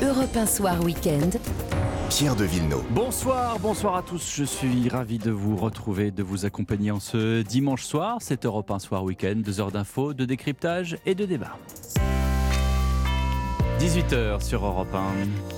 Europe 1 Soir Week-end. Pierre de Villeneuve. Bonsoir à tous. Je suis ravi de vous retrouver, de vous accompagner en ce dimanche soir. C'est Europe 1 Soir Week-end, 2 heures d'infos, de décryptage et de débat. 18h sur Europe 1.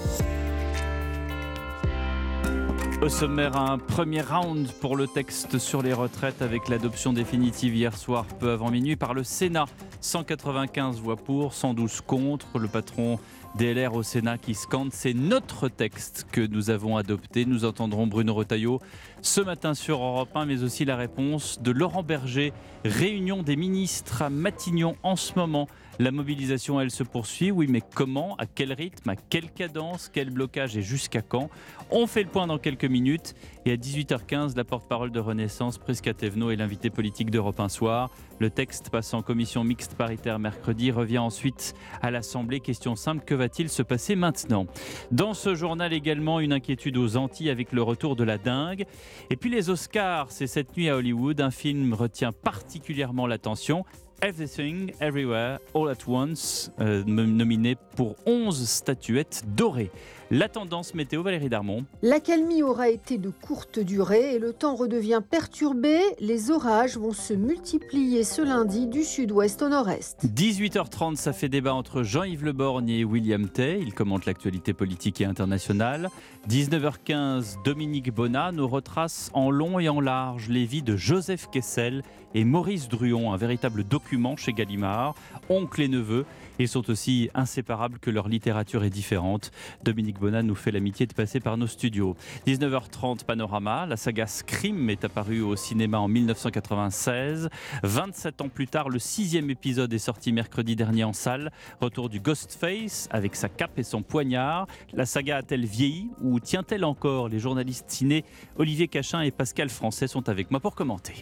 Au sommaire, un premier round pour le texte sur les retraites avec l'adoption définitive hier soir peu avant minuit par le Sénat. 195 voix pour, 112 contre. Le patron DLR au Sénat qui scande « C'est notre texte que nous avons adopté ». Nous entendrons Bruno Retailleau ce matin sur Europe 1, mais aussi la réponse de Laurent Berger. Réunion des ministres à Matignon en ce moment. La mobilisation, elle se poursuit. Oui, mais comment ? À quel rythme ? À quelle cadence ? Quel blocage et jusqu'à quand ? On fait le point dans quelques minutes. Et à 18h15, la porte-parole de Renaissance, Prisca Thévenot, est l'invité politique d'Europe 1 Soir. Le texte passe en commission mixte paritaire mercredi, revient ensuite à l'Assemblée. Question simple, que va-t-il se passer maintenant ? Dans ce journal également, une inquiétude aux Antilles avec le retour de la dengue. Et puis les Oscars, c'est cette nuit à Hollywood. Un film retient particulièrement l'attention. Everything, Everywhere, All at Once, nominé pour 11 statuettes dorées. La tendance météo, Valérie Darmon. L'accalmie aura été de courte durée et le temps redevient perturbé. Les orages vont se multiplier ce lundi du sud-ouest au nord-est. 18h30, ça fait débat entre Jean-Yves Le Borgne et William Tay. Il commente l'actualité politique et internationale. 19h15, Dominique Bonnat nous retrace en long et en large les vies de Joseph Kessel et Maurice Druon, un véritable document chez Gallimard. Oncle et neveu, ils sont aussi inséparables que leur littérature est différente. Dominique Bonnat nous fait l'amitié de passer par nos studios. 19h30, Panorama. La saga Scream est apparue au cinéma en 1996. 27 ans plus tard, le 6e épisode est sorti mercredi dernier en salle. Retour du Ghostface avec sa cape et son poignard. La saga a-t-elle vieilli ou tient-elle encore ? Les journalistes ciné Olivier Cachin et Pascal Français sont avec moi pour commenter.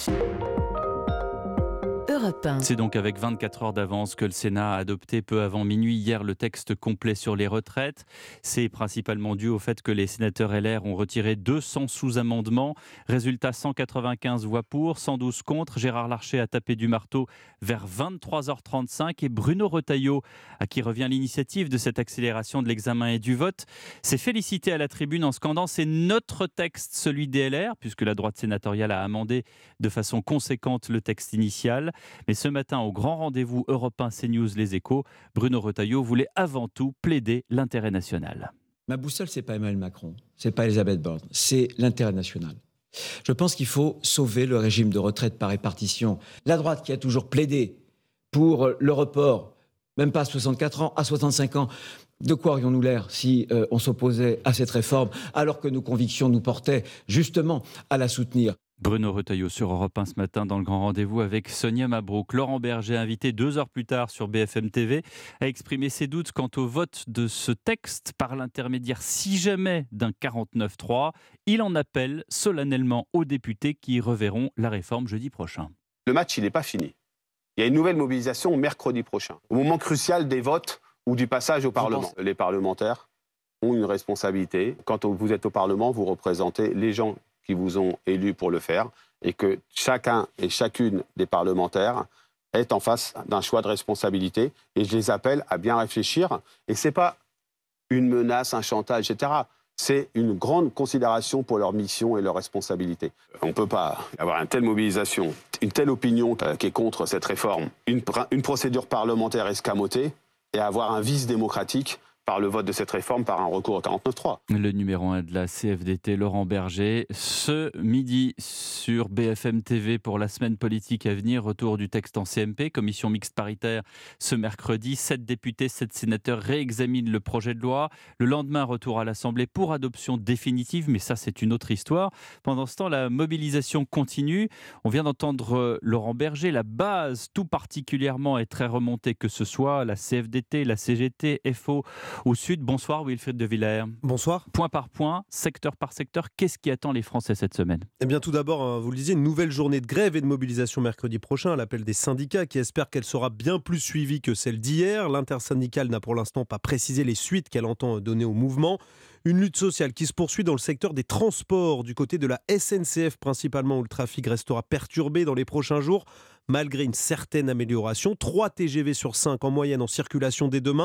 C'est donc avec 24 heures d'avance que le Sénat a adopté peu avant minuit hier le texte complet sur les retraites. C'est principalement dû au fait que les sénateurs LR ont retiré 200 sous-amendements. Résultat, 195 voix pour, 112 contre. Gérard Larcher a tapé du marteau vers 23h35 et Bruno Retailleau, à qui revient l'initiative de cette accélération de l'examen et du vote, s'est félicité à la tribune en scandant « C'est notre texte, celui des LR », puisque la droite sénatoriale a amendé de façon conséquente le texte initial. Mais ce matin, au grand rendez-vous Europe 1 CNews Les Échos, Bruno Retailleau voulait avant tout plaider l'intérêt national. Ma boussole, c'est pas Emmanuel Macron, c'est pas Elisabeth Borne, c'est l'intérêt national. Je pense qu'il faut sauver le régime de retraite par répartition. La droite qui a toujours plaidé pour le report, même pas à 64 ans, à 65 ans. De quoi aurions-nous l'air si on s'opposait à cette réforme, alors que nos convictions nous portaient justement à la soutenir ? Bruno Retailleau sur Europe 1 ce matin dans le grand rendez-vous avec Sonia Mabrouk. Laurent Berger, invité 2 heures plus tard sur BFM TV, a exprimé ses doutes quant au vote de ce texte par l'intermédiaire, si jamais, d'un 49-3. Il en appelle solennellement aux députés qui reverront la réforme jeudi prochain. Le match, il n'est pas fini. Il y a une nouvelle mobilisation mercredi prochain, au moment crucial des votes ou du passage au Parlement. Les parlementaires ont une responsabilité. Quand vous êtes au Parlement, vous représentez les gens qui vous ont élus pour le faire, et que chacun et chacune des parlementaires est en face d'un choix de responsabilité. Et je les appelle à bien réfléchir. Et ce n'est pas une menace, un chantage, etc. C'est une grande considération pour leur mission et leur responsabilité. On ne peut pas avoir une telle mobilisation, une telle opinion qui est contre cette réforme, une procédure parlementaire escamotée, et avoir un vice démocratique par le vote de cette réforme, par un recours au 49.3. Le numéro 1 de la CFDT, Laurent Berger, ce midi sur BFM TV pour la semaine politique à venir. Retour du texte en CMP, commission mixte paritaire ce mercredi. 7 députés, 7 sénateurs réexaminent le projet de loi. Le lendemain, retour à l'Assemblée pour adoption définitive, mais ça c'est une autre histoire. Pendant ce temps, la mobilisation continue. On vient d'entendre Laurent Berger. La base tout particulièrement est très remontée, que ce soit la CFDT, la CGT, FO au Sud. Bonsoir Wilfried de Villers. Bonsoir. Point par point, secteur par secteur, qu'est-ce qui attend les Français cette semaine ? Eh bien tout d'abord, vous le disiez, une nouvelle journée de grève et de mobilisation mercredi prochain à l'appel des syndicats qui espèrent qu'elle sera bien plus suivie que celle d'hier. L'intersyndicale n'a pour l'instant pas précisé les suites qu'elle entend donner au mouvement. Une lutte sociale qui se poursuit dans le secteur des transports, du côté de la SNCF principalement, où le trafic restera perturbé dans les prochains jours. Malgré une certaine amélioration, 3 TGV sur 5 en moyenne en circulation dès demain.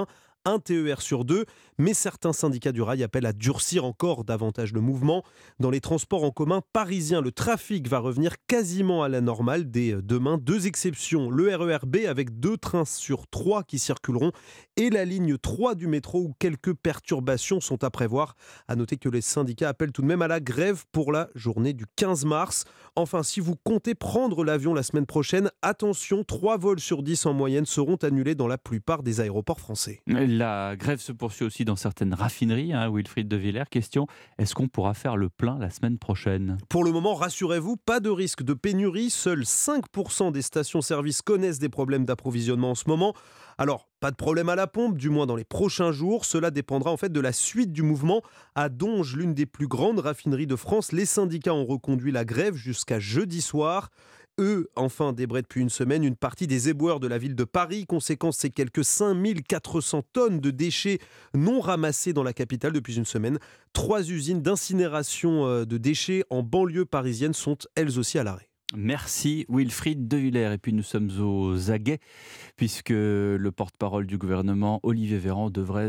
un TER sur 2. Mais certains syndicats du rail appellent à durcir encore davantage le mouvement. Dans les transports en commun parisiens, le trafic va revenir quasiment à la normale dès demain. 2 exceptions, le RER B avec 2 trains sur 3 qui circuleront et la ligne 3 du métro où quelques perturbations sont à prévoir. À noter que les syndicats appellent tout de même à la grève pour la journée du 15 mars. Enfin, si vous comptez prendre l'avion la semaine prochaine, attention, 3 vols sur 10 en moyenne seront annulés dans la plupart des aéroports français. La grève se poursuit aussi dans certaines raffineries, Wilfried de Villers. Question, est-ce qu'on pourra faire le plein la semaine prochaine ? Pour le moment, rassurez-vous, pas de risque de pénurie. Seuls 5% des stations-service connaissent des problèmes d'approvisionnement en ce moment. Alors, pas de problème à la pompe, du moins dans les prochains jours. Cela dépendra en fait de la suite du mouvement. À Donge, l'une des plus grandes raffineries de France, les syndicats ont reconduit la grève jusqu'à jeudi soir. Eux, enfin, débraient depuis une semaine une partie des éboueurs de la ville de Paris. Conséquence, c'est quelques 5400 tonnes de déchets non ramassés dans la capitale depuis une semaine. 3 usines d'incinération de déchets en banlieue parisienne sont elles aussi à l'arrêt. Merci Wilfried de Villers. Et puis nous sommes aux aguets puisque le porte-parole du gouvernement, Olivier Véran, devrait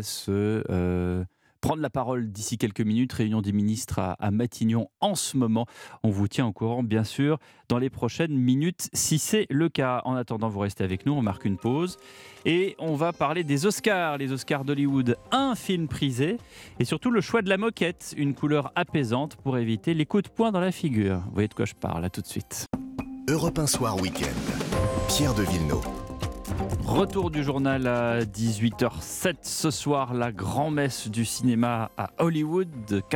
prendre la parole d'ici quelques minutes. Réunion des ministres à Matignon en ce moment. On vous tient au courant, bien sûr, dans les prochaines minutes, si c'est le cas. En attendant, vous restez avec nous, on marque une pause. Et on va parler des Oscars, les Oscars d'Hollywood. Un film prisé et surtout le choix de la moquette, une couleur apaisante pour éviter les coups de poing dans la figure. Vous voyez de quoi je parle, à tout de suite. Europe 1 Soir Week-end. Pierre de Villeneuve. Retour du journal à 18h07 ce soir, la grand-messe du cinéma à Hollywood,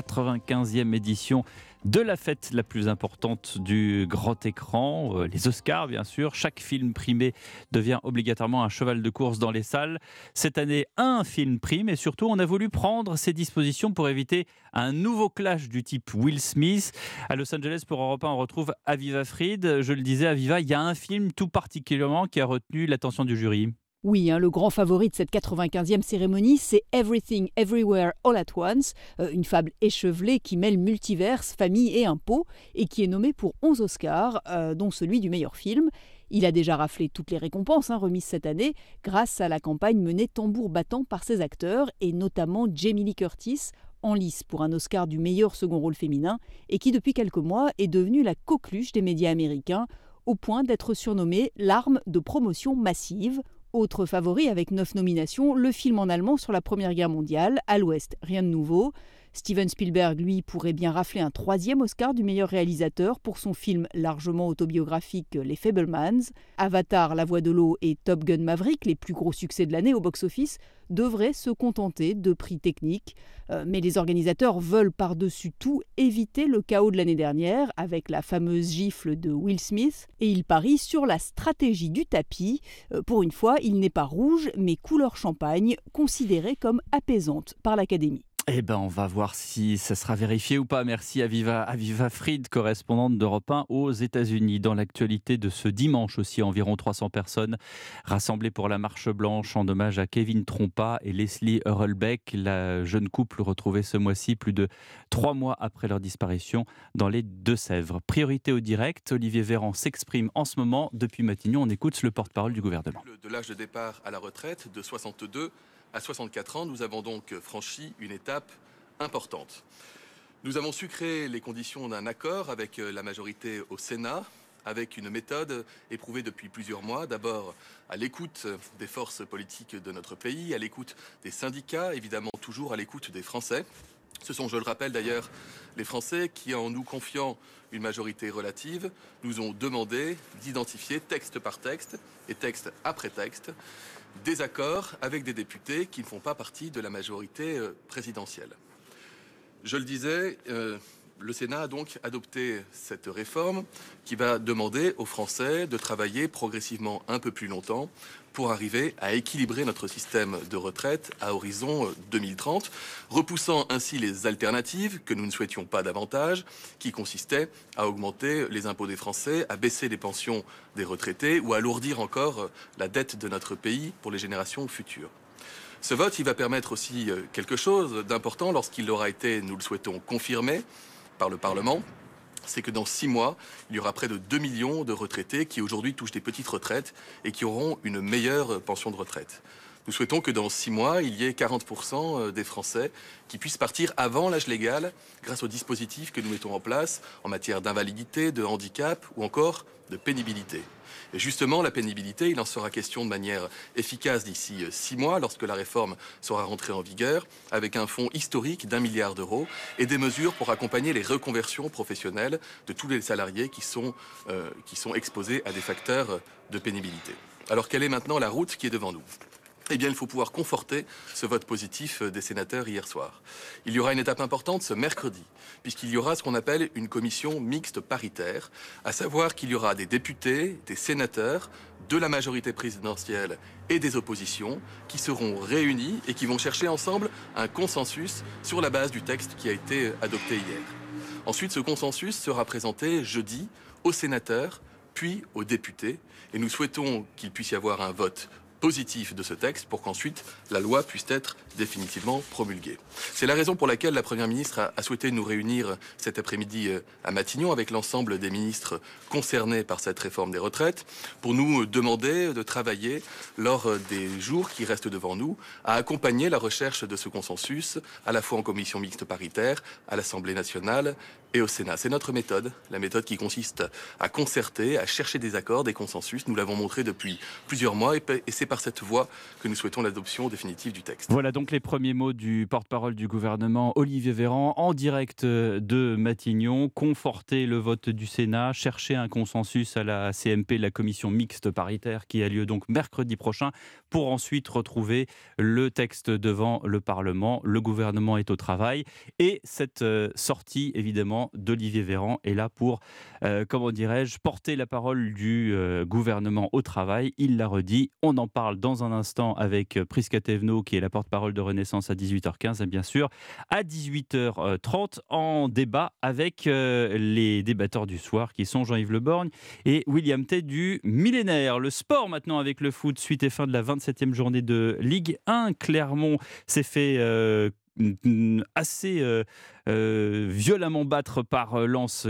95e édition de la fête la plus importante du grand écran, les Oscars bien sûr. Chaque film primé devient obligatoirement un cheval de course dans les salles. Cette année, un film prime et surtout on a voulu prendre ces dispositions pour éviter un nouveau clash du type Will Smith. À Los Angeles pour Europe 1, on retrouve Aviva Fried. Je le disais, Aviva, il y a un film tout particulièrement qui a retenu l'attention du jury. Oui, le grand favori de cette 95e cérémonie, c'est Everything Everywhere All at Once, une fable échevelée qui mêle multiverse, famille et impôts, et qui est nommée pour 11 Oscars, dont celui du meilleur film. Il a déjà raflé toutes les récompenses remises cette année, grâce à la campagne menée tambour battant par ses acteurs, et notamment Jamie Lee Curtis, en lice pour un Oscar du meilleur second rôle féminin, et qui depuis quelques mois est devenue la coqueluche des médias américains, au point d'être surnommée l'arme de promotion massive. Autre favori avec 9 nominations, le film en allemand sur la Première Guerre mondiale, À l'Ouest, rien de nouveau. Steven Spielberg, lui, pourrait bien rafler un 3e Oscar du meilleur réalisateur pour son film largement autobiographique Les Fabelmans. Avatar, La Voix de l'eau et Top Gun Maverick, les plus gros succès de l'année au box-office, devraient se contenter de prix techniques. Mais les organisateurs veulent par-dessus tout éviter le chaos de l'année dernière avec la fameuse gifle de Will Smith et ils parient sur la stratégie du tapis. Pour une fois, il n'est pas rouge mais couleur champagne, considérée comme apaisante par l'Académie. Eh ben, on va voir si ça sera vérifié ou pas. Merci Aviva Fried, correspondante d'Europe 1 aux États-Unis. Dans l'actualité de ce dimanche aussi, environ 300 personnes rassemblées pour la marche blanche en hommage à Kevin Trompa et Leslie Hurlbeck, la jeune couple retrouvée ce mois-ci, plus de 3 mois après leur disparition dans les Deux-Sèvres. Priorité au direct, Olivier Véran s'exprime en ce moment depuis Matignon. On écoute le porte-parole du gouvernement. De l'âge de départ à la retraite de 62 à 64 ans, nous avons donc franchi une étape importante. Nous avons su créer les conditions d'un accord avec la majorité au Sénat, avec une méthode éprouvée depuis plusieurs mois, d'abord à l'écoute des forces politiques de notre pays, à l'écoute des syndicats, évidemment toujours à l'écoute des Français. Ce sont, je le rappelle d'ailleurs, les Français qui, en nous confiant une majorité relative, nous ont demandé d'identifier texte par texte et texte après texte des accords avec des députés qui ne font pas partie de la majorité présidentielle. Je le disais, le Sénat a donc adopté cette réforme qui va demander aux Français de travailler progressivement un peu plus longtemps pour arriver à équilibrer notre système de retraite à horizon 2030, repoussant ainsi les alternatives que nous ne souhaitions pas davantage, qui consistaient à augmenter les impôts des Français, à baisser les pensions des retraités ou à alourdir encore la dette de notre pays pour les générations futures. Ce vote, il va permettre aussi quelque chose d'important lorsqu'il aura été, nous le souhaitons, confirmé par le Parlement. C'est que dans 6 mois, il y aura près de 2 millions de retraités qui aujourd'hui touchent des petites retraites et qui auront une meilleure pension de retraite. Nous souhaitons que dans 6 mois, il y ait 40% des Français qui puissent partir avant l'âge légal grâce aux dispositifs que nous mettons en place en matière d'invalidité, de handicap ou encore de pénibilité. Et justement, la pénibilité, il en sera question de manière efficace d'ici 6 mois, lorsque la réforme sera rentrée en vigueur, avec un fonds historique d'1 milliard d'euros et des mesures pour accompagner les reconversions professionnelles de tous les salariés qui sont exposés à des facteurs de pénibilité. Alors, quelle est maintenant la route qui est devant nous ? Eh bien, il faut pouvoir conforter ce vote positif des sénateurs hier soir. Il y aura une étape importante ce mercredi, puisqu'il y aura ce qu'on appelle une commission mixte paritaire, à savoir qu'il y aura des députés, des sénateurs, de la majorité présidentielle et des oppositions qui seront réunis et qui vont chercher ensemble un consensus sur la base du texte qui a été adopté hier. Ensuite, ce consensus sera présenté jeudi aux sénateurs, puis aux députés, et nous souhaitons qu'il puisse y avoir un vote positif de ce texte pour qu'ensuite la loi puisse être définitivement promulguée. C'est la raison pour laquelle la Première ministre a souhaité nous réunir cet après-midi à Matignon avec l'ensemble des ministres concernés par cette réforme des retraites pour nous demander de travailler lors des jours qui restent devant nous à accompagner la recherche de ce consensus à la fois en commission mixte paritaire, à l'Assemblée nationale et au Sénat. C'est notre méthode, la méthode qui consiste à concerter, à chercher des accords, des consensus. Nous l'avons montré depuis plusieurs mois et c'est par cette voie que nous souhaitons l'adoption définitive du texte. Voilà donc les premiers mots du porte-parole du gouvernement, Olivier Véran, en direct de Matignon. Conforter le vote du Sénat, chercher un consensus à la CMP, la commission mixte paritaire qui a lieu donc mercredi prochain, pour ensuite retrouver le texte devant le Parlement. Le gouvernement est au travail et cette sortie évidemment d'Olivier Véran est là pour, porter la parole du gouvernement au travail. Il l'a redit, on en parle dans un instant avec Prisca Thévenot qui est la porte-parole de Renaissance à 18h15 et bien sûr à 18h30 en débat avec les débatteurs du soir qui sont Jean-Yves Le Borgne et William Tay du Millénaire. Le sport maintenant avec le foot, suite et fin de la 27e journée de Ligue 1. Clermont s'est fait assez violemment battre par Lens,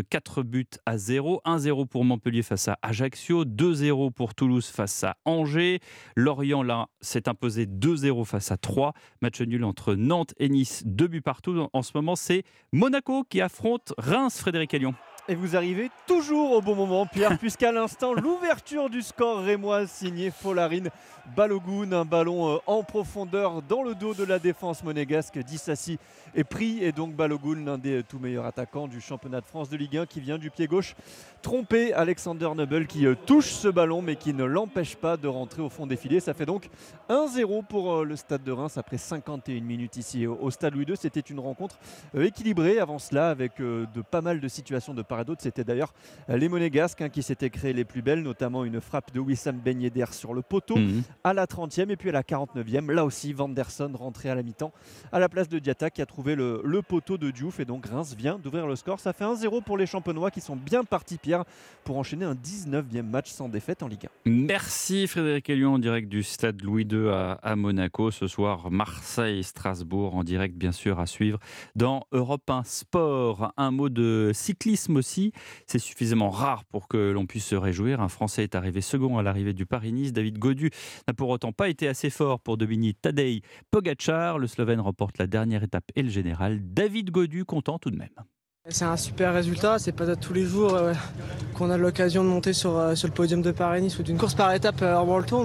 4-0. 1-0 pour Montpellier face à Ajaccio, 2-0 pour Toulouse face à Angers. Lorient là s'est imposé 2-0 face à 3. Match nul entre Nantes et Nice, 2 buts partout. En ce moment, c'est Monaco qui affronte Reims, Frédéric Allion. Et vous arrivez toujours au bon moment, Pierre, puisqu'à l'instant, l'ouverture du score rémoise signée Folarin Balogun, un ballon en profondeur dans le dos de la défense monégasque. Dissassi est pris et donc Balogun, l'un des tout meilleurs attaquants du championnat de France de Ligue 1 qui vient du pied gauche tromper Alexander Nubel qui touche ce ballon mais qui ne l'empêche pas de rentrer au fond des filets. Ça fait donc 1-0 pour le Stade de Reims après 51 minutes ici au Stade Louis II. C'était une rencontre équilibrée avant cela avec de pas mal de situations de part et d'autre. C'était d'ailleurs les Monégasques qui s'étaient créés les plus belles, notamment une frappe de Wissam Ben Yedder sur le poteau à la 30e et puis à la 49e. Là aussi, Vanderson rentré à la mi-temps à la place de Diatta qui a trouvé le poteau de Diouf et donc Reims vient d'ouvrir le score. Ça fait 1-0 pour les Champenois qui sont bien partis, Pierre, pour enchaîner un 19e match sans défaite en Ligue 1. Merci Frédéric Allion en direct du Stade Louis II à Monaco. Ce soir, Marseille-Strasbourg en direct bien sûr à suivre dans Europe 1 Sport. Un mot de cyclisme aussi. C'est suffisamment rare pour que l'on puisse se réjouir. Un Français est arrivé second à l'arrivée du Paris-Nice. David Gaudu n'a pour autant pas été assez fort pour dominer Tadej Pogačar. Le Slovène remporte la dernière étape et le général. David Gaudu content tout de même. C'est un super résultat, c'est pas tous les jours qu'on a l'occasion de monter sur le podium de Paris-Nice ou d'une course par étape en World Tour.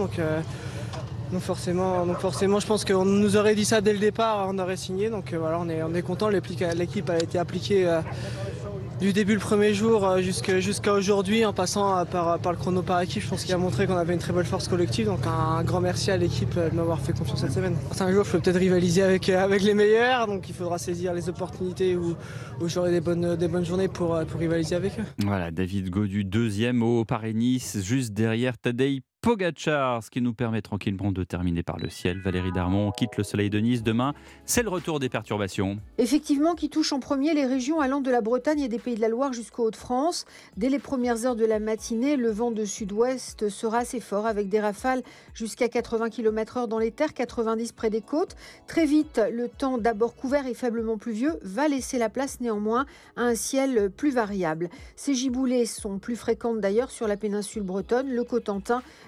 Donc forcément, je pense qu'on nous aurait dit ça dès le départ, on aurait signé. Donc voilà, on est content, l'équipe a été appliquée du début le premier jour jusqu'à aujourd'hui en passant par le chrono par équipe. Je pense qu'il a montré qu'on avait une très belle force collective. Donc un grand merci à l'équipe de m'avoir fait confiance cette semaine. Un jour, je peux peut-être rivaliser avec les meilleurs, donc il faudra saisir les opportunités où j'aurai des bonnes journées pour rivaliser avec eux. Voilà, David Gaudu, deuxième au Paris-Nice, juste derrière Tadej Pogačar, ce qui nous permet tranquillement de terminer par le ciel. Valérie Darmon quitte le soleil de Nice. Demain, c'est le retour des perturbations. Effectivement, qui touche en premier les régions allant de la Bretagne et des Pays de la Loire jusqu'aux Hauts-de-France. Dès les premières heures de la matinée, le vent de sud-ouest sera assez fort avec des rafales jusqu'à 80 km/h dans les terres, 90 près des côtes. Très vite, le temps d'abord couvert et faiblement pluvieux va laisser la place néanmoins à un ciel plus variable. Ces giboulées sont plus fréquentes d'ailleurs sur la péninsule bretonne, le Cotentin,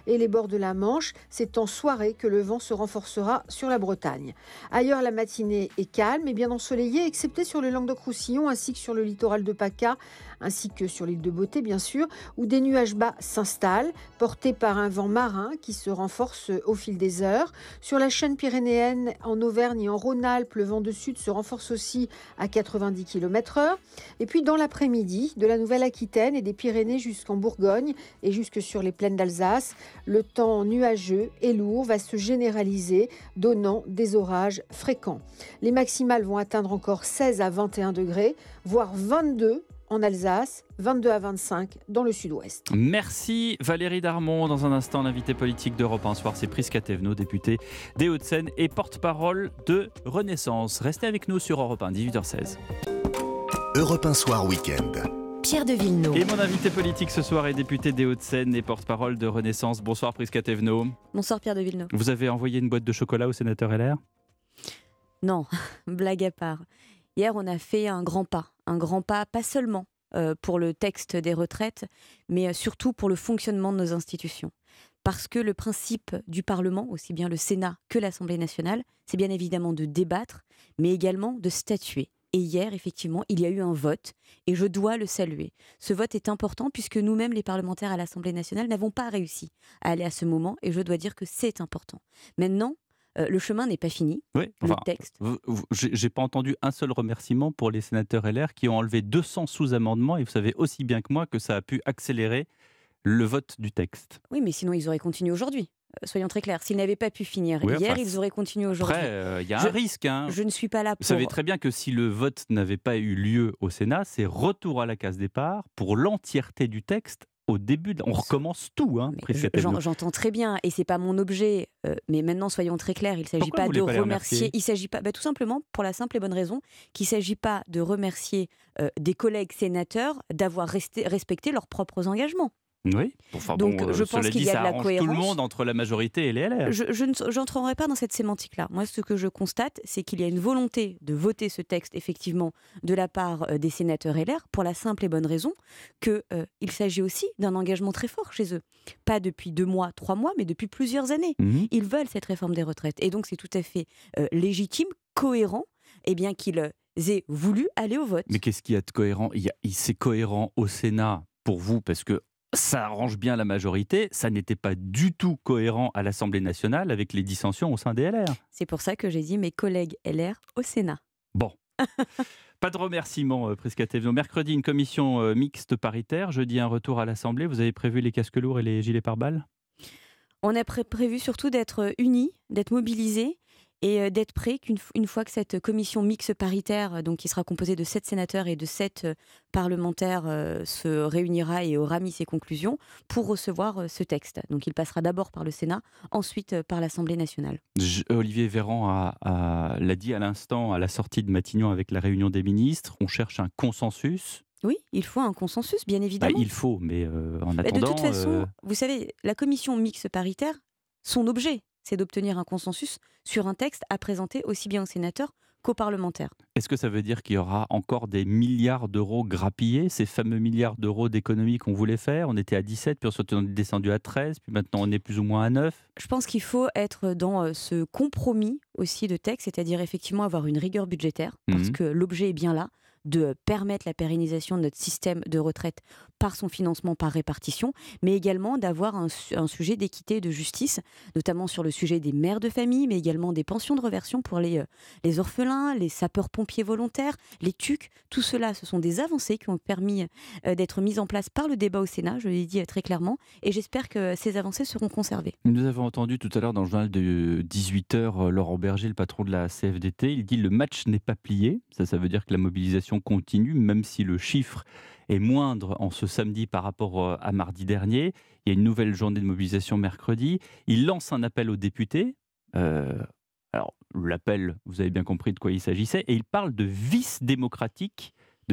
et les bords de la Manche. C'est en soirée que le vent se renforcera sur la Bretagne. Ailleurs, la matinée est calme et bien ensoleillée, excepté sur le Languedoc-Roussillon ainsi que sur le littoral de PACA, ainsi que sur l'île de Beauté, bien sûr, où des nuages bas s'installent, portés par un vent marin qui se renforce au fil des heures. Sur la chaîne pyrénéenne, en Auvergne et en Rhône-Alpes, le vent de sud se renforce aussi à 90 km/h. Et puis dans l'après-midi, de la Nouvelle-Aquitaine et des Pyrénées jusqu'en Bourgogne et jusque sur les plaines d'Alsace, le temps nuageux et lourd va se généraliser, donnant des orages fréquents. Les maximales vont atteindre encore 16 à 21 degrés, voire 22 en Alsace, 22 à 25 dans le sud-ouest. Merci Valérie Darmon. Dans un instant, l'invité politique d'Europe 1 Soir, c'est Prisca Thévenot, députée des Hauts-de-Seine et porte-parole de Renaissance. Restez avec nous sur Europe 1, 18h16. Europe 1 Soir Week-end. Pierre de Villeneuve. Et mon invité politique ce soir est député des Hauts-de-Seine et porte-parole de Renaissance. Bonsoir Prisca Thévenot. Bonsoir Pierre de Villeneuve. Vous avez envoyé une boîte de chocolat au sénateur LR ? Non, blague à part. Hier, on a fait un grand pas, pas seulement pour le texte des retraites, mais surtout pour le fonctionnement de nos institutions. Parce que le principe du Parlement, aussi bien le Sénat que l'Assemblée nationale, c'est bien évidemment de débattre, mais également de statuer. Et hier, effectivement, il y a eu un vote et je dois le saluer. Ce vote est important puisque nous-mêmes, les parlementaires à l'Assemblée nationale, n'avons pas réussi à aller à ce moment et je dois dire que c'est important. Maintenant, le chemin n'est pas fini. Oui, le texte. J'ai pas entendu un seul remerciement pour les sénateurs LR qui ont enlevé 200 sous-amendements et vous savez aussi bien que moi que ça a pu accélérer le vote du texte. Oui, mais sinon ils auraient continué aujourd'hui. Soyons très clairs. S'ils n'avaient pas pu finir hier, ils auraient continué aujourd'hui. Après, il y a un risque. Hein. Je ne suis pas là pour... Vous savez très bien que si le vote n'avait pas eu lieu au Sénat, c'est retour à la case départ pour l'entièreté du texte. Au début, on recommence tout. Hein, j'entends très bien, et c'est pas mon objet. Mais maintenant, soyons très clairs, il ne s'agit pas de remercier. Il s'agit pas, tout simplement pour la simple et bonne raison qu'il ne s'agit pas de remercier des collègues sénateurs d'avoir respecté leurs propres engagements. Oui. Donc, je pense qu'il y a de la cohérence. Tout le monde entre la majorité et les LR. Je n'entrerai pas dans cette sémantique-là. Moi, ce que je constate, c'est qu'il y a une volonté de voter ce texte, effectivement, de la part des sénateurs LR, pour la simple et bonne raison qu'il s'agit aussi d'un engagement très fort chez eux. Pas depuis 2 mois, 3 mois, mais depuis plusieurs années. Ils veulent cette réforme des retraites. Et donc, c'est tout à fait légitime, cohérent, qu'ils aient voulu aller au vote. Mais qu'est-ce qu'il y a de cohérent ? C'est cohérent au Sénat pour vous, parce que ça arrange bien la majorité, ça n'était pas du tout cohérent à l'Assemblée nationale avec les dissensions au sein des LR. C'est pour ça que j'ai dit mes collègues LR au Sénat. Bon. Pas de remerciements, Prisca Thévenot. Mercredi, une commission mixte paritaire. Jeudi, un retour à l'Assemblée. Vous avez prévu les casques lourds et les gilets pare-balles ? On a prévu surtout d'être unis, d'être mobilisés et d'être prêts qu'une fois que cette commission mixte paritaire, donc qui sera composée de 7 sénateurs et de 7 parlementaires, se réunira et aura mis ses conclusions pour recevoir ce texte. Donc il passera d'abord par le Sénat, ensuite par l'Assemblée nationale. Olivier Véran l'a dit à l'instant à la sortie de Matignon avec la réunion des ministres. On cherche un consensus. Oui, il faut un consensus, bien évidemment. Il faut, mais en attendant... De toute façon, vous savez, la commission mixte paritaire, son objet, c'est d'obtenir un consensus sur un texte à présenter aussi bien aux sénateurs qu'aux parlementaires. Est-ce que ça veut dire qu'il y aura encore des milliards d'euros grappillés, ces fameux milliards d'euros d'économies qu'on voulait faire ? On était à 17, puis ensuite on est descendu à 13, puis maintenant on est plus ou moins à 9. Je pense qu'il faut être dans ce compromis aussi de texte, c'est-à-dire effectivement avoir une rigueur budgétaire, parce que l'objet est bien là, de permettre la pérennisation de notre système de retraite par son financement par répartition, mais également d'avoir un sujet d'équité et de justice, notamment sur le sujet des mères de famille, mais également des pensions de reversion pour les orphelins, les sapeurs-pompiers volontaires, les TUC. Tout cela, ce sont des avancées qui ont permis d'être mises en place par le débat au Sénat, je l'ai dit très clairement, et j'espère que ces avancées seront conservées. Nous avons entendu tout à l'heure dans le journal de 18h, Laurent Berger, le patron de la CFDT, il dit « le match n'est pas plié ». Ça veut dire que la mobilisation continue, même si le chiffre est moindre en ce samedi par rapport à mardi dernier. Il y a une nouvelle journée de mobilisation mercredi. Il lance un appel aux députés. Alors, l'appel, vous avez bien compris de quoi il s'agissait. Et il parle de vice démocratique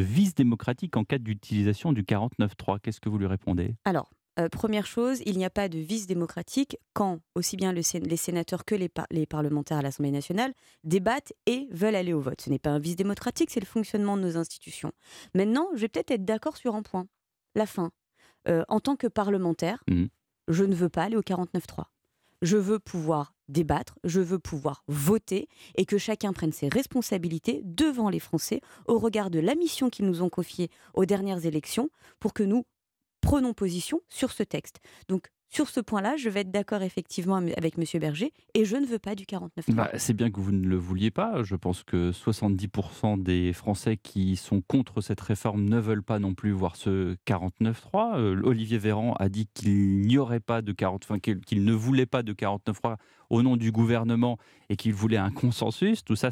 en cas d'utilisation du 49.3. Qu'est-ce que vous lui répondez ? Alors, première chose, il n'y a pas de vice démocratique quand aussi bien les sénateurs que les parlementaires à l'Assemblée nationale débattent et veulent aller au vote. Ce n'est pas un vice démocratique, c'est le fonctionnement de nos institutions. Maintenant, je vais peut-être être d'accord sur un point, la fin. En tant que parlementaire, je ne veux pas aller au 49.3. Je veux pouvoir débattre, je veux pouvoir voter et que chacun prenne ses responsabilités devant les Français au regard de la mission qu'ils nous ont confiée aux dernières élections pour que nous prenons position sur ce texte. Donc, sur ce point-là, je vais être d'accord effectivement avec M. Berger et je ne veux pas du 49.3. C'est bien que vous ne le vouliez pas. Je pense que 70% des Français qui sont contre cette réforme ne veulent pas non plus voir ce 49.3. Olivier Véran a dit qu'il n'y aurait pas de qu'il ne voulait pas de 49.3 au nom du gouvernement et qu'il voulait un consensus. Tout ça,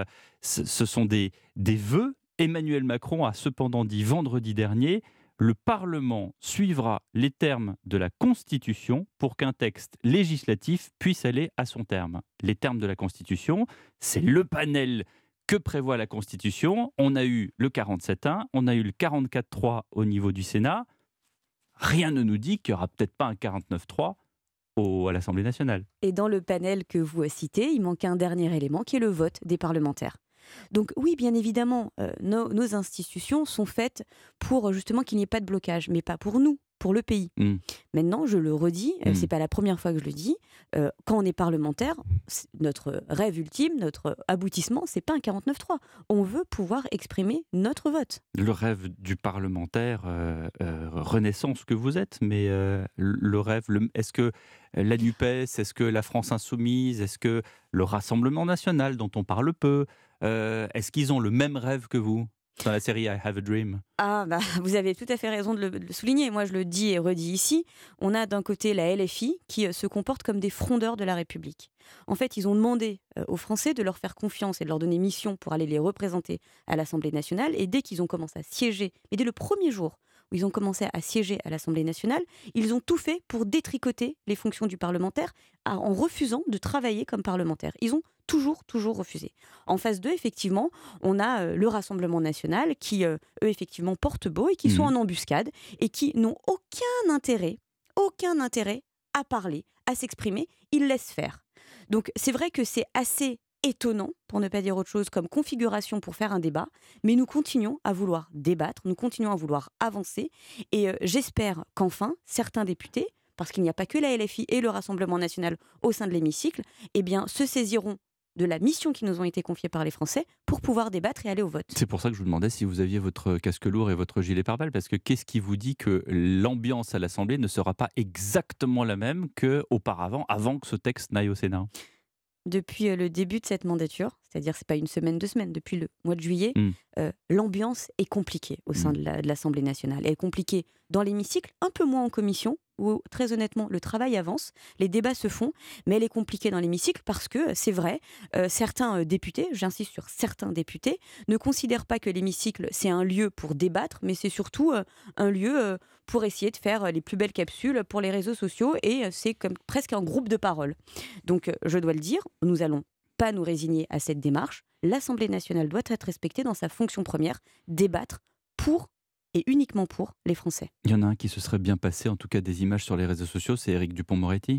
ce sont des vœux. Emmanuel Macron a cependant dit vendredi dernier: le Parlement suivra les termes de la Constitution pour qu'un texte législatif puisse aller à son terme. Les termes de la Constitution, c'est le panel que prévoit la Constitution. On a eu le 47.1, on a eu le 44.3 au niveau du Sénat. Rien ne nous dit qu'il n'y aura peut-être pas un 49.3 à l'Assemblée nationale. Et dans le panel que vous citez, il manque un dernier élément qui est le vote des parlementaires. Donc oui, bien évidemment, nos institutions sont faites pour justement qu'il n'y ait pas de blocage, mais pas pour nous, pour le pays. Maintenant, je le redis, c'est pas la première fois que je le dis, quand on est parlementaire, notre rêve ultime, notre aboutissement, c'est pas un 49.3. On veut pouvoir exprimer notre vote. Le rêve du parlementaire, renaissance que vous êtes, mais le rêve, est-ce que la NUPES, est-ce que la France Insoumise, est-ce que le Rassemblement National dont on parle peu, est-ce qu'ils ont le même rêve que vous dans la série I Have a Dream? Vous avez tout à fait raison de le souligner. Moi, je le dis et redis ici. On a d'un côté la LFI qui se comporte comme des frondeurs de la République. En fait, ils ont demandé aux Français de leur faire confiance et de leur donner mission pour aller les représenter à l'Assemblée nationale. Et dès qu'ils ont commencé à siéger, mais dès le premier jour où ils ont commencé à siéger à l'Assemblée nationale, ils ont tout fait pour détricoter les fonctions du parlementaire en refusant de travailler comme parlementaire. Ils ont toujours refusé. En phase 2, effectivement, on a le Rassemblement national qui, eux, effectivement, portent beau et qui sont en embuscade et qui n'ont aucun intérêt à parler, à s'exprimer. Ils laissent faire. Donc, c'est vrai que c'est assez étonnant, pour ne pas dire autre chose, comme configuration pour faire un débat, mais nous continuons à vouloir débattre, nous continuons à vouloir avancer, et j'espère qu'enfin, certains députés, parce qu'il n'y a pas que la LFI et le Rassemblement national au sein de l'hémicycle, se saisiront de la mission qui nous ont été confiées par les Français pour pouvoir débattre et aller au vote. C'est pour ça que je vous demandais si vous aviez votre casque lourd et votre gilet pare-balles, parce que qu'est-ce qui vous dit que l'ambiance à l'Assemblée ne sera pas exactement la même qu'auparavant, avant que ce texte n'aille au Sénat? Depuis le début de cette mandature, c'est-à-dire c'est pas une semaine, 2 semaines, depuis le mois de juillet, l'ambiance est compliquée au sein de l'Assemblée nationale. Elle est compliquée dans l'hémicycle, un peu moins en commission, où très honnêtement le travail avance, les débats se font, mais elle est compliquée dans l'hémicycle parce que c'est vrai, certains députés, j'insiste sur certains députés, ne considèrent pas que l'hémicycle c'est un lieu pour débattre, mais c'est surtout un lieu pour essayer de faire les plus belles capsules pour les réseaux sociaux, et c'est comme presque un groupe de parole. Donc je dois le dire, nous allons pas nous résigner à cette démarche. L'Assemblée nationale doit être respectée dans sa fonction première, débattre pour et uniquement pour les Français. Il y en a un qui se serait bien passé, en tout cas des images sur les réseaux sociaux, c'est Éric Dupond-Moretti.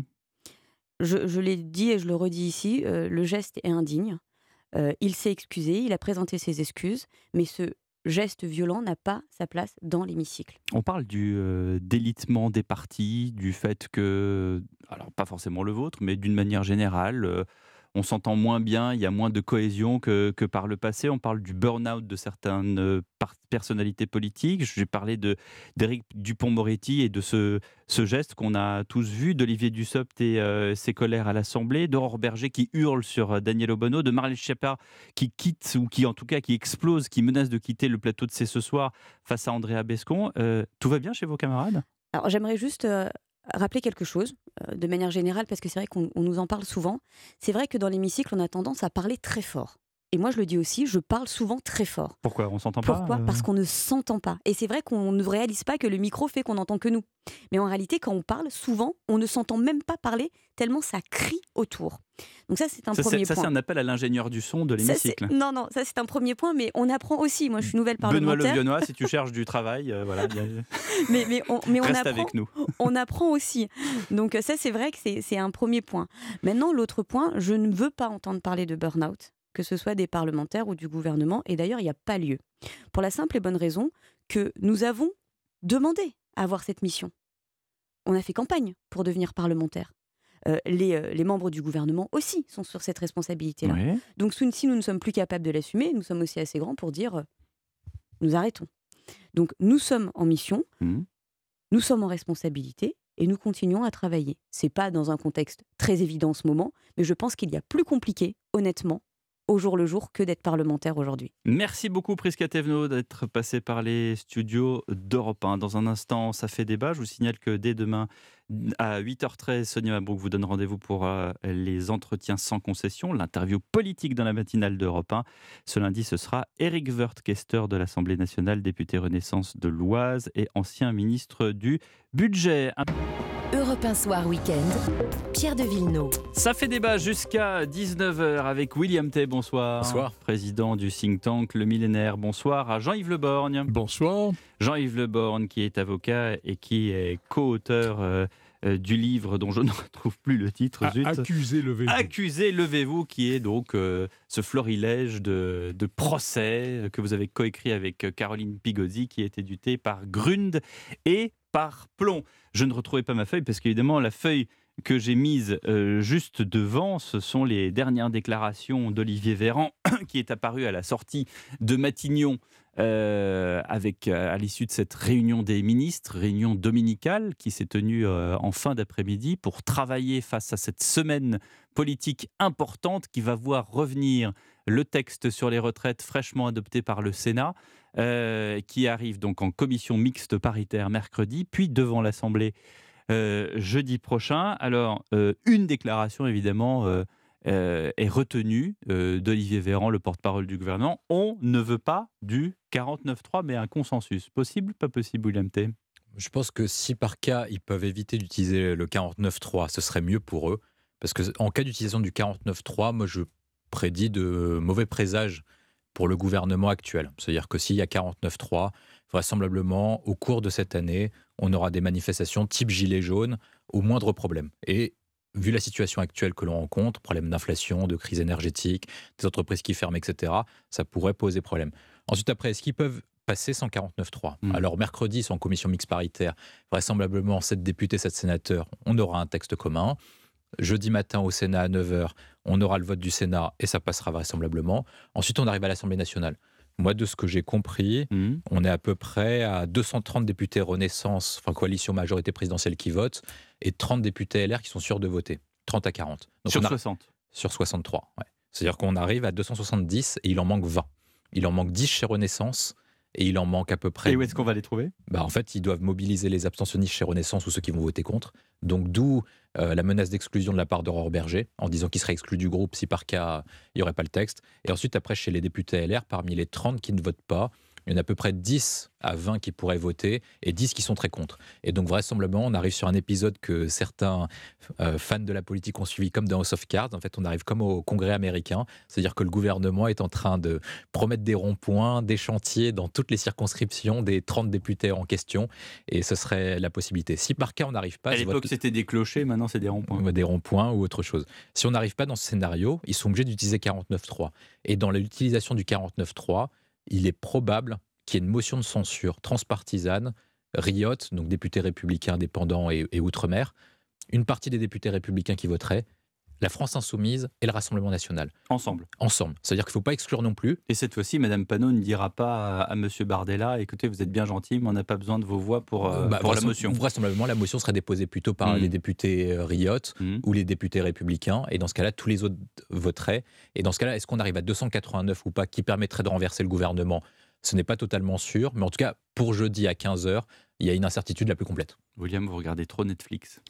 Je l'ai dit et je le redis ici, le geste est indigne. Il s'est excusé, il a présenté ses excuses, mais ce geste violent n'a pas sa place dans l'hémicycle. On parle du délitement des partis, du fait que, alors pas forcément le vôtre, mais d'une manière générale, on s'entend moins bien, il y a moins de cohésion que par le passé. On parle du burn-out de certaines personnalités politiques. J'ai parlé d'Éric Dupond-Moretti et de ce geste qu'on a tous vu, d'Olivier Dussopt et ses colères à l'Assemblée, d'Aurore Berger qui hurle sur Daniel Obono, de Marlène Schiappa qui quitte, ou qui en tout cas qui explose, qui menace de quitter le plateau de C'est ce soir face à Andrea Bescon. Tout va bien chez vos camarades? Alors j'aimerais juste rappeler quelque chose de manière générale, parce que c'est vrai qu'on nous en parle souvent. C'est vrai que dans l'hémicycle, on a tendance à parler très fort. Et moi, je le dis aussi, je parle souvent très fort. Pourquoi? On s'entend pas? Pourquoi? Parce qu'on ne s'entend pas. Et c'est vrai qu'on ne réalise pas que le micro fait qu'on n'entend que nous. Mais en réalité, quand on parle, souvent, on ne s'entend même pas parler, tellement ça crie autour. Donc ça, c'est un premier point. Ça, c'est un appel à l'ingénieur du son de l'hémicycle. Non, ça, c'est un premier point, mais on apprend aussi. Moi, je suis nouvelle parlementaire. Benoît Leviennois, si tu cherches du travail, voilà. mais on reste apprend, avec nous. On apprend aussi. Donc ça, c'est vrai que c'est un premier point. Maintenant, l'autre point, je ne veux pas entendre parler de burn-out, que ce soit des parlementaires ou du gouvernement. Et d'ailleurs, il n'y a pas lieu. Pour la simple et bonne raison que nous avons demandé à avoir cette mission. on a fait campagne pour devenir parlementaire. Les membres du gouvernement aussi sont sur cette responsabilité-là. Oui. Donc si nous ne sommes plus capables de l'assumer, nous sommes aussi assez grands pour dire nous arrêtons. Donc nous sommes en mission, nous sommes en responsabilité et nous continuons à travailler. C'est pas dans un contexte très évident en ce moment, mais je pense qu'il y a plus compliqué, honnêtement, au jour le jour que d'être parlementaire aujourd'hui. Merci beaucoup Prisca Thévenot d'être passé par les studios d'Europe 1. Dans un instant, ça fait débat. Je vous signale que dès demain, à 8h13, Sonia Mabrouk vous donne rendez-vous pour les entretiens sans concession, l'interview politique dans la matinale d'Europe 1. Ce lundi, ce sera Éric Woerth-Quester de l'Assemblée nationale, député Renaissance de l'Oise et ancien ministre du Budget. Europe 1 Soir Week-end, Pierre de Villeneuve. Ça fait débat jusqu'à 19h avec William Tay, bonsoir. Bonsoir. Président du think tank Le Millénaire. Bonsoir à Jean-Yves Le Borgne. Bonsoir. Jean-Yves Le Borgne qui est avocat et qui est co-auteur du livre dont je ne retrouve plus le titre. Accusé, levez-vous. Accusé, levez-vous, qui est donc ce florilège de procès que vous avez coécrit avec Caroline Pigozzi, qui est édité par Grund et par Plomb. Je ne retrouvais pas ma feuille parce qu'évidemment la feuille que j'ai mise juste devant, ce sont les dernières déclarations d'Olivier Véran qui est apparu à la sortie de Matignon à l'issue de cette réunion des ministres, réunion dominicale qui s'est tenue en fin d'après-midi pour travailler face à cette semaine politique importante qui va voir revenir le texte sur les retraites fraîchement adopté par le Sénat, qui arrive donc en commission mixte paritaire mercredi, puis devant l'Assemblée jeudi prochain. Alors, une déclaration évidemment est retenue d'Olivier Véran, le porte-parole du gouvernement. On ne veut pas du 49.3, mais un consensus. Possible, pas possible, William Tay? Je pense que si par cas, ils peuvent éviter d'utiliser le 49.3, ce serait mieux pour eux. Parce qu'en cas d'utilisation du 49.3, moi je prédis de mauvais présages pour le gouvernement actuel. C'est-à-dire que s'il y a 49.3, vraisemblablement, au cours de cette année, on aura des manifestations type gilet jaune au moindre problème. Et vu la situation actuelle que l'on rencontre, problème d'inflation, de crise énergétique, des entreprises qui ferment, etc., ça pourrait poser problème. Ensuite, après, est-ce qu'ils peuvent passer sans 49.3 ? Alors, mercredi, c'est en commission mixte paritaire, vraisemblablement, 7 députés, 7 sénateurs, on aura un texte commun. Jeudi matin au Sénat à 9h, on aura le vote du Sénat et ça passera vraisemblablement. Ensuite, on arrive à l'Assemblée nationale. Moi, de ce que j'ai compris, on est à peu près à 230 députés Renaissance, enfin coalition majorité présidentielle qui votent, et 30 députés LR qui sont sûrs de voter. 30 à 40. Donc sur 60 ? Sur 63, ouais. C'est-à-dire qu'on arrive à 270 et il en manque 20. Il en manque 10 chez Renaissance et il en manque à peu près... Et où est-ce qu'on va les trouver ? En fait, ils doivent mobiliser les abstentionnistes chez Renaissance ou ceux qui vont voter contre. Donc d'où la menace d'exclusion de la part d'Aurore Berger, en disant qu'il serait exclu du groupe si par cas il n'y aurait pas le texte. Et ensuite, après, chez les députés LR, parmi les 30 qui ne votent pas, il y en a à peu près 10 à 20 qui pourraient voter et 10 qui sont très contre. Et donc vraisemblablement, on arrive sur un épisode que certains fans de la politique ont suivi comme dans House of Cards. En fait, on arrive comme au Congrès américain, c'est-à-dire que le gouvernement est en train de promettre des ronds-points, des chantiers dans toutes les circonscriptions des 30 députés en question, et ce serait la possibilité. Si par cas on n'arrive pas... À l'époque, c'était des clochers, maintenant c'est des ronds-points. Des ronds-points ou autre chose. Si on n'arrive pas dans ce scénario, ils sont obligés d'utiliser 49.3. Et dans l'utilisation du 49.3, il est probable qu'il y ait une motion de censure transpartisane, Riotte, donc député républicain indépendant et Outre-mer, une partie des députés républicains qui voteraient, la France Insoumise et le Rassemblement National. Ensemble. C'est-à-dire qu'il ne faut pas exclure non plus. Et cette fois-ci, Mme Panot ne dira pas à M. Bardella, écoutez, vous êtes bien gentil, mais on n'a pas besoin de vos voix pour la motion. Vraisemblablement, la motion serait déposée plutôt par les députés Riotte ou les députés républicains. Et dans ce cas-là, tous les autres voteraient. Et dans ce cas-là, est-ce qu'on arrive à 289 ou pas, qui permettrait de renverser le gouvernement ? Ce n'est pas totalement sûr. Mais en tout cas, pour jeudi à 15h, il y a une incertitude la plus complète. William, vous regardez trop Netflix.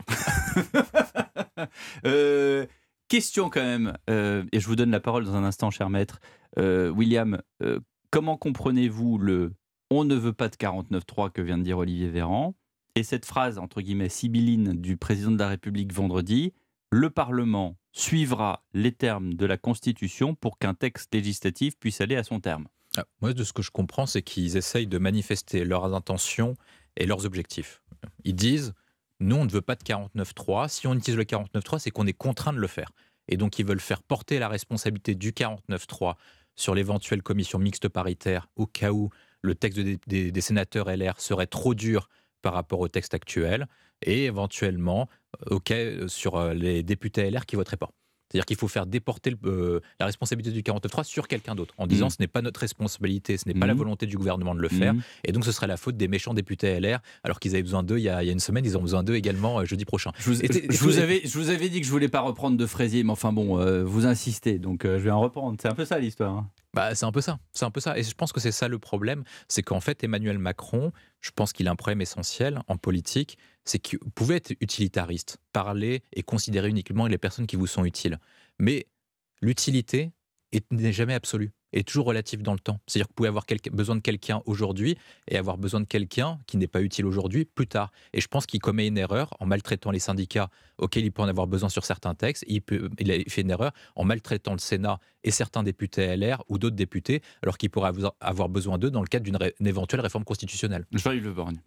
Question quand même, et je vous donne la parole dans un instant, cher maître. William, comment comprenez-vous le « on ne veut pas de 49.3 » que vient de dire Olivier Véran, et cette phrase, entre guillemets, sibylline du président de la République vendredi, « le Parlement suivra les termes de la Constitution pour qu'un texte législatif puisse aller à son terme ». Moi, de ce que je comprends, c'est qu'ils essayent de manifester leurs intentions et leurs objectifs. Ils disent, nous, on ne veut pas de 49.3. Si on utilise le 49.3, c'est qu'on est contraint de le faire. Et donc, ils veulent faire porter la responsabilité du 49.3 sur l'éventuelle commission mixte paritaire, au cas où le texte des sénateurs LR serait trop dur par rapport au texte actuel et éventuellement sur les députés LR qui ne voteraient pas. C'est-à-dire qu'il faut faire déporter la responsabilité du 49.3 sur quelqu'un d'autre, en disant ce n'est pas notre responsabilité, ce n'est pas la volonté du gouvernement de le faire, et donc ce serait la faute des méchants députés LR, alors qu'ils avaient besoin d'eux il y a une semaine, ils ont besoin d'eux également jeudi prochain. Je vous avais dit que je voulais pas reprendre de Fraisier, mais enfin bon, vous insistez, donc je vais en reprendre. C'est un peu ça l'histoire. Hein. C'est un peu ça. Et je pense que c'est ça le problème, c'est qu'en fait Emmanuel Macron, je pense qu'il a un problème essentiel en politique, c'est qu'il pouvait être utilitariste, parler et considérer uniquement les personnes qui vous sont utiles. Mais l'utilité n'est jamais absolue, est toujours relative dans le temps. C'est-à-dire que vous pouvez avoir besoin de quelqu'un aujourd'hui et avoir besoin de quelqu'un qui n'est pas utile aujourd'hui plus tard. Et je pense qu'il commet une erreur en maltraitant les syndicats auxquels il peut en avoir besoin sur certains textes. Il a fait une erreur en maltraitant le Sénat et certains députés LR ou d'autres députés, alors qu'il pourrait avoir besoin d'eux dans le cadre d'une éventuelle réforme constitutionnelle. Jean-Yves Le Borgne.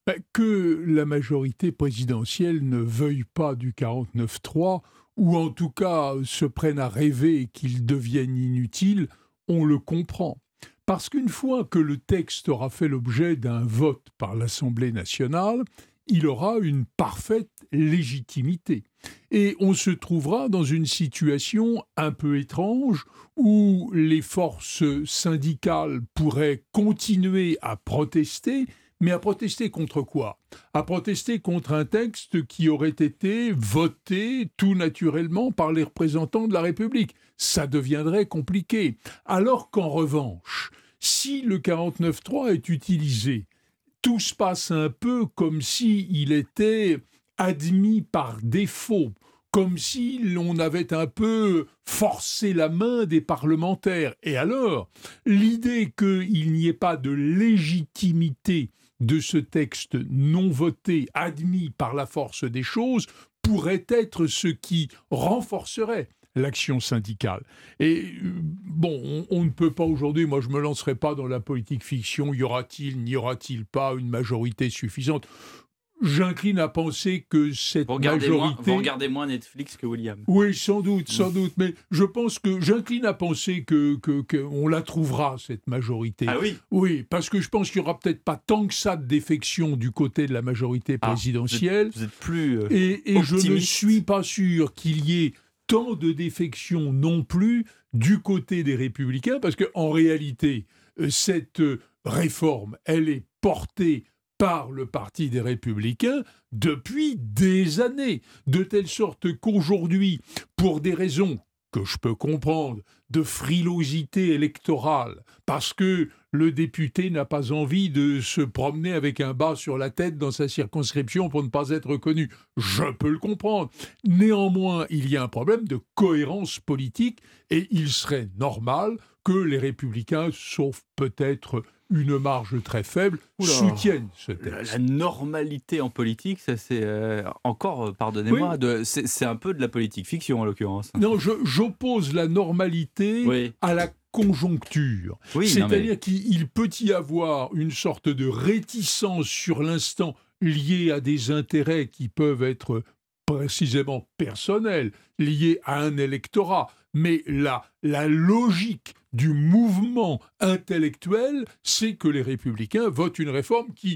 Que la majorité présidentielle ne veuille pas du 49.3, ou en tout cas se prenne à rêver qu'il devienne inutile, on le comprend. Parce qu'une fois que le texte aura fait l'objet d'un vote par l'Assemblée nationale, il aura une parfaite légitimité. Et on se trouvera dans une situation un peu étrange où les forces syndicales pourraient continuer à protester. Mais à protester contre quoi ? À protester contre un texte qui aurait été voté tout naturellement par les représentants de la République. Ça deviendrait compliqué. Alors qu'en revanche, si le 49.3 est utilisé, tout se passe un peu comme s'il était admis par défaut, comme si l'on avait un peu forcé la main des parlementaires. Et alors, l'idée qu'il n'y ait pas de légitimité de ce texte non voté, admis par la force des choses, pourrait être ce qui renforcerait l'action syndicale. Et bon, on ne peut pas aujourd'hui, moi je ne me lancerai pas dans la politique fiction, y aura-t-il, n'y aura-t-il pas une majorité suffisante ? J'incline à penser que cette majorité... Vous regardez moins Netflix que William. Oui, sans doute, mais je pense que j'incline à penser qu'on la trouvera, cette majorité. Ah oui ? Oui, parce que je pense qu'il n'y aura peut-être pas tant que ça de défection du côté de la majorité présidentielle. Vous êtes plus et je ne suis pas sûr qu'il y ait tant de défection non plus du côté des Républicains, parce qu'en réalité, cette réforme, elle est portée par le Parti des Républicains depuis des années, de telle sorte qu'aujourd'hui, pour des raisons que je peux comprendre, de frilosité électorale, parce que le député n'a pas envie de se promener avec un bas sur la tête dans sa circonscription pour ne pas être reconnu. Je peux le comprendre. Néanmoins, il y a un problème de cohérence politique et il serait normal que les Républicains, sauf peut-être une marge très faible, soutiennent ce texte. La normalité en politique, ça c'est encore, pardonnez-moi, c'est un peu de la politique fiction en l'occurrence. Non, j'oppose la normalité à la conjoncture. C'est-à-dire qu'il peut y avoir une sorte de réticence sur l'instant liée à des intérêts qui peuvent être précisément personnels, liés à un électorat. Mais la logique du mouvement intellectuel, c'est que les Républicains votent une réforme qui,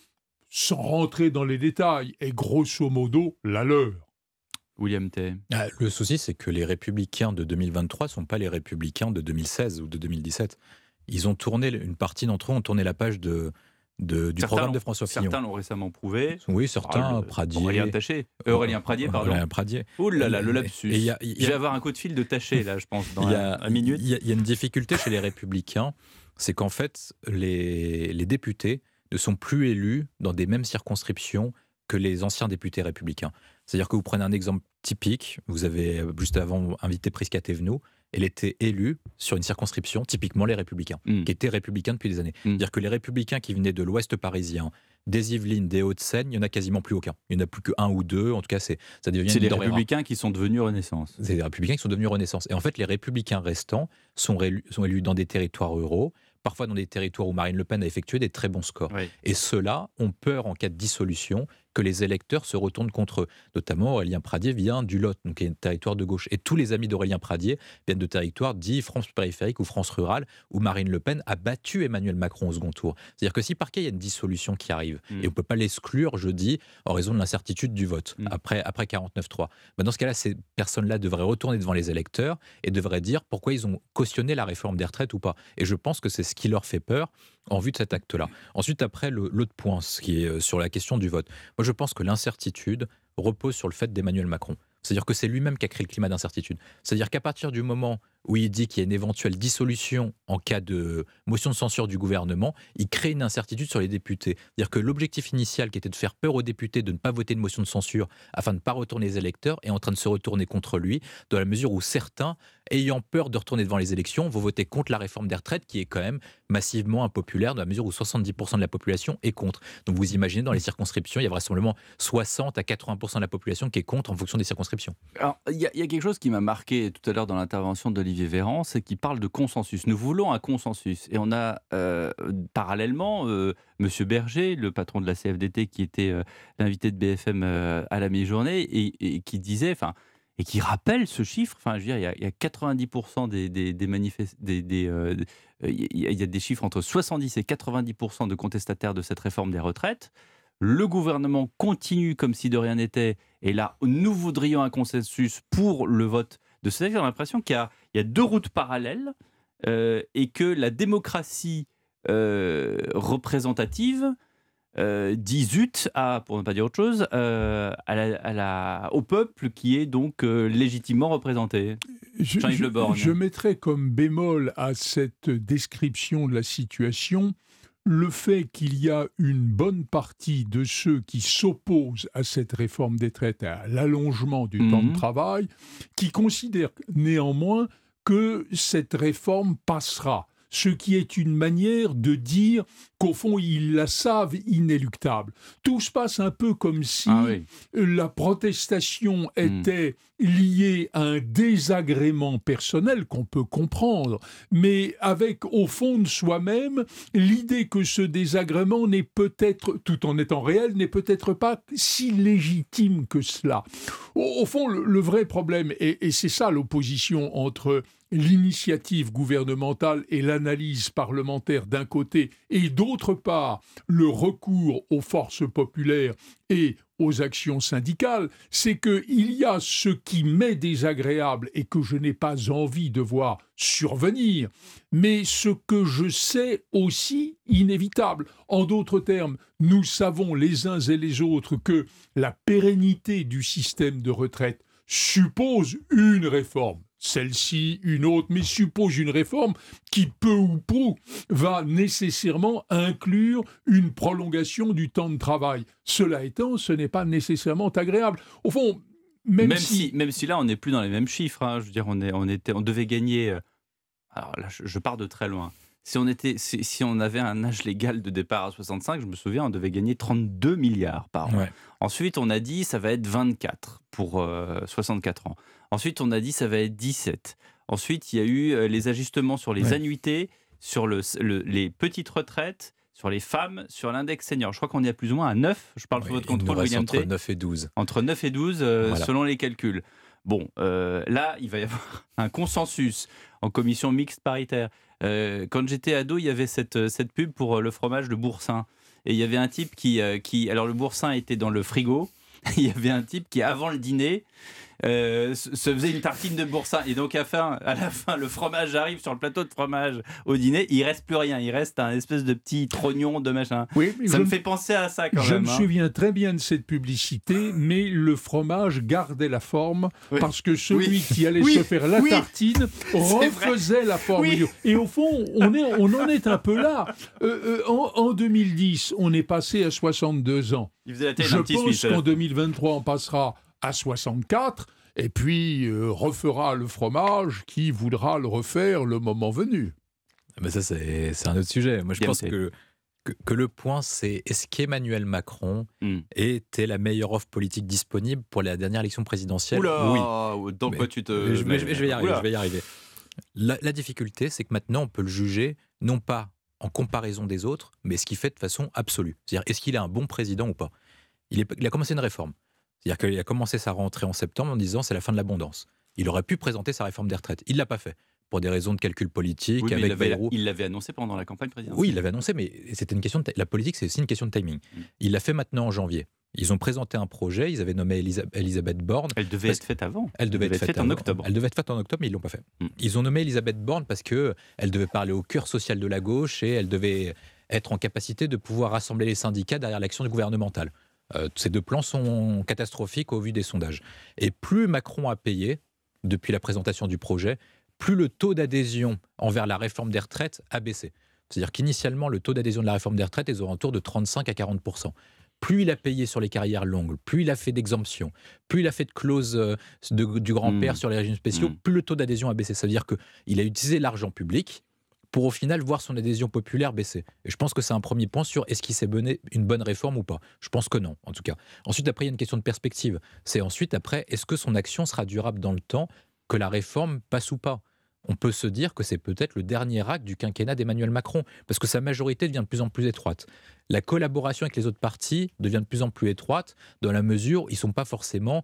sans rentrer dans les détails, est grosso modo la leur. William Tay. Le souci, c'est que les Républicains de 2023 ne sont pas les Républicains de 2016 ou de 2017. Une partie d'entre eux ont tourné la page du programme de François Fillon. Certains l'ont récemment prouvé. Oui, certains, Aurélien Pradier, pardon. Aurélien Pradier. Oh là là, le lapsus. Je vais avoir un coup de fil de Taché, là, je pense, dans une minute. Il y a une difficulté chez les Républicains, c'est qu'en fait, les députés ne sont plus élus dans des mêmes circonscriptions que les anciens députés républicains. C'est-à-dire que vous prenez un exemple typique, vous avez juste avant invité Prisca Thévenot, elle était élue sur une circonscription, typiquement les Républicains, qui étaient républicains depuis des années. C'est-à-dire que les Républicains qui venaient de l'Ouest parisien, des Yvelines, des Hauts-de-Seine, il n'y en a quasiment plus aucun. Il n'y en a plus qu'un ou deux, en tout cas ça devient... C'est les Républicains qui sont devenus Renaissance. C'est les Républicains qui sont devenus Renaissance. Et en fait, les Républicains restants sont élus dans des territoires ruraux, parfois dans des territoires où Marine Le Pen a effectué des très bons scores. Et ceux-là ont peur, en cas de dissolution, que les électeurs se retournent contre eux. Notamment, Aurélien Pradier vient du Lot, donc qui est un territoire de gauche. Et tous les amis d'Aurélien Pradier viennent de territoires dits France périphérique ou France rurale, où Marine Le Pen a battu Emmanuel Macron au second tour. C'est-à-dire que si par cas il y a une dissolution qui arrive, et on ne peut pas l'exclure, je dis, en raison de l'incertitude du vote, après 49.3, dans ce cas-là, ces personnes-là devraient retourner devant les électeurs et devraient dire pourquoi ils ont cautionné la réforme des retraites ou pas. Et je pense que c'est ce qui leur fait peur en vue de cet acte-là. Ensuite, après, l'autre point, ce qui est sur la question du vote. Moi, je pense que l'incertitude repose sur le fait d'Emmanuel Macron. C'est-à-dire que c'est lui-même qui a créé le climat d'incertitude. C'est-à-dire qu'à partir du moment où il dit qu'il y a une éventuelle dissolution en cas de motion de censure du gouvernement, il crée une incertitude sur les députés. C'est-à-dire que l'objectif initial qui était de faire peur aux députés de ne pas voter une motion de censure afin de ne pas retourner les électeurs est en train de se retourner contre lui, dans la mesure où certains, ayant peur de retourner devant les élections, vont voter contre la réforme des retraites qui est quand même massivement impopulaire, dans la mesure où 70% de la population est contre. Donc vous imaginez, dans les circonscriptions, il y a vraisemblablement 60 à 80% de la population qui est contre en fonction des circonscriptions. Alors, il y a quelque chose qui m'a marqué tout à l'heure dans l'intervention d'Olivier Véran, c'est qu'il parle de consensus. Nous voulons un consensus. Et on a parallèlement Monsieur Berger, le patron de la CFDT, qui était l'invité de BFM à la mi-journée et qui disait, et qui rappelle ce chiffre. Enfin, je veux dire, il y a 90% des manifestants, il y a des chiffres entre 70 et 90% de contestataires de cette réforme des retraites. Le gouvernement continue comme si de rien n'était. Et là, nous voudrions un consensus pour le vote de ce texte. J'ai l'impression qu'il y a deux routes parallèles et que la démocratie représentative dit zut, pour ne pas dire autre chose, au peuple qui est donc légitimement représenté. Jean-Yves Le Borgne. Je mettrais comme bémol à cette description de la situation le fait qu'il y a une bonne partie de ceux qui s'opposent à cette réforme des retraites, à l'allongement du temps de travail, qui considèrent néanmoins que cette réforme passera. Ce qui est une manière de dire qu'au fond, ils la savent inéluctable. Tout se passe un peu comme si la protestation était liée à un désagrément personnel qu'on peut comprendre, mais avec, au fond de soi-même, l'idée que ce désagrément n'est peut-être, tout en étant réel, n'est peut-être pas si légitime que cela. Au fond, le vrai problème, et c'est ça l'opposition entre l'initiative gouvernementale et l'analyse parlementaire d'un côté, et d'autre part, le recours aux forces populaires et aux actions syndicales, c'est qu'il y a ce qui m'est désagréable et que je n'ai pas envie de voir survenir, mais ce que je sais aussi inévitable. En d'autres termes, nous savons les uns et les autres que la pérennité du système de retraite suppose une réforme. Celle-ci, une autre, mais suppose une réforme qui, peu ou prou, va nécessairement inclure une prolongation du temps de travail. Cela étant, ce n'est pas nécessairement agréable. Au fond, même si là, on n'est plus dans les mêmes chiffres. Hein. Je veux dire, on devait gagner... Alors là, je pars de très loin. Si on avait un âge légal de départ à 65, je me souviens, on devait gagner 32 milliards par an. Ouais. Ensuite, on a dit ça va être 24 pour 64 ans. Ensuite, on a dit ça va être 17. Ensuite, il y a eu les ajustements sur les annuités, sur les petites retraites, sur les femmes, sur l'index senior. Je crois qu'on est à plus ou moins à 9. Je parle sous votre contrôle, William T. Entre 9 et 12. Entre 9 et 12, voilà. Selon les calculs. Bon, là, il va y avoir un consensus en commission mixte paritaire. Quand j'étais ado, il y avait cette pub pour le fromage de Boursin. Et il y avait un type qui alors le Boursin était dans le frigo. Il y avait un type qui, avant le dîner, se faisait une tartine de Boursin. Et donc, à la fin, le fromage arrive sur le plateau de fromage au dîner. Il ne reste plus rien. Il reste un espèce de petit trognon de machin. Oui, ça me fait penser à ça quand même. Je me souviens très bien de cette publicité, mais le fromage gardait la forme parce que celui qui allait se faire la tartine refaisait la forme. Et au fond, on en est un peu là. En 2010, on est passé à 62 ans. Je pense qu'en 2023, on passera à 64, et puis refera le fromage qui voudra le refaire le moment venu. Mais ça, c'est un autre sujet. Moi, je pense que le point, c'est est-ce qu'Emmanuel Macron était la meilleure offre politique disponible pour la dernière élection présidentielle? Oui. Donc, quoi, je vais y arriver. La difficulté, c'est que maintenant, on peut le juger, non pas en comparaison des autres, mais ce qu'il fait de façon absolue. C'est-à-dire, est-ce qu'il est un bon président ou pas? Il a commencé une réforme. C'est-à-dire qu'il a commencé sa rentrée en septembre en disant c'est la fin de l'abondance. Il aurait pu présenter sa réforme des retraites. Il ne l'a pas fait. Pour des raisons de calcul politique. Oui, avec il l'avait annoncé pendant la campagne présidentielle. Oui, il l'avait annoncé, mais c'était une question la politique, c'est aussi une question de timing. Il l'a fait maintenant en janvier. Ils ont présenté un projet, ils avaient nommé Elisabeth Borne. Elle devait être faite avant. Elle devait être faite en octobre. Elle devait être faite en octobre, mais ils ne l'ont pas fait. Ils ont nommé Elisabeth Borne parce qu'elle devait parler au cœur social de la gauche et elle devait être en capacité de pouvoir rassembler les syndicats derrière l'action gouvernementale. Ces deux plans sont catastrophiques au vu des sondages. Et plus Macron a payé depuis la présentation du projet, plus le taux d'adhésion envers la réforme des retraites a baissé. C'est-à-dire qu'initialement, le taux d'adhésion de la réforme des retraites est aux alentours de 35 à 40%. Plus il a payé sur les carrières longues, plus il a fait d'exemptions, plus il a fait de clauses du grand-père sur les régimes spéciaux, plus le taux d'adhésion a baissé. Ça veut dire qu'il a utilisé l'argent public pour au final voir son adhésion populaire baisser. Et je pense que c'est un premier point sur est-ce qu'il s'est mené une bonne réforme ou pas. Je pense que non, en tout cas. Ensuite, après, il y a une question de perspective. C'est ensuite, après, est-ce que son action sera durable dans le temps, que la réforme passe ou pas? On peut se dire que c'est peut-être le dernier acte du quinquennat d'Emmanuel Macron, parce que sa majorité devient de plus en plus étroite. La collaboration avec les autres partis devient de plus en plus étroite, dans la mesure où ils ne sont pas forcément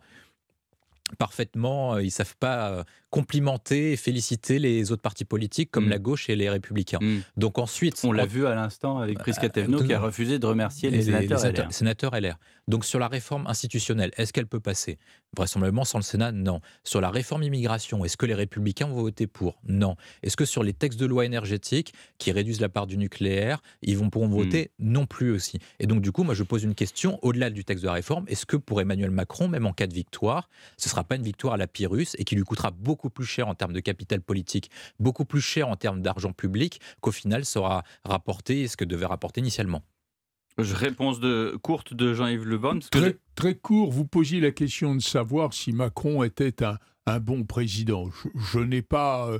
parfaitement, ils ne savent pas complimenter et féliciter les autres partis politiques comme la gauche et les Républicains. Donc ensuite... On l'a vu à l'instant avec Prisca Thévenot qui a refusé de remercier les sénateurs LR. Donc sur la réforme institutionnelle, est-ce qu'elle peut passer? Vraisemblablement sans le Sénat, non. Sur la réforme immigration, est-ce que les Républicains vont voter pour? Non. Est-ce que sur les textes de loi énergétique qui réduisent la part du nucléaire, ils pourront voter? Non plus aussi. Et donc du coup, moi je pose une question, au-delà du texte de la réforme, est-ce que pour Emmanuel Macron, même en cas de victoire, ce ne sera pas une victoire à la Pyrrhus et qui lui coûtera beaucoup plus cher en termes de capital politique, beaucoup plus cher en termes d'argent public, qu'au final sera rapporté ce que devait rapporter initialement? Réponse courte de Jean-Yves Le Borne. Très court, vous posiez la question de savoir si Macron était un bon président. Je n'ai pas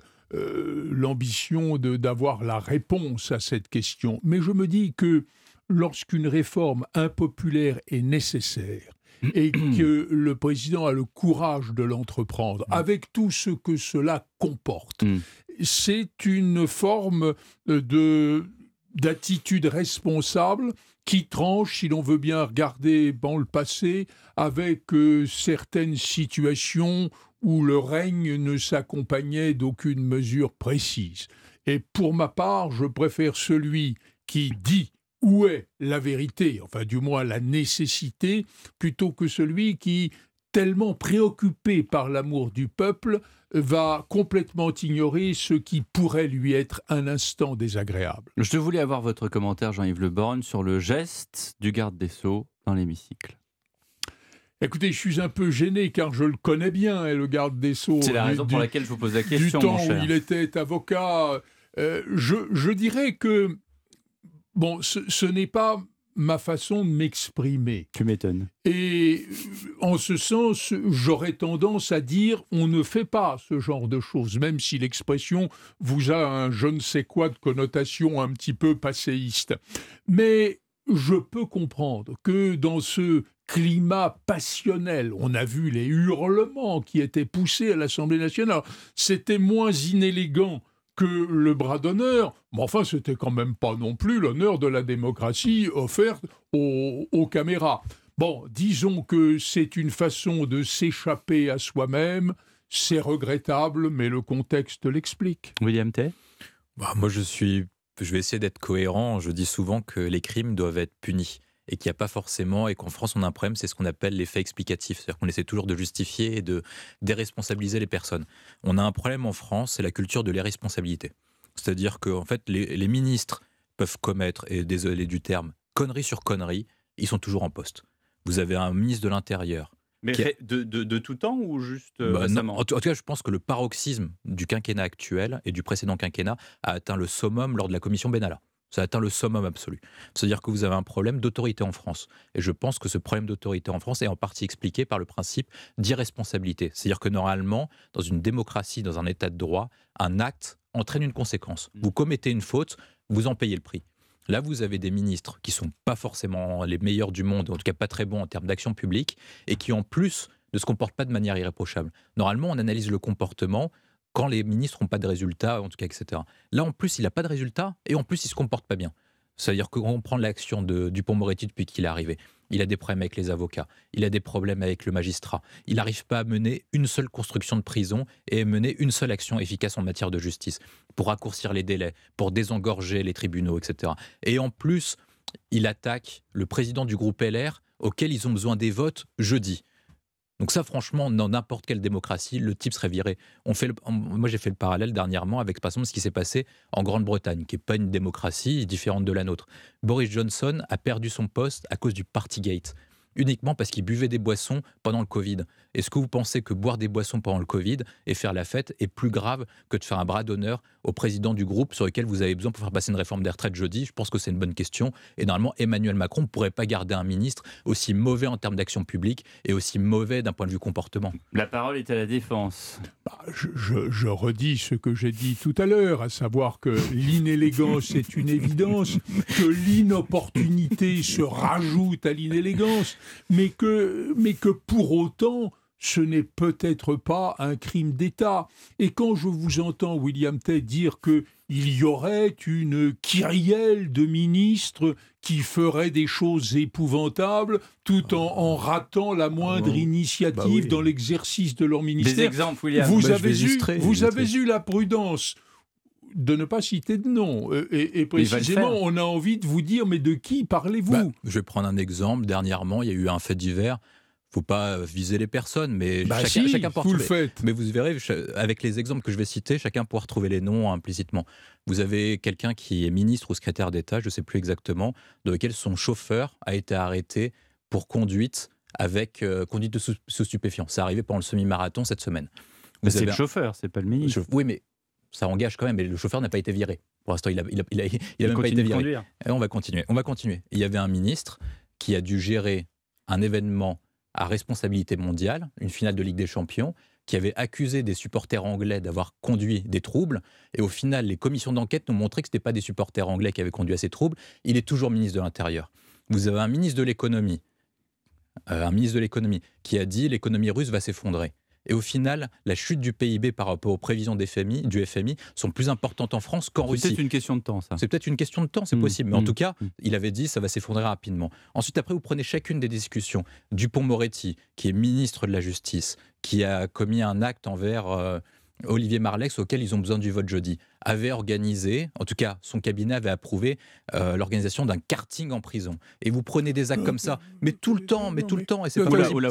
l'ambition d'avoir la réponse à cette question, mais je me dis que lorsqu'une réforme impopulaire est nécessaire, et que le président a le courage de l'entreprendre, avec tout ce que cela comporte. C'est une forme d'attitude responsable qui tranche, si l'on veut bien regarder dans le passé, avec certaines situations où le règne ne s'accompagnait d'aucune mesure précise. Et pour ma part, je préfère celui qui dit où est la vérité, enfin du moins la nécessité, plutôt que celui qui, tellement préoccupé par l'amour du peuple, va complètement ignorer ce qui pourrait lui être un instant désagréable. Je voulais avoir votre commentaire, Jean-Yves Le Borne, sur le geste du garde des Sceaux dans l'hémicycle. Écoutez, je suis un peu gêné car je le connais bien, le garde des Sceaux. C'est la raison pour laquelle je vous pose la question, du temps mon cher. où il était avocat. Je dirais que bon, ce n'est pas ma façon de m'exprimer. Tu m'étonnes. Et en ce sens, j'aurais tendance à dire on ne fait pas ce genre de choses, même si l'expression vous a un je ne sais quoi de connotation un petit peu passéiste. Mais je peux comprendre que dans ce climat passionnel, on a vu les hurlements qui étaient poussés à l'Assemblée nationale, c'était moins inélégant que le bras d'honneur, mais enfin, c'était quand même pas non plus l'honneur de la démocratie offerte aux caméras. Bon, disons que c'est une façon de s'échapper à soi-même, c'est regrettable, mais le contexte l'explique. William Tay ? Moi, je vais essayer d'être cohérent. Je dis souvent que les crimes doivent être punis. Et qu'il n'y a pas forcément, et qu'en France on a un problème, c'est ce qu'on appelle l'effet explicatif. C'est-à-dire qu'on essaie toujours de justifier et de déresponsabiliser les personnes. On a un problème en France, c'est la culture de l'irresponsabilité. C'est-à-dire que en fait, les ministres peuvent commettre, et désolé du terme, connerie sur connerie, ils sont toujours en poste. Vous avez un ministre de l'Intérieur. Mais de tout temps ou juste récemment ? En tout cas, je pense que le paroxysme du quinquennat actuel et du précédent quinquennat a atteint le summum lors de la commission Benalla. Ça atteint le summum absolu. C'est-à-dire que vous avez un problème d'autorité en France. Et je pense que ce problème d'autorité en France est en partie expliqué par le principe d'irresponsabilité. C'est-à-dire que normalement, dans une démocratie, dans un état de droit, un acte entraîne une conséquence. Vous commettez une faute, vous en payez le prix. Là, vous avez des ministres qui ne sont pas forcément les meilleurs du monde, en tout cas pas très bons en termes d'action publique, et qui en plus ne se comportent pas de manière irréprochable. Normalement, on analyse le comportement quand les ministres n'ont pas de résultats, en tout cas, etc. Là, en plus, il n'a pas de résultats et en plus, il ne se comporte pas bien. C'est-à-dire qu'on prend l'action de Dupond-Moretti depuis qu'il est arrivé. Il a des problèmes avec les avocats, il a des problèmes avec le magistrat. Il n'arrive pas à mener une seule construction de prison et à mener une seule action efficace en matière de justice pour raccourcir les délais, pour désengorger les tribunaux, etc. Et en plus, il attaque le président du groupe LR auquel ils ont besoin des votes jeudi. Donc ça, franchement, dans n'importe quelle démocratie, le type serait viré. Moi, j'ai fait le parallèle dernièrement avec, par exemple, ce qui s'est passé en Grande-Bretagne, qui n'est pas une démocratie différente de la nôtre. Boris Johnson a perdu son poste à cause du Partygate, uniquement parce qu'il buvait des boissons pendant le Covid. Est-ce que vous pensez que boire des boissons pendant le Covid et faire la fête est plus grave que de faire un bras d'honneur au président du groupe sur lequel vous avez besoin pour faire passer une réforme des retraites jeudi? Je pense que c'est une bonne question. Et normalement, Emmanuel Macron ne pourrait pas garder un ministre aussi mauvais en termes d'action publique et aussi mauvais d'un point de vue comportement. La parole est à la défense. Je redis ce que j'ai dit tout à l'heure, à savoir que l'inélégance est une évidence, que l'inopportunité se rajoute à l'inélégance, mais que pour autant, ce n'est peut-être pas un crime d'État. Et quand je vous entends, William Tay, dire qu'il y aurait une kyrielle de ministres qui feraient des choses épouvantables tout en ratant la moindre initiative dans l'exercice de leur ministère. Des exemples, William. Vous avez eu la prudence de ne pas citer de nom. Et précisément, on a envie de vous dire, mais de qui parlez-vous? Je vais prendre un exemple. Dernièrement, il y a eu un fait divers. Il ne faut pas viser les personnes, mais chacun pourra retrouver. Mais vous verrez, avec les exemples que je vais citer, chacun pourra retrouver les noms implicitement. Vous avez quelqu'un qui est ministre ou secrétaire d'État, je ne sais plus exactement, de lequel son chauffeur a été arrêté pour conduite sous stupéfiants. C'est arrivé pendant le semi-marathon cette semaine. C'est le chauffeur, c'est pas le ministre. Oui, mais ça engage quand même. Mais le chauffeur n'a pas été viré. Pour l'instant, il n'a même pas été viré. Et on va continuer. Il y avait un ministre qui a dû gérer un événement à responsabilité mondiale, une finale de Ligue des Champions, qui avait accusé des supporters anglais d'avoir conduit des troubles. Et au final, les commissions d'enquête nous montraient que ce n'étaient pas des supporters anglais qui avaient conduit à ces troubles. Il est toujours ministre de l'Intérieur. Vous avez un ministre de l'économie qui a dit l'économie russe va s'effondrer. Et au final, la chute du PIB par rapport aux prévisions du FMI sont plus importantes en France qu'en Russie. C'est peut-être une question de temps, ça. C'est peut-être une question de temps, c'est possible. Mais en tout cas, il avait dit ça va s'effondrer rapidement. Ensuite, après, vous prenez chacune des discussions. Dupond-Moretti, qui est ministre de la Justice, qui a commis un acte envers Olivier Marleix, auquel ils ont besoin du vote jeudi, avait organisé, en tout cas son cabinet avait approuvé l'organisation d'un karting en prison. Et vous prenez des actes comme ça, mais tout le temps, et c'est pas possible.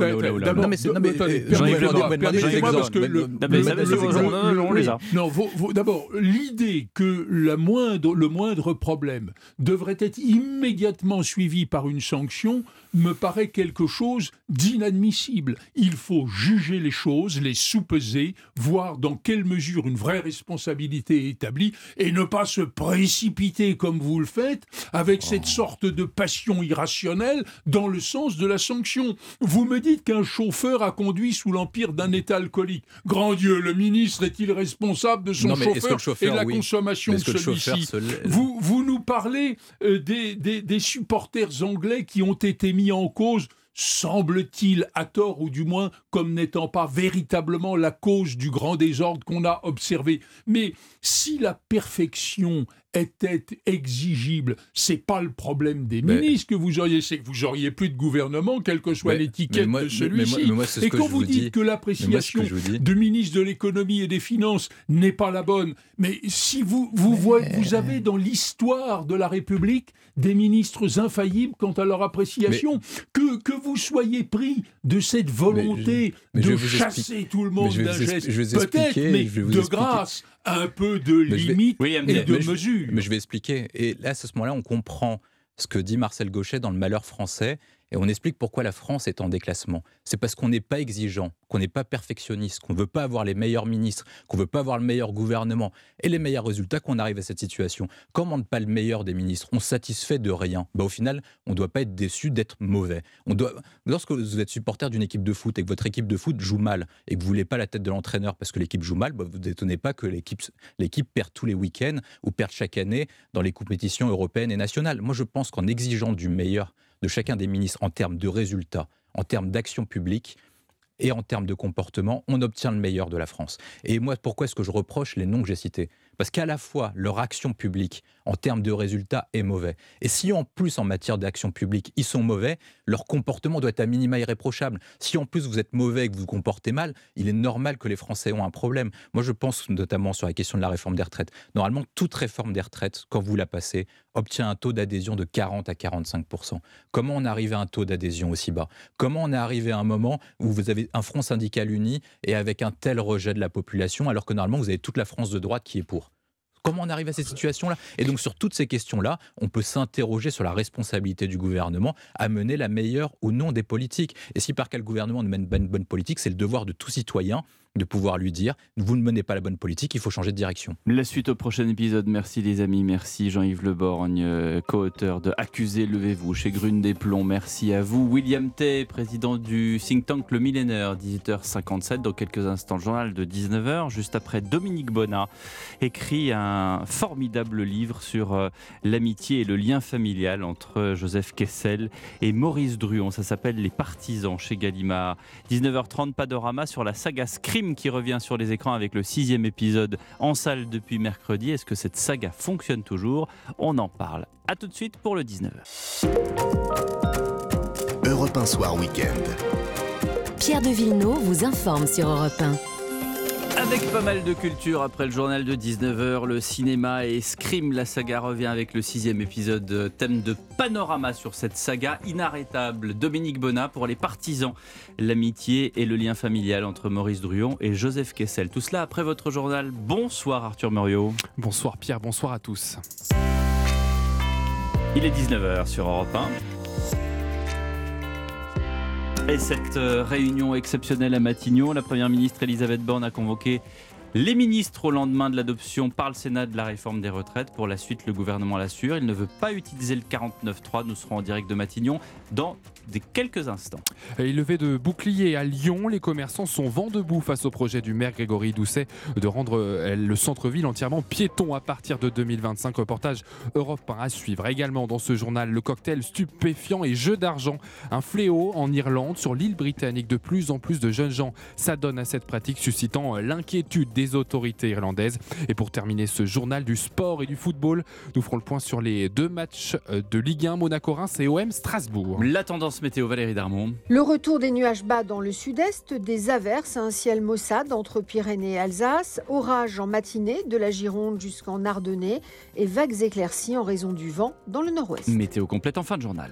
D'abord, l'idée que le moindre problème devrait être immédiatement suivi par une sanction me paraît quelque chose d'inadmissible. Il faut juger les choses, les sous-peser, voir dans quelle mesure une vraie responsabilité est établie et ne pas se précipiter comme vous le faites avec cette sorte de passion irrationnelle dans le sens de la sanction. Vous me dites qu'un chauffeur a conduit sous l'empire d'un état alcoolique. Grand Dieu, le ministre est-il responsable de son chauffeur et de la consommation de celui-ci? Vous nous parlez des supporters anglais qui ont été mis en cause, semble-t-il, à tort ou du moins comme n'étant pas véritablement la cause du grand désordre qu'on a observé. Mais si la perfection était exigible, c'est pas le problème des ministres que vous auriez, c'est que vous auriez plus de gouvernement, quelle que soit l'étiquette de celui-ci. Et quand vous dites que l'appréciation du ministre de l'économie et des finances n'est pas la bonne, mais si vous avez dans l'histoire de la République des ministres infaillibles quant à leur appréciation, que vous soyez pris de cette volonté de chasser tout le monde d'un geste, peut-être, mais de grâce, un peu de limite et de mesure. Mais je vais expliquer. Et là, à ce moment-là, on comprend ce que dit Marcel Gauchet dans Le Malheur français, et on explique pourquoi la France est en déclassement. C'est parce qu'on n'est pas exigeant, qu'on n'est pas perfectionniste, qu'on ne veut pas avoir les meilleurs ministres, qu'on ne veut pas avoir le meilleur gouvernement et les meilleurs résultats, qu'on arrive à cette situation. Quand on ne demande pas le meilleur des ministres, on se satisfait de rien. Au final, on ne doit pas être déçu d'être mauvais. Lorsque vous êtes supporter d'une équipe de foot et que votre équipe de foot joue mal et que vous ne voulez pas la tête de l'entraîneur parce que l'équipe joue mal, vous ne vous étonnez pas que l'équipe perde tous les week-ends ou perde chaque année dans les compétitions européennes et nationales. Moi, je pense qu'en exigeant du meilleur de chacun des ministres en termes de résultats, en termes d'action publique et en termes de comportement, on obtient le meilleur de la France. Et moi, pourquoi est-ce que je reproche les noms que j'ai cités ? Parce qu'à la fois, leur action publique, en termes de résultats, est mauvais. Et si en plus, en matière d'action publique, ils sont mauvais, leur comportement doit être à minima irréprochable. Si en plus vous êtes mauvais et que vous vous comportez mal, il est normal que les Français ont un problème. Moi, je pense notamment sur la question de la réforme des retraites. Normalement, toute réforme des retraites, quand vous la passez, obtient un taux d'adhésion de 40 à 45%. Comment on arrive à un taux d'adhésion aussi bas ? Comment on est arrivé à un moment où vous avez un front syndical uni et avec un tel rejet de la population, alors que normalement vous avez toute la France de droite qui est pour ? Comment on arrive à ces situations-là ? Et donc sur toutes ces questions-là, on peut s'interroger sur la responsabilité du gouvernement à mener la meilleure ou non des politiques. Et si par cas le gouvernement ne mène pas une bonne politique, c'est le devoir de tout citoyen de pouvoir lui dire « vous ne menez pas la bonne politique, il faut changer de direction ». La suite au prochain épisode. Merci les amis, merci Jean-Yves Le Borgne, co-auteur de Accusé, levez-vous chez Grune des Plombs. Merci à vous. William Tay, président du think tank Le Millénaire, 18h57. Dans quelques instants, le journal de 19h. Juste après, Dominique Bonnat écrit un formidable livre sur l'amitié et le lien familial entre Joseph Kessel et Maurice Druon. Ça s'appelle Les Partisans chez Gallimard. 19h30, Panorama sur la saga Scream qui revient sur les écrans avec le 6e épisode en salle depuis mercredi. Est-ce que cette saga fonctionne toujours ? On en parle. A tout de suite pour le 19h. Europe 1 Soir Week-end. Pierre de Villeneuve vous informe sur Europe 1. Avec pas mal de culture après le journal de 19h, le cinéma et Scream, la saga revient avec le 6e épisode, thème de Panorama sur cette saga inarrêtable. Dominique Bonnat pour Les Partisans, l'amitié et le lien familial entre Maurice Druon et Joseph Kessel. Tout cela après votre journal. Bonsoir Arthur Muriot. Bonsoir Pierre, bonsoir à tous. Il est 19h sur Europe 1. Et cette réunion exceptionnelle à Matignon, la Première ministre Elisabeth Borne a convoqué les ministres au lendemain de l'adoption par le Sénat de la réforme des retraites. Pour la suite, le gouvernement l'assure, il ne veut pas utiliser le 49.3. Nous serons en direct de Matignon dans quelques instants. Et levé de bouclier à Lyon, les commerçants sont vent debout face au projet du maire Grégory Doucet de rendre le centre-ville entièrement piéton à partir de 2025. Reportage Europe 1 à suivre. Également dans ce journal, le cocktail stupéfiant et jeu d'argent. Un fléau en Irlande, sur l'île britannique. De plus en plus de jeunes gens s'adonnent à cette pratique, suscitant l'inquiétude des autorités irlandaises. Et pour terminer ce journal du sport et du football, nous ferons le point sur les 2 matchs de Ligue 1, Monaco-Reims et OM Strasbourg. La tendance météo, Valérie Darmon. Le retour des nuages bas dans le sud-est, des averses, un ciel maussade entre Pyrénées et Alsace, orage en matinée de la Gironde jusqu'en Ardennais et vagues éclaircies en raison du vent dans le nord-ouest. Météo complète en fin de journal.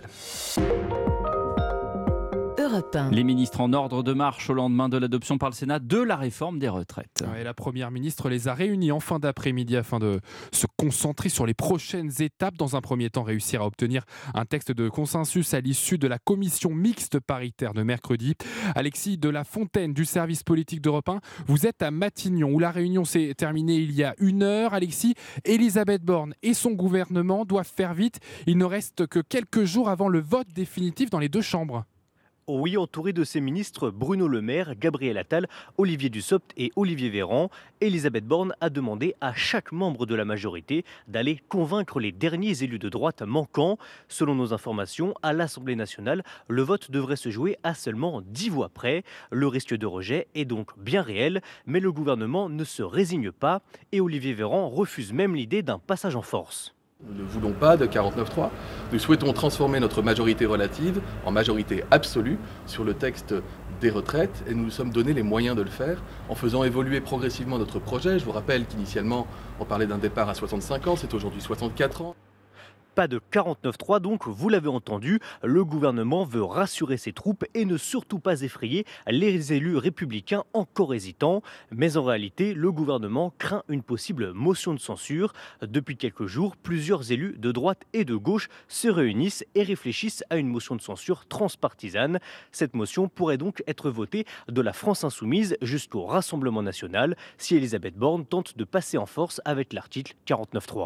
Europe 1. Les ministres en ordre de marche au lendemain de l'adoption par le Sénat de la réforme des retraites. Et la Première ministre les a réunis en fin d'après-midi afin de se concentrer sur les prochaines étapes. Dans un premier temps, réussir à obtenir un texte de consensus à l'issue de la commission mixte paritaire de mercredi. Alexis de la Fontaine du service politique d'Europe 1, vous êtes à Matignon où la réunion s'est terminée il y a 1 heure. Alexis, Elisabeth Borne et son gouvernement doivent faire vite. Il ne reste que quelques jours avant le vote définitif dans les 2 chambres. Oui, entouré de ses ministres Bruno Le Maire, Gabriel Attal, Olivier Dussopt et Olivier Véran, Elisabeth Borne a demandé à chaque membre de la majorité d'aller convaincre les derniers élus de droite manquants. Selon nos informations, à l'Assemblée nationale, le vote devrait se jouer à seulement 10 voix près. Le risque de rejet est donc bien réel, mais le gouvernement ne se résigne pas et Olivier Véran refuse même l'idée d'un passage en force. Nous ne voulons pas de 49.3. Nous souhaitons transformer notre majorité relative en majorité absolue sur le texte des retraites et nous nous sommes donné les moyens de le faire en faisant évoluer progressivement notre projet. Je vous rappelle qu'initialement, on parlait d'un départ à 65 ans, c'est aujourd'hui 64 ans. Pas de 49.3 donc, vous l'avez entendu, le gouvernement veut rassurer ses troupes et ne surtout pas effrayer les élus républicains encore hésitants. Mais en réalité, le gouvernement craint une possible motion de censure. Depuis quelques jours, plusieurs élus de droite et de gauche se réunissent et réfléchissent à une motion de censure transpartisane. Cette motion pourrait donc être votée de la France insoumise jusqu'au Rassemblement national si Elisabeth Borne tente de passer en force avec l'article 49.3.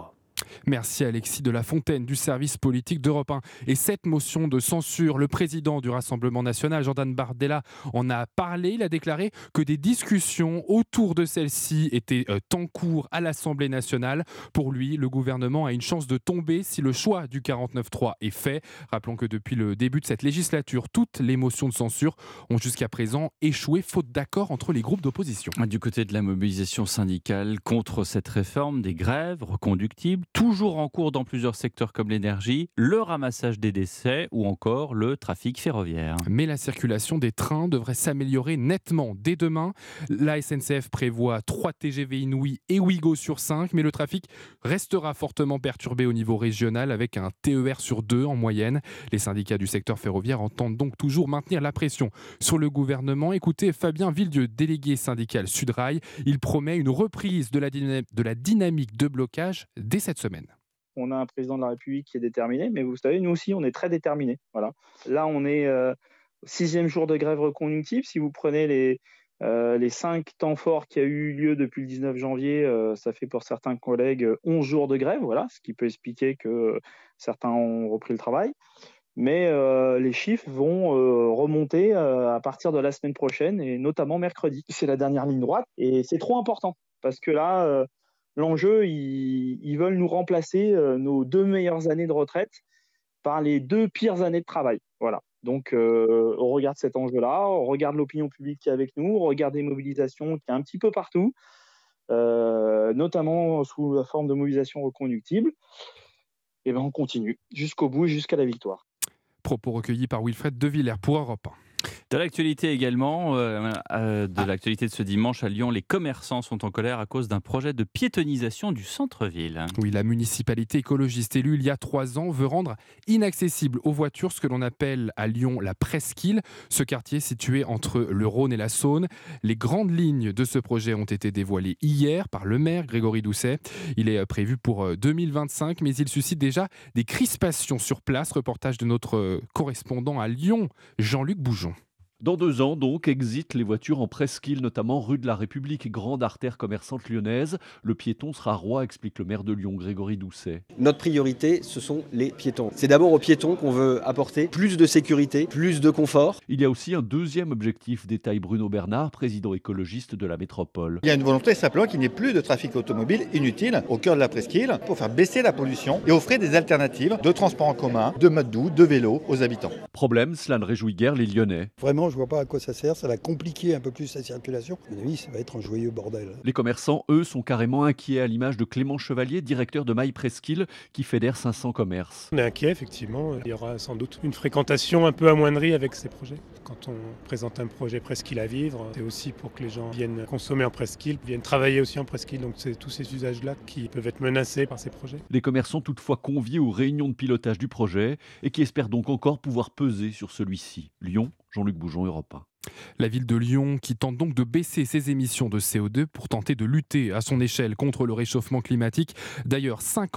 Merci Alexis de la Fontaine du service politique d'Europe 1. Et cette motion de censure, le président du Rassemblement national, Jordan Bardella, en a parlé. Il a déclaré que des discussions autour de celle-ci étaient en cours à l'Assemblée nationale. Pour lui, le gouvernement a une chance de tomber si le choix du 49.3 est fait. Rappelons que depuis le début de cette législature, toutes les motions de censure ont jusqu'à présent échoué, faute d'accord entre les groupes d'opposition. Du côté de la mobilisation syndicale contre cette réforme, des grèves reconductibles, toujours en cours dans plusieurs secteurs comme l'énergie, le ramassage des décès ou encore le trafic ferroviaire. Mais la circulation des trains devrait s'améliorer nettement dès demain. La SNCF prévoit 3 TGV Inouï et Ouigo sur 5, mais le trafic restera fortement perturbé au niveau régional avec un TER sur 2 en moyenne. Les syndicats du secteur ferroviaire entendent donc toujours maintenir la pression sur le gouvernement. Écoutez Fabien Villedieu, délégué syndical Sudrail. Il promet une reprise de la dynamique de blocage dès cette semaine. On a un président de la République qui est déterminé, mais vous savez, nous aussi, on est très déterminés. Voilà. Là, on est 6e jour de grève reconductible. Si vous prenez les 5 temps forts qui a eu lieu depuis le 19 janvier, ça fait pour certains collègues 11 jours de grève, voilà, ce qui peut expliquer que certains ont repris le travail. Mais les chiffres vont remonter à partir de la semaine prochaine et notamment mercredi. C'est la dernière ligne droite et c'est trop important parce que là, l'enjeu, ils veulent nous remplacer nos 2 meilleures années de retraite par les 2 pires années de travail. Voilà. Donc, on regarde cet enjeu-là, on regarde l'opinion publique qui est avec nous, on regarde des mobilisations qui est un petit peu partout, notamment sous la forme de mobilisation reconductible. Et bien, on continue jusqu'au bout, jusqu'à la victoire. Propos recueillis par Wilfred De Villers pour Europe 1. De l'actualité également, l'actualité de ce dimanche à Lyon, les commerçants sont en colère à cause d'un projet de piétonisation du centre-ville. Oui, la municipalité écologiste élue il y a 3 ans veut rendre inaccessible aux voitures ce que l'on appelle à Lyon la presqu'île, ce quartier situé entre le Rhône et la Saône. Les grandes lignes de ce projet ont été dévoilées hier par le maire Grégory Doucet. Il est prévu pour 2025, mais il suscite déjà des crispations sur place. Reportage de notre correspondant à Lyon, Jean-Luc Boujon. Dans 2 ans, donc, exit les voitures en presqu'île, notamment rue de la République, grande artère commerçante lyonnaise. Le piéton sera roi, explique le maire de Lyon, Grégory Doucet. Notre priorité, ce sont les piétons. C'est d'abord aux piétons qu'on veut apporter plus de sécurité, plus de confort. Il y a aussi un deuxième objectif, détaille Bruno Bernard, président écologiste de la métropole. Il y a une volonté simplement qu'il n'y ait plus de trafic automobile inutile au cœur de la presqu'île pour faire baisser la pollution et offrir des alternatives de transport en commun, de modes doux, de vélo aux habitants. Problème, cela ne réjouit guère les Lyonnais. Vraiment, je vois pas à quoi ça sert, ça va compliquer un peu plus la circulation. À mon avis, ça va être un joyeux bordel. Les commerçants, eux, sont carrément inquiets à l'image de Clément Chevalier, directeur de Maille Presqu'île, qui fédère 500 commerces. On est inquiet, effectivement. Il y aura sans doute une fréquentation un peu amoindrie avec ces projets. Quand on présente un projet presqu'île à vivre, c'est aussi pour que les gens viennent consommer en presqu'île, viennent travailler aussi en presqu'île. Donc c'est tous ces usages-là qui peuvent être menacés par ces projets. Les commerçants toutefois conviés aux réunions de pilotage du projet et qui espèrent donc encore pouvoir peser sur celui-ci. Lyon, Jean-Luc Boujon, Europe 1. La ville de Lyon qui tente donc de baisser ses émissions de CO2 pour tenter de lutter à son échelle contre le réchauffement climatique. D'ailleurs,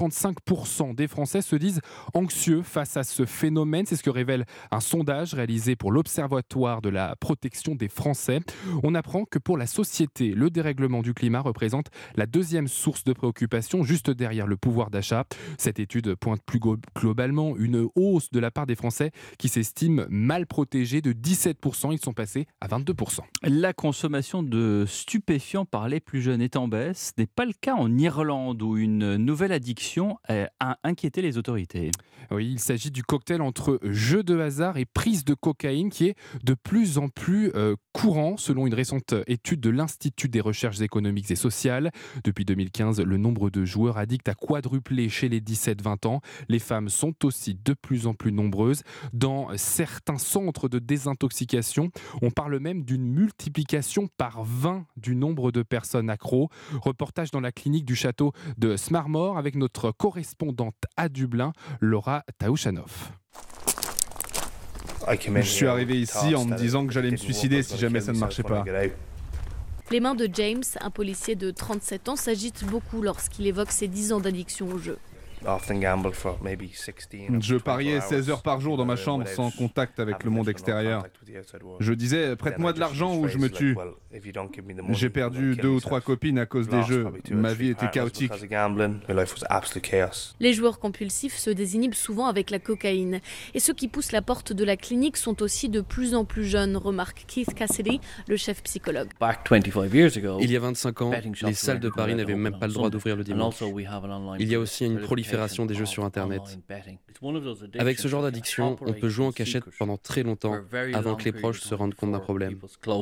55% des Français se disent anxieux face à ce phénomène. C'est ce que révèle un sondage réalisé pour l'Observatoire de la protection des Français. On apprend que pour la société, le dérèglement du climat représente la 2e source de préoccupation, juste derrière le pouvoir d'achat. Cette étude pointe plus globalement une hausse de la part des Français qui s'estiment mal protégés de 17%. Ils sont passés à 22%. La consommation de stupéfiants par les plus jeunes est en baisse. Ce n'est pas le cas en Irlande où une nouvelle addiction a inquiété les autorités. Oui, il s'agit du cocktail entre jeu de hasard et prise de cocaïne qui est de plus en plus courant selon une récente étude de l'Institut des recherches économiques et sociales. Depuis 2015, le nombre de joueurs addicts a quadruplé chez les 17-20 ans. Les femmes sont aussi de plus en plus nombreuses. Dans certains centres de désintoxication, on parle même d'une multiplication par 20 du nombre de personnes accros. Reportage dans la clinique du château de Smarmore avec notre correspondante à Dublin, Laura Taouchanoff. Je suis arrivé ici en me disant que j'allais me suicider si jamais ça ne marchait pas. Les mains de James, un policier de 37 ans, s'agitent beaucoup lorsqu'il évoque ses 10 ans d'addiction au jeu. Je pariais 16 heures par jour dans ma chambre sans contact avec le monde extérieur. Je disais, prête-moi de l'argent ou je me tue. J'ai perdu 2 ou 3 copines à cause des jeux. Ma vie était chaotique. Les joueurs compulsifs se désinhibent souvent avec la cocaïne. Et ceux qui poussent la porte de la clinique sont aussi de plus en plus jeunes, remarque Keith Cassidy, le chef psychologue. Il y a 25 ans, les salles de Paris n'avaient même pas le droit d'ouvrir le dimanche. Il y a aussi une prolifération des jeux sur Internet. Avec ce genre d'addiction, on peut jouer en cachette pendant très longtemps avant que les proches se rendent compte d'un problème.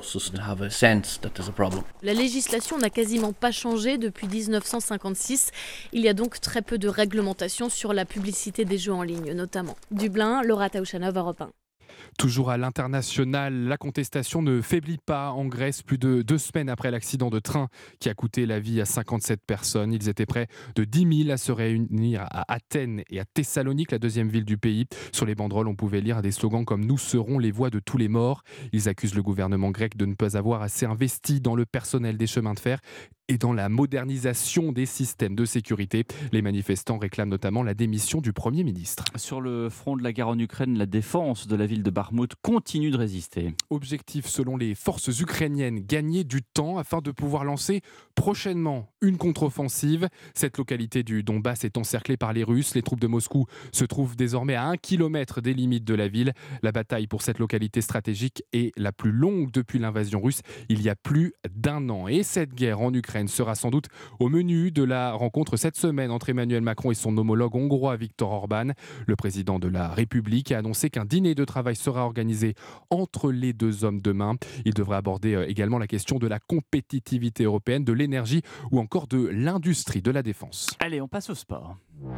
La législation n'a quasiment pas changé depuis 1956. Il y a donc très peu de réglementation sur la publicité des jeux en ligne, notamment. Dublin, Laura Taouchanov, Europe 1. Toujours à l'international, la contestation ne faiblit pas en Grèce plus de 2 semaines après l'accident de train qui a coûté la vie à 57 personnes. Ils étaient près de 10 000 à se réunir à Athènes et à Thessalonique, la deuxième ville du pays. Sur les banderoles, on pouvait lire des slogans comme « Nous serons les voix de tous les morts ». Ils accusent le gouvernement grec de ne pas avoir assez investi dans le personnel des chemins de fer et dans la modernisation des systèmes de sécurité. Les manifestants réclament notamment la démission du Premier ministre. Sur le front de la guerre en Ukraine, la défense de la ville de Bakhmout continue de résister. Objectif selon les forces ukrainiennes, gagner du temps afin de pouvoir lancer prochainement une contre-offensive. Cette localité du Donbass est encerclée par les Russes. Les troupes de Moscou se trouvent désormais à 1 kilomètre des limites de la ville. La bataille pour cette localité stratégique est la plus longue depuis l'invasion russe il y a plus d'1 an. Et cette guerre en Ukraine sera sans doute au menu de la rencontre cette semaine entre Emmanuel Macron et son homologue hongrois Viktor Orban. Le président de la République a annoncé qu'un dîner de travail sera organisé entre les deux hommes demain. Il devrait aborder également la question de la compétitivité européenne, de l'énergie ou encore de l'industrie de la défense. Allez, on passe au sport.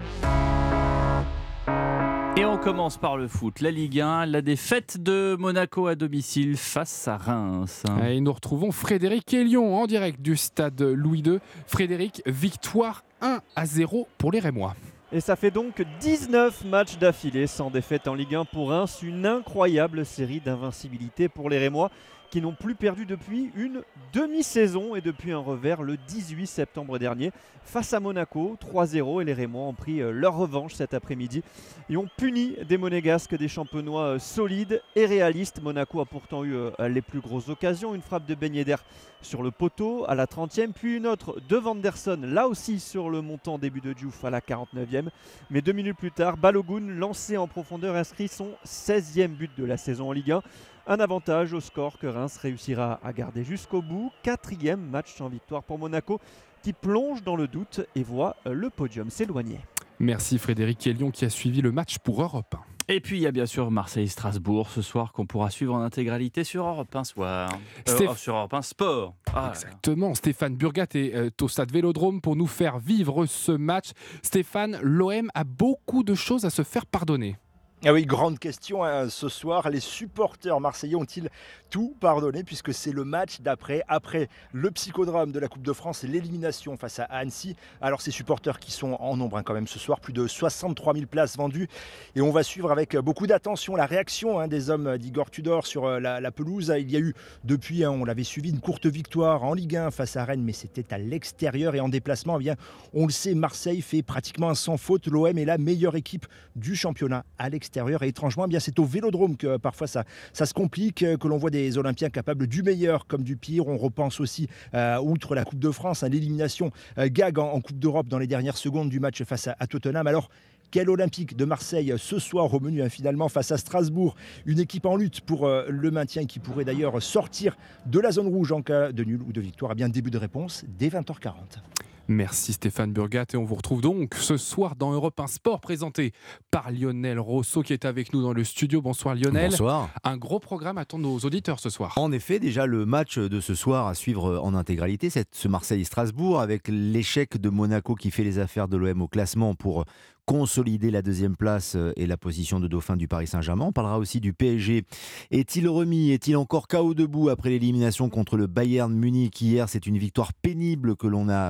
Et on commence par le foot. La Ligue 1, la défaite de Monaco à domicile face à Reims. Et nous retrouvons Frédéric Hélion en direct du stade Louis II. Frédéric, victoire 1-0 pour les Rémois. Et ça fait donc 19 matchs d'affilée sans défaite en Ligue 1 pour Reims. Une incroyable série d'invincibilité pour les Rémois qui n'ont plus perdu depuis une demi-saison et depuis un revers le 18 septembre dernier face à Monaco, 3-0, et les Rémois ont pris leur revanche cet après-midi et ont puni des Monégasques, des Champenois solides et réalistes. Monaco a pourtant eu les plus grosses occasions, une frappe de Ben Yedder sur le poteau à la 30e, puis une autre de Vanderson, là aussi sur le montant début de Diouf à la 49e. Mais 2 minutes plus tard, Balogun, lancé en profondeur, inscrit son 16e but de la saison en Ligue 1. Un avantage au score que Reims réussira à garder jusqu'au bout. 4e match sans victoire pour Monaco qui plonge dans le doute et voit le podium s'éloigner. Merci Frédéric Hélion qui a suivi le match pour Europe 1. Et puis il y a bien sûr Marseille-Strasbourg ce soir qu'on pourra suivre en intégralité sur Europe 1 soir. Sur Europe 1 Sport. Exactement. Stéphane Burgat est au stade Vélodrome pour nous faire vivre ce match. Stéphane, l'OM a beaucoup de choses à se faire pardonner. Ah oui, grande question ce soir. Les supporters marseillais ont-ils tout pardonné puisque c'est le match d'après, après le psychodrame de la Coupe de France et l'élimination face à Annecy. Alors ces supporters qui sont en nombre quand même ce soir, plus de 63 000 places vendues. Et on va suivre avec beaucoup d'attention la réaction des hommes d'Igor Tudor sur la pelouse. Il y a eu depuis, on l'avait suivi, une courte victoire en Ligue 1 face à Rennes, mais c'était à l'extérieur et en déplacement. Eh bien, on le sait, Marseille fait pratiquement un sans faute. L'OM est la meilleure équipe du championnat à l'extérieur. Et étrangement, eh bien, c'est au Vélodrome que parfois ça se complique, que l'on voit des Olympiens capables du meilleur comme du pire. On repense aussi, outre la Coupe de France, à l'élimination gag en Coupe d'Europe dans les dernières secondes du match face à Tottenham. Alors, quel Olympique de Marseille ce soir au menu finalement face à Strasbourg, une équipe en lutte pour le maintien qui pourrait d'ailleurs sortir de la zone rouge en cas de nul ou de victoire. Eh bien, début de réponse dès 20h40. Merci Stéphane Burgat et on vous retrouve donc ce soir dans Europe 1 Sport présenté par Lionel Rosso qui est avec nous dans le studio. Bonsoir Lionel. Bonsoir. Un gros programme attend nos auditeurs ce soir. En effet, déjà le match de ce soir à suivre en intégralité, c'est ce Marseille-Strasbourg avec l'échec de Monaco qui fait les affaires de l'OM au classement pour consolider la deuxième place et la position de dauphin du Paris Saint-Germain. On parlera aussi du PSG. Est-il remis ? Est-il encore KO debout après l'élimination contre le Bayern Munich hier ? C'est une victoire pénible que l'on a vue et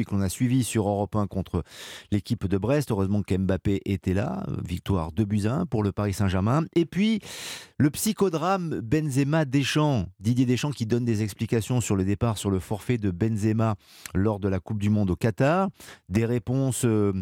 que l'on a suivi sur Europe 1 contre l'équipe de Brest. Heureusement qu'Mbappé était là. Victoire 2-1 pour le Paris Saint-Germain. Et puis, le psychodrame Benzema-Deschamps. Didier Deschamps qui donne des explications sur le départ, sur le forfait de Benzema lors de la Coupe du Monde au Qatar. Des réponses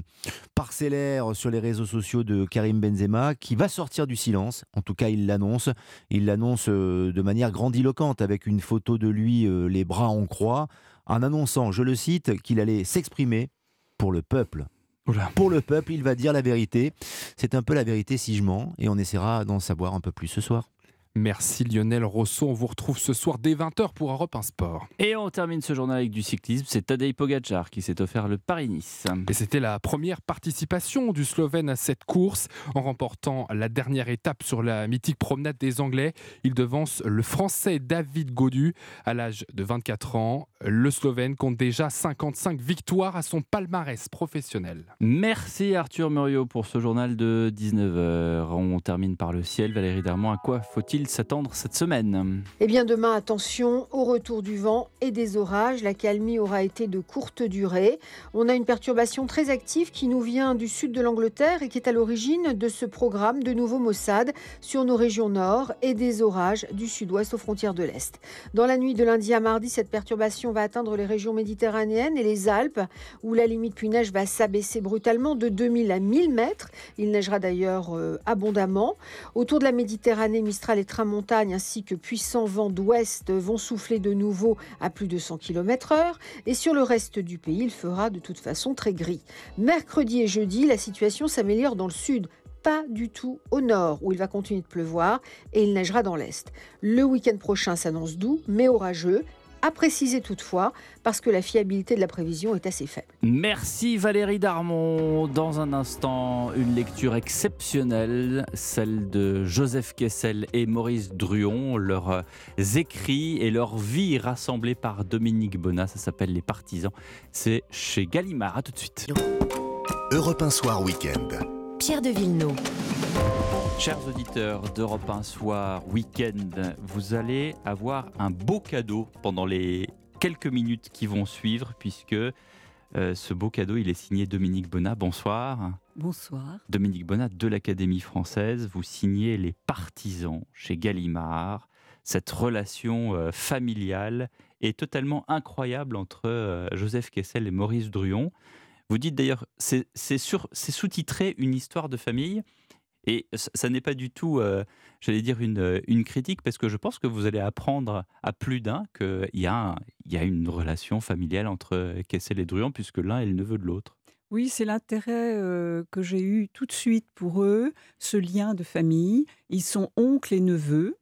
parcellaires sur les réseaux sociaux de Karim Benzema qui va sortir du silence. En tout cas, il l'annonce. Il l'annonce de manière grandiloquente avec une photo de lui, les bras en croix, en annonçant, je le cite, qu'il allait s'exprimer pour le peuple. Oula. Pour le peuple, il va dire la vérité. C'est un peu la vérité si je mens, et on essaiera d'en savoir un peu plus ce soir. Merci Lionel Rousseau, on vous retrouve ce soir dès 20h pour Europe 1 Sport. Et on termine ce journal avec du cyclisme, c'est Tadej Pogačar qui s'est offert le Paris-Nice. Et c'était la première participation du Slovène à cette course. En remportant la dernière étape sur la mythique promenade des Anglais, il devance le Français David Gaudu. À l'âge de 24 ans, le Slovène compte déjà 55 victoires à son palmarès professionnel. Merci Arthur Muriot pour ce journal de 19h. On termine par le ciel. Valérie Darmon, à quoi faut-il s'attendre cette semaine? Eh bien demain, attention au retour du vent et des orages. La calmie aura été de courte durée. On a une perturbation très active qui nous vient du sud de l'Angleterre et qui est à l'origine de ce programme de nouveau Mossad sur nos régions nord et des orages du sud-ouest aux frontières de l'Est. Dans la nuit de lundi à mardi, cette perturbation va atteindre les régions méditerranéennes et les Alpes où la limite pluie-neige va s'abaisser brutalement de 2000 à 1000 mètres. Il neigera d'ailleurs abondamment. Autour de la Méditerranée, Mistral et Tramontagne ainsi que puissants vents d'ouest vont souffler de nouveau à plus de 100 km/h et sur le reste du pays, il fera de toute façon très gris. Mercredi et jeudi, la situation s'améliore dans le sud. Pas du tout au nord où il va continuer de pleuvoir et il neigera dans l'est. Le week-end prochain s'annonce doux mais orageux. À préciser toutefois, parce que la fiabilité de la prévision est assez faible. Merci Valérie Darmon. Dans un instant, une lecture exceptionnelle, celle de Joseph Kessel et Maurice Druon, leurs écrits et leur vie rassemblés par Dominique Bonnat. Ça s'appelle Les Partisans. C'est chez Gallimard. À tout de suite. Europe 1 Soir Week-end. Pierre de Villeneuve. Chers auditeurs d'Europe 1 Soir Week-end, vous allez avoir un beau cadeau pendant les quelques minutes qui vont suivre, puisque ce beau cadeau, il est signé Dominique Bonnat. Bonsoir. Bonsoir. Dominique Bonnat de l'Académie française. Vous signez Les Partisans chez Gallimard. Cette relation familiale est totalement incroyable entre Joseph Kessel et Maurice Druon. Vous dites d'ailleurs, c'est sous-titré Une histoire de famille. Et ça n'est pas du tout, j'allais dire, une critique, parce que je pense que vous allez apprendre à plus d'un qu'il y a une relation familiale entre Kessel et Druon, puisque l'un est le neveu de l'autre. Oui, c'est l'intérêt que j'ai eu tout de suite pour eux, ce lien de famille. Ils sont oncles et neveux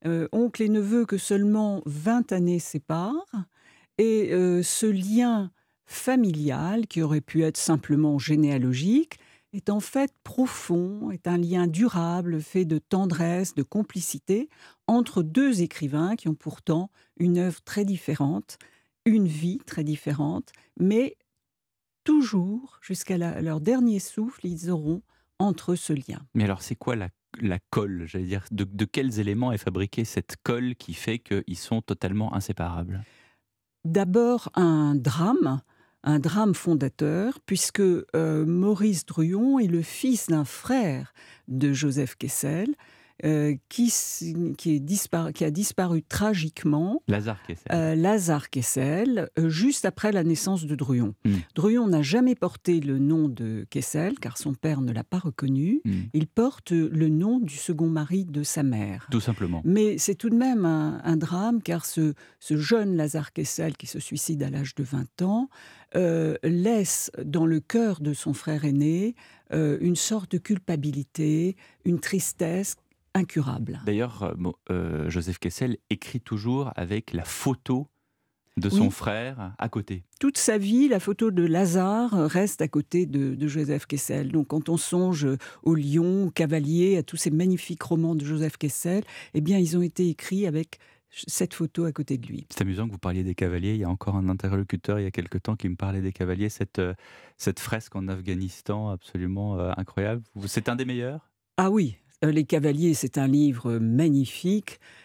que seulement 20 années séparent. Et ce lien familial, qui aurait pu être simplement généalogique, est en fait profond, est un lien durable, fait de tendresse, de complicité, entre deux écrivains qui ont pourtant une œuvre très différente, une vie très différente, mais toujours, jusqu'à leur dernier souffle, ils auront entre eux ce lien. Mais alors, c'est quoi la colle, j'allais dire, de quels éléments est fabriquée cette colle qui fait qu'ils sont totalement inséparables? D'abord, un drame fondateur, puisque Maurice Druon est le fils d'un frère de Joseph Kessel, qui a disparu tragiquement. Lazare Kessel, juste après la naissance de Druon. Druon n'a jamais porté le nom de Kessel, car son père ne l'a pas reconnu. Il porte le nom du second mari de sa mère. Tout simplement. Mais c'est tout de même un drame, car ce jeune Lazare Kessel, qui se suicide à l'âge de 20 ans, laisse dans le cœur de son frère aîné une sorte de culpabilité, une tristesse incurable. D'ailleurs, Joseph Kessel écrit toujours avec la photo de son frère à côté. Toute sa vie, la photo de Lazare reste à côté de Joseph Kessel. Donc quand on songe au Lion, au Cavalier, à tous ces magnifiques romans de Joseph Kessel, eh bien ils ont été écrits avec cette photo à côté de lui. C'est amusant que vous parliez des cavaliers. Il y a encore un interlocuteur il y a quelque temps qui me parlait des cavaliers. Cette fresque en Afghanistan absolument incroyable. C'est un des meilleurs ? Ah oui, Les Cavaliers, c'est un livre magnifique.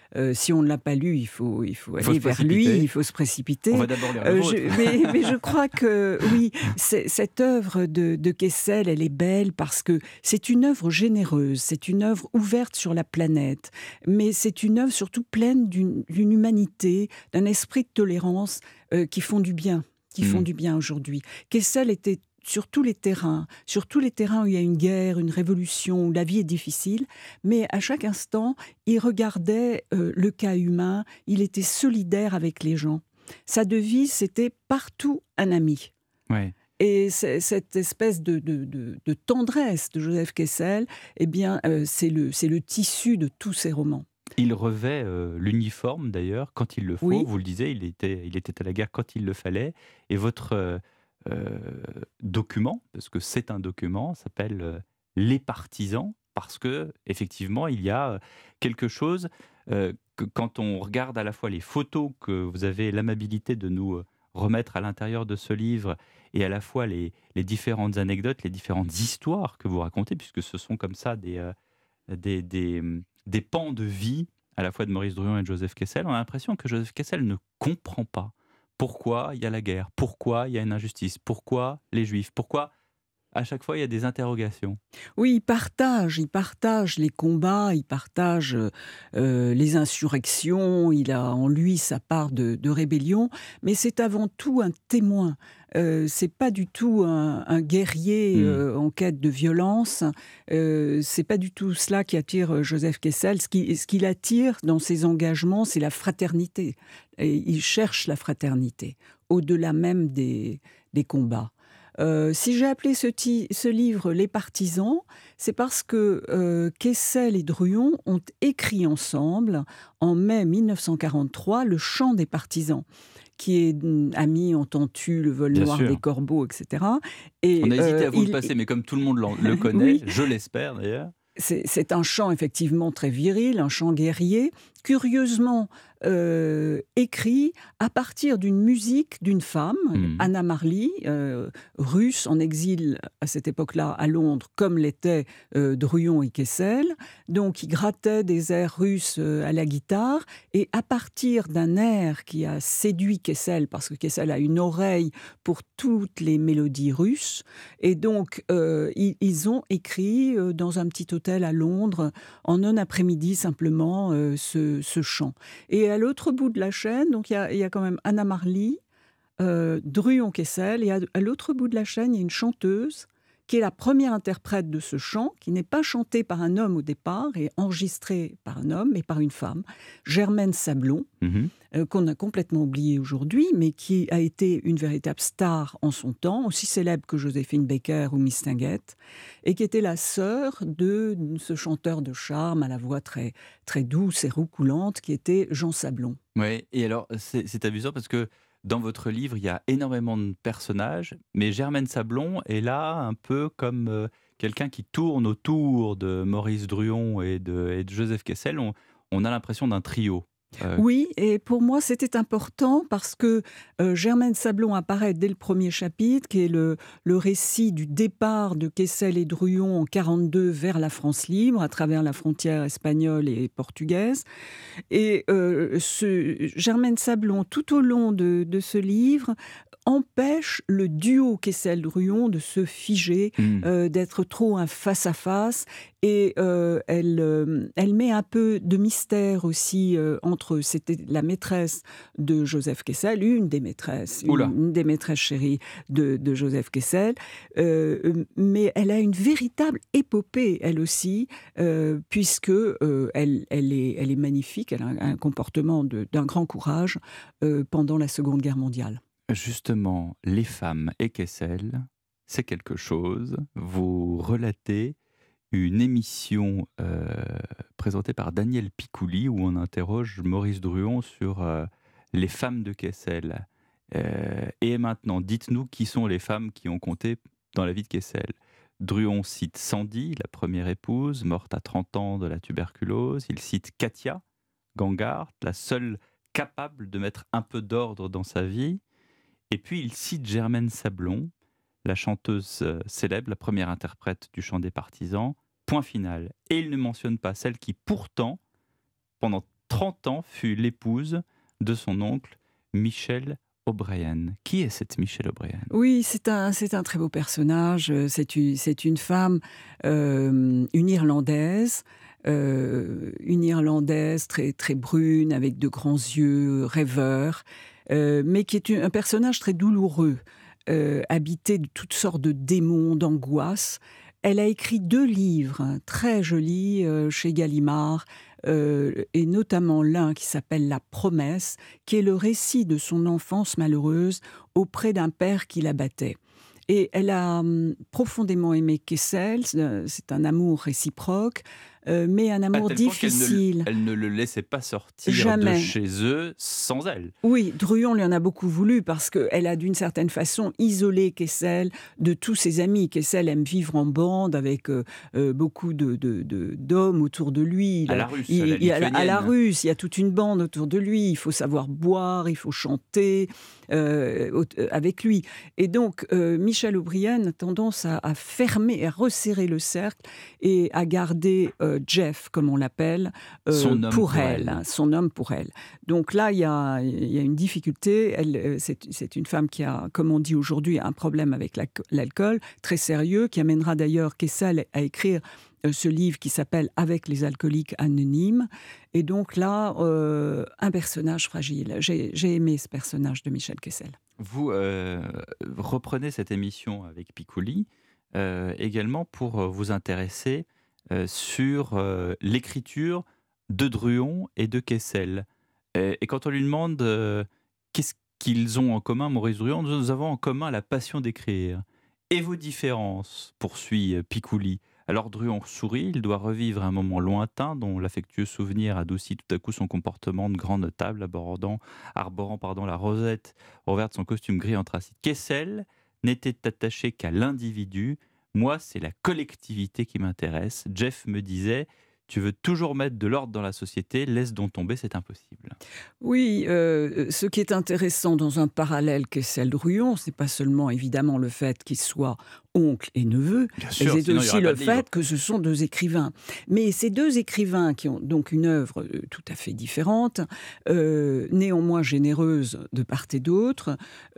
Si on ne l'a pas lu, il faut aller vers lui, il faut se précipiter. On va d'abord lire le vôtre. Mais je crois que, oui, cette œuvre de Kessel, elle est belle parce que c'est une œuvre généreuse, c'est une œuvre ouverte sur la planète, mais c'est une œuvre surtout pleine d'une humanité, d'un esprit de tolérance qui font du bien, aujourd'hui. Kessel était sur tous les terrains où il y a une guerre, une révolution, où la vie est difficile, mais à chaque instant, il regardait le cas humain, il était solidaire avec les gens. Sa devise, c'était « partout un ami ». Ouais. Et cette espèce de tendresse de Joseph Kessel, eh bien, c'est le tissu de tous ses romans. Il revêt l'uniforme d'ailleurs quand il le faut. Oui. Vous le disiez, il était à la guerre quand il le fallait. Et votre document, parce que c'est un document, s'appelle Les Partisans, parce que effectivement, il y a quelque chose que quand on regarde à la fois les photos que vous avez l'amabilité de nous remettre à l'intérieur de ce livre, et à la fois les différentes anecdotes, les différentes histoires que vous racontez, puisque ce sont comme ça des pans de vie, à la fois de Maurice Druon et de Joseph Kessel. On a l'impression que Joseph Kessel ne comprend pas pourquoi il y a la guerre, pourquoi il y a une injustice, pourquoi les Juifs, pourquoi à chaque fois il y a des interrogations. Oui, il partage les combats, il partage les insurrections, il a en lui sa part de rébellion, mais c'est avant tout un témoin. C'est pas du tout un guerrier en quête de violence. C'est pas du tout cela qui attire Joseph Kessel. Ce qui l'attire dans ses engagements, c'est la fraternité. Et il cherche la fraternité, au-delà même des combats. Si j'ai appelé ce livre « Les Partisans », c'est parce que Kessel et Druon ont écrit ensemble, en mai 1943, le Chant des Partisans, qui est Ami, entends-tu, le vol Bien noir sûr. des corbeaux, etc. Et, on a hésité à vous le passer, mais comme tout le monde le connaît, Oui. je l'espère d'ailleurs. C'est un chant effectivement très viril, un chant guerrier, curieusement écrit à partir d'une musique d'une femme, Anna Marley, russe en exil à cette époque-là à Londres, comme l'étaient Druon et Kessel. Donc il grattait des airs russes à la guitare, et à partir d'un air qui a séduit Kessel, parce que Kessel a une oreille pour toutes les mélodies russes, et donc ils ont écrit dans un petit hôtel à Londres, en un après-midi simplement, ce chant. Et à l'autre bout de la chaîne, donc il y a quand même Anna Marley, Druon Kessel, et à l'autre bout de la chaîne, il y a une chanteuse qui est la première interprète de ce chant, qui n'est pas chanté par un homme au départ, et enregistré par un homme, mais par une femme, Germaine Sablon, qu'on a complètement oubliée aujourd'hui, mais qui a été une véritable star en son temps, aussi célèbre que Joséphine Baker ou Miss Tinguette, et qui était la sœur de ce chanteur de charme à la voix très, très douce et roucoulante, qui était Jean Sablon. Oui, et alors c'est amusant parce que dans votre livre, il y a énormément de personnages, mais Germaine Sablon est là un peu comme quelqu'un qui tourne autour de Maurice Druon et de Joseph Kessel. On a l'impression d'un trio. Oui, et pour moi, c'était important parce que Germaine Sablon apparaît dès le premier chapitre, qui est le récit du départ de Kessel et Druon en 1942 vers la France libre, à travers la frontière espagnole et portugaise. Et Germaine Sablon, tout au long de ce livre, empêche le duo Kessel-Druon de se figer, d'être trop un face-à-face. Et elle met un peu de mystère aussi entre, c'était la maîtresse de Joseph Kessel, une des maîtresses chéries de Joseph Kessel, mais elle a une véritable épopée, elle aussi, puisque elle est magnifique, elle a un comportement d'un grand courage pendant la Seconde Guerre mondiale. Justement, les femmes et Kessel, c'est quelque chose. Vous relatez une émission présentée par Daniel Picouli où on interroge Maurice Druon sur les femmes de Kessel. Et maintenant, dites-nous qui sont les femmes qui ont compté dans la vie de Kessel. Druon cite Sandy, la première épouse, morte à 30 ans de la tuberculose. Il cite Katia Gangard, la seule capable de mettre un peu d'ordre dans sa vie. Et puis il cite Germaine Sablon, la chanteuse célèbre, la première interprète du Chant des Partisans, point final. Et il ne mentionne pas celle qui pourtant, pendant 30 ans, fut l'épouse de son oncle Michel O'Brien. Qui est cette Michel O'Brien ? Oui, c'est un très beau personnage. C'est une femme, une Irlandaise, très, très brune, avec de grands yeux, rêveurs, mais qui est un personnage très douloureux, habité de toutes sortes de démons, d'angoisses. Elle a écrit 2 livres très jolis chez Gallimard, et notamment l'un qui s'appelle La Promesse, qui est le récit de son enfance malheureuse auprès d'un père qui la battait. Et elle a profondément aimé Kessel, c'est un amour réciproque, mais un amour difficile. Elle ne le laissait pas sortir Jamais. de chez eux sans elle. Oui, Druon lui en a beaucoup voulu parce qu'elle a d'une certaine façon isolé Kessel de tous ses amis. Kessel aime vivre en bande avec beaucoup d'hommes autour de lui. À la Russe, à la Russe, il y a toute une bande autour de lui. Il faut savoir boire, il faut chanter avec lui. Et donc, Michel O'Brien a tendance à fermer, à resserrer le cercle et à garder Jeff, comme on l'appelle, son homme pour elle. Donc là, il y a une difficulté. C'est une femme qui a, comme on dit aujourd'hui, un problème avec l'alcool, très sérieux, qui amènera d'ailleurs Kessel à écrire ce livre qui s'appelle « Avec les alcooliques anonymes ». Et donc là, un personnage fragile. J'ai aimé ce personnage de Michel Kessel. Vous reprenez cette émission avec Picouli également pour vous intéresser sur l'écriture de Druon et de Kessel. Et quand on lui demande qu'est-ce qu'ils ont en commun, Maurice Druon, nous avons en commun la passion d'écrire. Et vos différences, poursuit Picouli. Alors Druon sourit, il doit revivre un moment lointain dont l'affectueux souvenir adoucit tout à coup son comportement de grand notable, arborant la rosette au revers de son costume gris anthracite. Kessel n'était attaché qu'à l'individu. Moi, c'est la collectivité qui m'intéresse. Jeff me disait, tu veux toujours mettre de l'ordre dans la société, laisse donc tomber, c'est impossible. Oui, ce qui est intéressant dans un parallèle Kessel-Druon, c'est pas seulement évidemment le fait qu'ils soient oncle et neveu, mais c'est aussi le fait que ce sont 2 écrivains. Mais ces 2 écrivains qui ont donc une œuvre tout à fait différente, néanmoins généreuse de part et d'autre,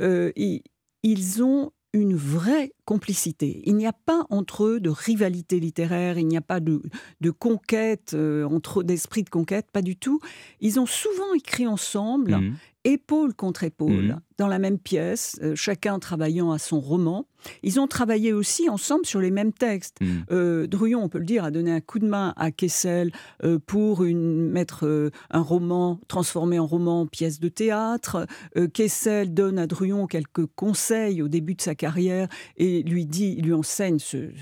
ils ont une vraie complicité. Il n'y a pas entre eux de rivalité littéraire, il n'y a pas de conquête, d'esprit de conquête, pas du tout. Ils ont souvent écrit ensemble, épaule contre épaule, dans la même pièce, chacun travaillant à son roman. Ils ont travaillé aussi ensemble sur les mêmes textes. Druon, on peut le dire, a donné un coup de main à Kessel pour mettre un roman, transformé en roman, pièce de théâtre. Kessel donne à Druon quelques conseils au début de sa carrière et lui enseigne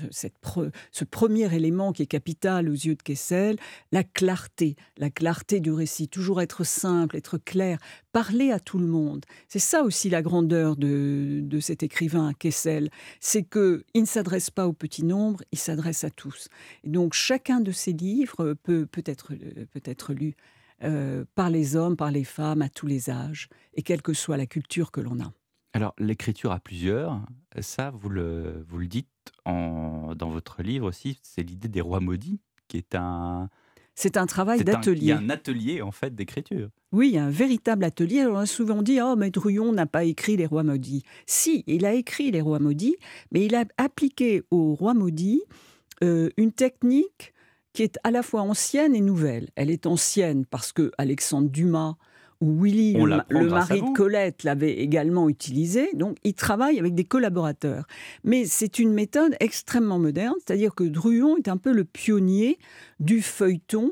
ce premier élément qui est capital aux yeux de Kessel, la clarté du récit, toujours être simple, être clair, parler à tout le monde. C'est ça aussi la grandeur de cet écrivain Kessel, c'est qu'il ne s'adresse pas au petit nombre, il s'adresse à tous. Et donc chacun de ses livres peut être lu par les hommes, par les femmes, à tous les âges, et quelle que soit la culture que l'on a. Alors, l'écriture à plusieurs, ça, vous le dites dans votre livre aussi, c'est l'idée des rois maudits, qui est un... C'est un travail d'atelier. Il y a un atelier, en fait, d'écriture. Oui, il y a un véritable atelier. On a souvent dit « Oh, mais Druon n'a pas écrit Les Rois maudits ». Si, il a écrit Les Rois maudits, mais il a appliqué aux Rois maudits une technique qui est à la fois ancienne et nouvelle. Elle est ancienne parce que Alexandre Dumas ou Willy, le mari de Colette, l'avait également utilisé. Donc, il travaille avec des collaborateurs. Mais c'est une méthode extrêmement moderne, c'est-à-dire que Druon est un peu le pionnier du feuilleton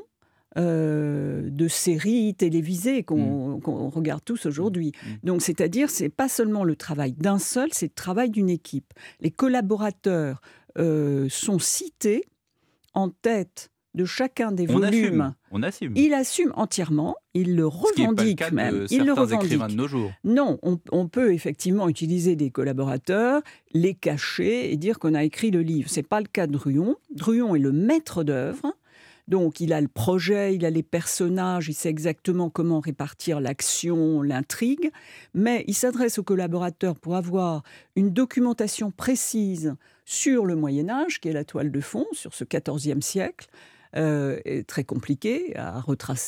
de séries télévisées qu'on regarde tous aujourd'hui. Donc, c'est-à-dire, c'est pas seulement le travail d'un seul, c'est le travail d'une équipe. Les collaborateurs sont cités en tête de chacun des volumes. On assume. Il assume entièrement, il le revendique même. Il le revendique. Écrivains de nos jours. Non, on peut effectivement utiliser des collaborateurs, les cacher et dire qu'on a écrit le livre. C'est pas le cas de Druon. Druon est le maître d'œuvre. Donc, il a le projet, il a les personnages, il sait exactement comment répartir l'action, l'intrigue, mais il s'adresse aux collaborateurs pour avoir une documentation précise sur le Moyen-Âge, qui est la toile de fond, sur ce XIVe siècle, très compliqué à retracer.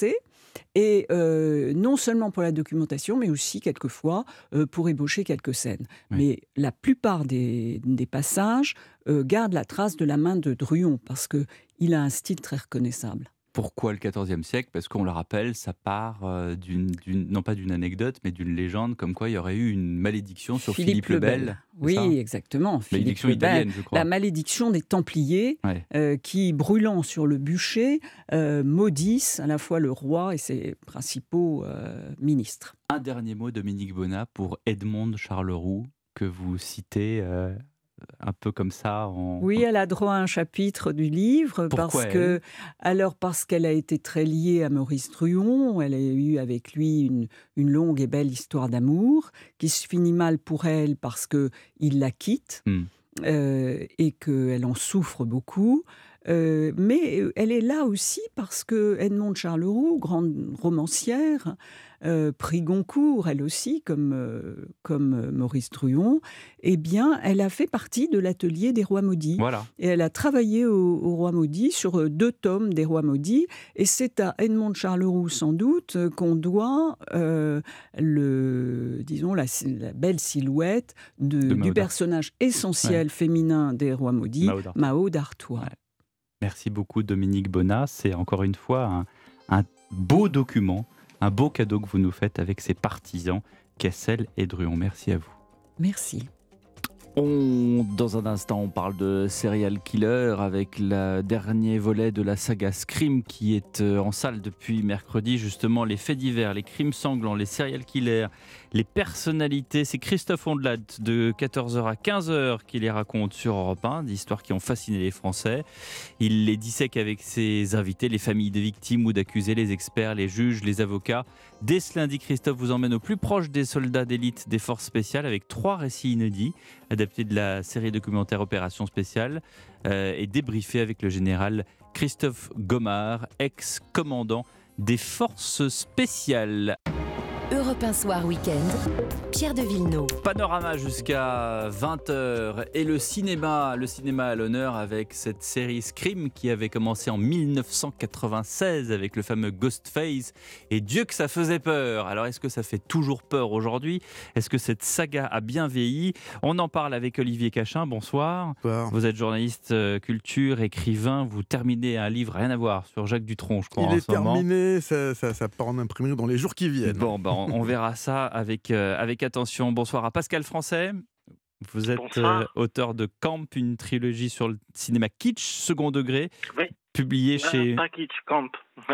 Et non seulement pour la documentation, mais aussi quelquefois pour ébaucher quelques scènes. Oui. Mais la plupart des passages gardent la trace de la main de Druon, parce qu'il a un style très reconnaissable. Pourquoi le XIVe siècle ? Parce qu'on le rappelle, ça part non pas d'une anecdote, mais d'une légende, comme quoi il y aurait eu une malédiction sur Philippe le Bel. Oui, exactement. Malédiction italienne, je crois. La malédiction des Templiers, qui, brûlant sur le bûcher, maudissent à la fois le roi et ses principaux ministres. Un dernier mot, Dominique Bonnat, pour Edmond Charleroux, que vous citez... un peu comme ça. Oui, elle a droit à un chapitre du livre. Pourquoi parce qu'elle a été très liée à Maurice Druon. Elle a eu avec lui une longue et belle histoire d'amour qui se finit mal pour elle parce qu'il la quitte et qu'elle en souffre beaucoup. Mais elle est là aussi parce que Edmond Charleroux, grande romancière, prix Goncourt, elle aussi, comme Maurice Druon, eh bien, elle a fait partie de l'atelier des Rois Maudits. Voilà. Et elle a travaillé au Rois Maudits sur 2 tomes des Rois Maudits. Et c'est à Edmond Charleroux, sans doute, qu'on doit la belle silhouette du personnage essentiel féminin des Rois Maudits, Mao d'Artois. Ouais. Merci beaucoup, Dominique Bonnat. C'est encore une fois un beau document, un beau cadeau que vous nous faites avec ces partisans, Kessel et Druon. Merci à vous. Merci. Dans un instant, on parle de serial killer avec le dernier volet de la saga Scream qui est en salle depuis mercredi. Justement, les faits divers, les crimes sanglants, les serial killers, les personnalités. C'est Christophe Ondelat de 14h à 15h qui les raconte sur Europe 1, des histoires qui ont fasciné les Français. Il les dissèque avec ses invités, les familles de victimes ou d'accusés, les experts, les juges, les avocats. Dès ce lundi, Christophe vous emmène au plus proche des soldats d'élite des forces spéciales avec 3 récits inédits adaptés de la série documentaire Opération Spéciale et débriefé avec le général Christophe Gomard, ex-commandant des forces spéciales. Europe 1 Soir Week-end, Pierre de Villeneuve. Panorama jusqu'à 20h et le cinéma à l'honneur avec cette série Scream qui avait commencé en 1996 avec le fameux Ghostface et Dieu que ça faisait peur. Alors est-ce que ça fait toujours peur aujourd'hui ? Est-ce que cette saga a bien vieilli ? On en parle avec Olivier Cachin, bonsoir. Bonsoir. Vous êtes journaliste culture, écrivain, vous terminez un livre, rien à voir, sur Jacques Dutronc, je crois. Il est terminé, ça part en imprimerie dans les jours qui viennent. Bon, on verra ça avec attention. Bonsoir à Pascal Français. Vous êtes auteur de Camp, une trilogie sur le cinéma kitsch, second degré, publié chez... Pas kitsch, Camp.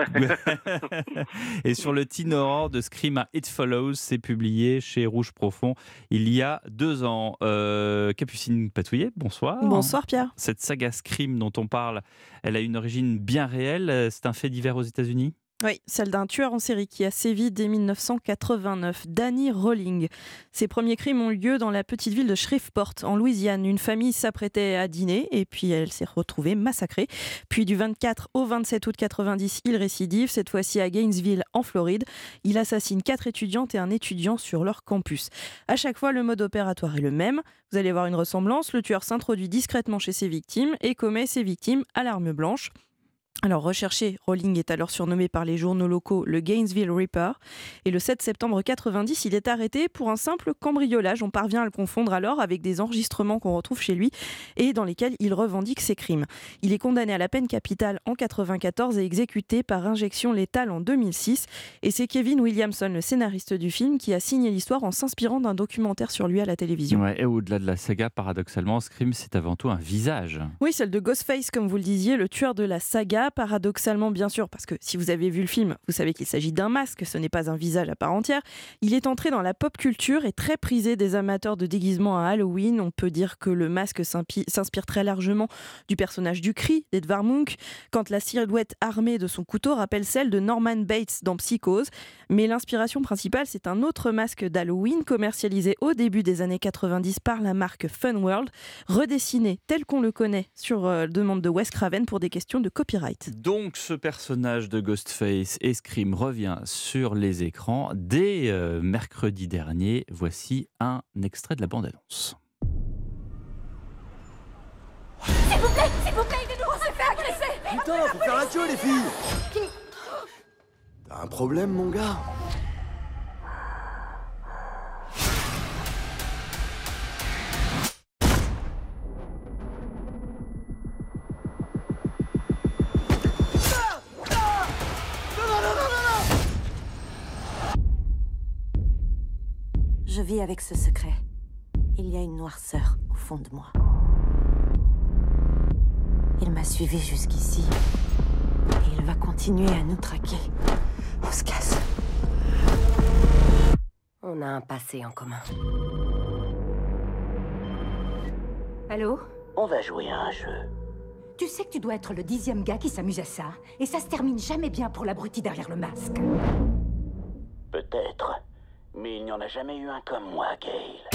Et sur le teen horror de Scream à It Follows, c'est publié chez Rouge Profond il y a 2 ans. Capucine Patouillet, bonsoir. Bonsoir Pierre. Cette saga Scream dont on parle, elle a une origine bien réelle. C'est un fait divers aux États-Unis ? Oui, celle d'un tueur en série qui a sévi dès 1989, Danny Rolling. Ses premiers crimes ont eu lieu dans la petite ville de Shreveport, en Louisiane. Une famille s'apprêtait à dîner et puis elle s'est retrouvée massacrée. Puis du 24 au 27 août 90, il récidive, cette fois-ci à Gainesville, en Floride. Il assassine 4 étudiantes et un étudiant sur leur campus. À chaque fois, le mode opératoire est le même. Vous allez voir une ressemblance. Le tueur s'introduit discrètement chez ses victimes et commet ses victimes à l'arme blanche. Alors recherché, Rolling est alors surnommé par les journaux locaux le Gainesville Ripper. Et le 7 septembre 90, il est arrêté pour un simple cambriolage. On parvient à le confondre alors avec des enregistrements qu'on retrouve chez lui et dans lesquels il revendique ses crimes. Il est condamné à la peine capitale en 94 et exécuté par injection létale en 2006. Et c'est Kevin Williamson, le scénariste du film, qui a signé l'histoire en s'inspirant d'un documentaire sur lui à la télévision. Ouais, et au-delà de la saga, paradoxalement, Scream, c'est avant tout un visage. Oui, celle de Ghostface, comme vous le disiez, le tueur de la saga. Paradoxalement, bien sûr, parce que si vous avez vu le film, vous savez qu'il s'agit d'un masque, ce n'est pas un visage à part entière. Il est entré dans la pop culture et très prisé des amateurs de déguisement à Halloween. On peut dire que le masque s'inspire très largement du personnage du Cri d'Edvard Munch, quand la silhouette armée de son couteau rappelle celle de Norman Bates dans Psychose. Mais l'inspiration principale, c'est un autre masque d'Halloween commercialisé au début des années 90 par la marque Fun World, redessiné tel qu'on le connaît sur demande de Wes Craven pour des questions de copyright. Donc ce personnage de Ghostface et Scream revient sur les écrans dès mercredi dernier. Voici un extrait de la bande-annonce. S'il vous plaît, aidez-nous, on s'est fait agresser. Putain, faut faire un jeu les filles. Un problème, mon gars? Je vis avec ce secret. Il y a une noirceur au fond de moi. Il m'a suivi jusqu'ici. Et il va continuer à nous traquer. On se casse. On a un passé en commun. Allô? On va jouer à un jeu. Tu sais que tu dois être le 10e gars qui s'amuse à ça. Et ça se termine jamais bien pour l'abruti derrière le masque. Peut-être. Mais il n'y en a jamais eu un comme moi, Gale.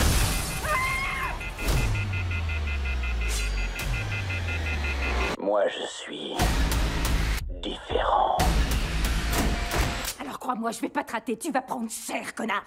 Moi, je suis différent. Alors crois-moi, je vais pas te rater. Tu vas prendre cher, connard.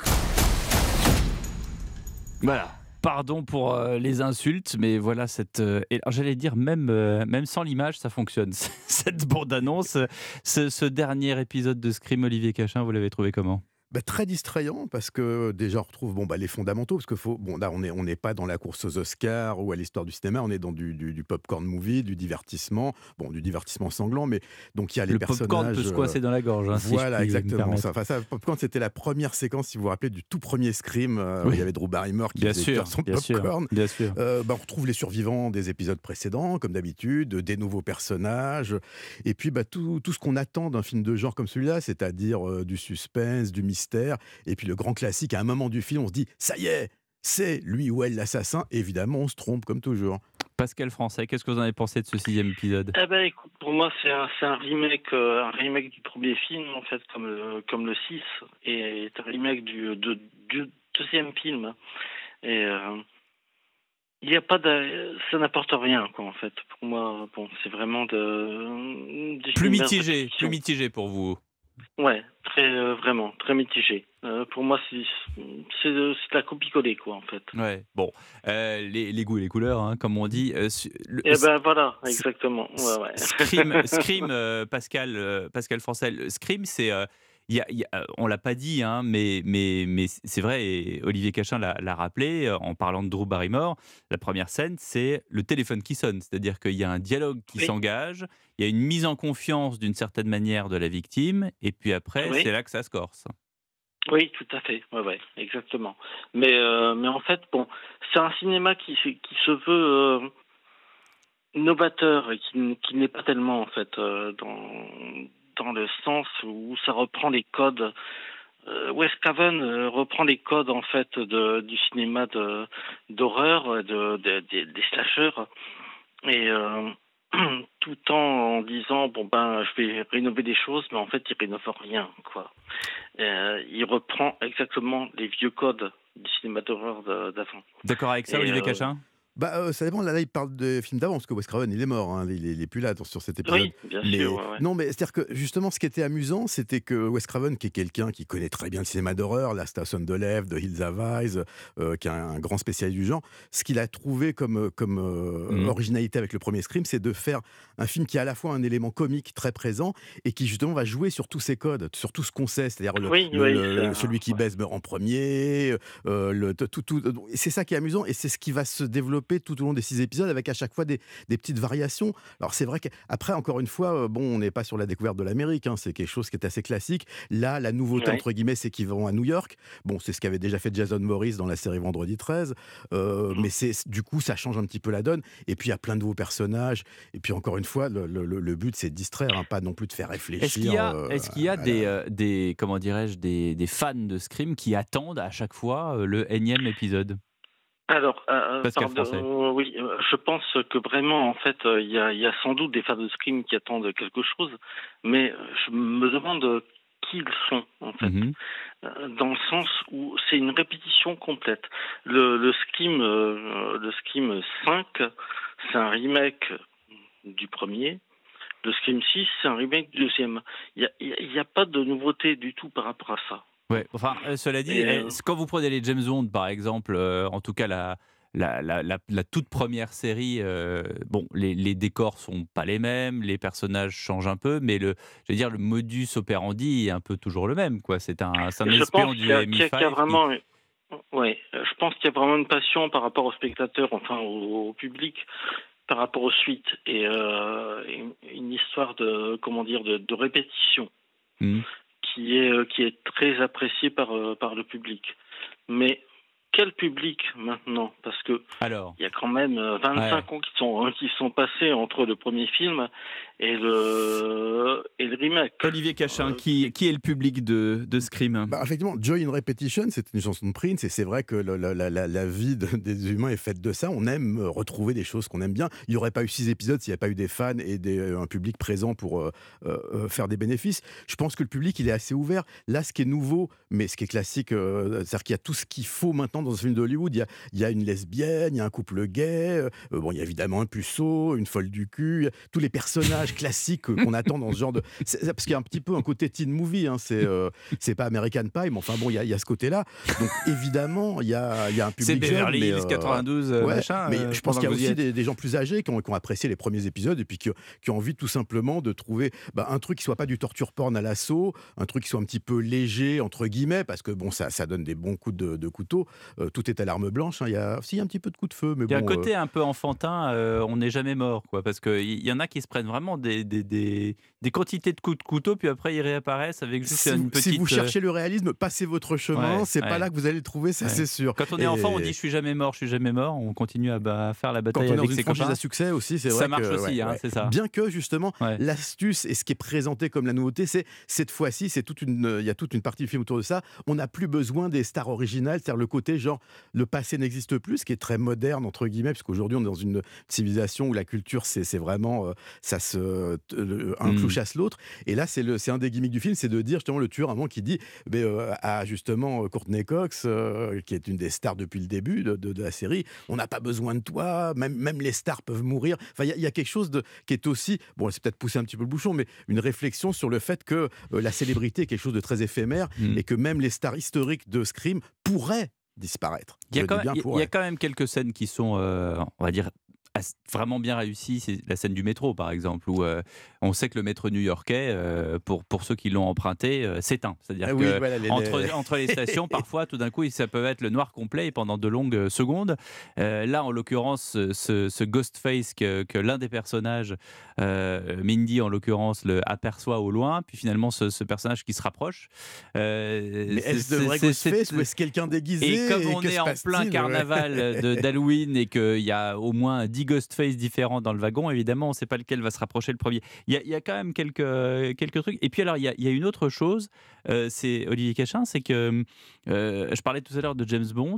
Voilà. Pardon pour les insultes, mais voilà et alors, j'allais dire même sans l'image, ça fonctionne. Cette bande-annonce, ce dernier épisode de Scream, Olivier Cachin, vous l'avez trouvé comment? Très distrayant parce que déjà on retrouve les fondamentaux parce que là on n'est pas dans la course aux Oscars ou à l'histoire du cinéma, on est dans du popcorn movie, du divertissement sanglant, mais donc il y a les personnages. Le popcorn peut se coincer dans la gorge. Voilà, exactement. Ça, popcorn, c'était la première séquence, si vous vous rappelez, du tout premier Scream. Où il y avait Drew Barrymore qui faisait son popcorn. Bien sûr. On retrouve les survivants des épisodes précédents, comme d'habitude, des nouveaux personnages, et puis tout ce qu'on attend d'un film de genre comme celui-là, c'est-à-dire du suspense, du mystère. Et puis le grand classique, à un moment du film, on se dit « ça y est, c'est lui ou elle l'assassin ». Évidemment, on se trompe comme toujours. Pascal Français, qu'est-ce que vous en avez pensé de ce 6e épisode? Écoute, pour moi, c'est un remake du premier film, en fait, comme le 6, et un remake du deuxième film. Et il n'y a pas ça n'apporte rien, quoi, en fait. Pour moi, c'est vraiment plus mitigé pour vous. Ouais, vraiment, très mitigé. Pour moi, c'est de la copie-coller, quoi, en fait. Ouais, bon, les goûts et les couleurs, hein, comme on dit. Voilà, exactement. Ouais. Scream, Pascal Français, le Scream, c'est... on l'a pas dit, hein, mais c'est vrai, et Olivier Cachin l'a rappelé en parlant de Drew Barrymore. La première scène, c'est le téléphone qui sonne, c'est-à-dire qu'il y a un dialogue qui s'engage, il y a une mise en confiance d'une certaine manière de la victime, et puis après, c'est là que ça se corse. Oui, tout à fait, ouais, exactement. Mais en fait, c'est un cinéma qui se veut novateur et qui n'est pas tellement, en fait, dans le sens où ça reprend les codes. Wes Craven reprend les codes, en fait, du cinéma d'horreur, des slashers, et tout en disant je vais rénover des choses, mais en fait il rénove rien, quoi. Il reprend exactement les vieux codes du cinéma d'horreur d'avant. D'accord avec ça, Olivier Cachin? Ça dépend, là il parle de films d'avant, parce que Wes Craven il est mort, hein, il est plus là sur cet épisode. Oui, bien sûr. Ouais. Non, mais c'est-à-dire que justement ce qui était amusant, c'était que Wes Craven, qui est quelqu'un qui connaît très bien le cinéma d'horreur, La Station de l'Ève, The Hills Have Eyes, qui est un grand spécialiste du genre, ce qu'il a trouvé comme originalité avec le premier Scream, c'est de faire un film qui a à la fois un élément comique très présent et qui justement va jouer sur tous ces codes, sur tout ce qu'on sait, c'est-à-dire celui qui baise meurt en premier, c'est ça qui est amusant et c'est ce qui va se développer tout au long des 6 épisodes avec à chaque fois des petites variations. Alors c'est vrai qu'après, encore une fois, on n'est pas sur la découverte de l'Amérique, hein, c'est quelque chose qui est assez classique. Là, la nouveauté, entre guillemets, c'est qu'ils vont à New York. C'est ce qu'avait déjà fait Jason Morris dans la série Vendredi 13, mais du coup, ça change un petit peu la donne. Et puis, il y a plein de nouveaux personnages. Et puis, encore une fois, le but, c'est de distraire, hein, pas non plus de faire réfléchir. Est-ce qu'il y a des comment dirais-je, des fans de Scream qui attendent à chaque fois le énième épisode? Alors, oui, je pense que vraiment, en fait, il y a sans doute des fans de Scream qui attendent quelque chose, mais je me demande qui ils sont, en fait, dans le sens où c'est une répétition complète. Le Scream 5, c'est un remake du premier. Le Scream 6, c'est un remake du deuxième. Il y a pas de nouveauté du tout par rapport à ça. Ouais, enfin, cela dit, quand vous prenez les James Bond, par exemple, en tout cas la toute première série, bon, les décors sont pas les mêmes, les personnages changent un peu, mais le modus operandi est un peu toujours le même, quoi. C'est un espion du MI5. Oui, je pense qu'il y a vraiment une passion par rapport aux spectateurs, enfin au public, par rapport aux suites, et une histoire de répétition qui est très appréciée par le public. Mais quel public maintenant? Parce que il y a quand même 25 ans qui sont passés entre le premier film et le remake. Olivier Cachin, qui est le public de Scream? Effectivement, Joy in Repetition, c'est une chanson de Prince, et c'est vrai que la vie des humains est faite de ça. On aime retrouver des choses qu'on aime bien. Il n'y aurait pas eu 6 épisodes s'il n'y avait pas eu des fans et un public présent pour faire des bénéfices. Je pense que le public, il est assez ouvert. Là, ce qui est nouveau, mais ce qui est classique, c'est-à-dire qu'il y a tout ce qu'il faut maintenant dans un film d'Hollywood. Il y a une lesbienne, il y a un couple gay, il y a évidemment un puceau, une folle du cul, tous les personnages classiques qu'on attend dans ce genre de... Parce qu'il y a un petit peu un côté teen movie, hein, c'est pas American Pie, mais enfin bon, il y a ce côté-là. Donc évidemment, il y a un public c'est Beverly jeune, Hills 92, machin. Mais je pense qu'il y a aussi des gens plus âgés qui ont apprécié les premiers épisodes et puis qui ont envie tout simplement de trouver un truc qui soit pas du torture porn à l'assaut, un truc qui soit un petit peu léger, entre guillemets, parce que bon, ça donne des bons coups de couteau. Tout est à l'arme blanche, hein. Il y a aussi un petit peu de coups de feu, mais il y a un côté un peu enfantin, on n'est jamais mort, quoi, parce qu'il y en a qui se prennent vraiment des quantités de coups de couteau, puis après ils réapparaissent avec juste une petite... Si vous cherchez le réalisme, passez votre chemin, c'est pas là que vous allez le trouver, ça c'est sûr. Quand on est enfant, on dit je suis jamais mort, on continue à faire la bataille avec ses copains. Quand on est dans une franchise à succès aussi, c'est vrai ça marche aussi, c'est ça. Bien que justement, l'astuce et ce qui est présenté comme la nouveauté, c'est cette fois-ci, il y a toute une partie du film autour de ça, on n'a plus besoin des stars originales, c'est-à-dire le côté genre le passé n'existe plus, ce qui est très moderne entre guillemets, parce qu'aujourd'hui on est dans une civilisation où la culture c'est vraiment un clou chasse l'autre, et là c'est un des gimmicks du film, c'est de dire justement le tueur à un moment qui dit à justement Courtney Cox, qui est une des stars depuis le début de la série, on n'a pas besoin de toi, même les stars peuvent mourir. Enfin il y a quelque chose qui est aussi, bon c'est peut-être pousser un petit peu le bouchon, mais une réflexion sur le fait que la célébrité est quelque chose de très éphémère et que même les stars historiques de Scream pourraient disparaître. Il y a quand même quelques scènes qui sont, on va dire, vraiment bien réussi, c'est la scène du métro par exemple, où on sait que le métro new-yorkais, pour ceux qui l'ont emprunté, s'éteint. C'est-à-dire entre les stations, parfois tout d'un coup ça peut être le noir complet pendant de longues secondes. Là en l'occurrence, ce Ghostface que l'un des personnages, Mindy en l'occurrence, aperçoit au loin, puis finalement ce personnage qui se rapproche. Mais est-ce de vrai Ghostface ou est-ce quelqu'un déguisé? Et comme on est en plein carnaval d'Halloween et qu'il y a au moins 10 Ghostface différents dans le wagon, évidemment on ne sait pas lequel va se rapprocher le premier. Il y a quand même quelques trucs. Et puis alors il y a une autre chose, c'est Olivier Cachin, c'est que je parlais tout à l'heure de James Bond,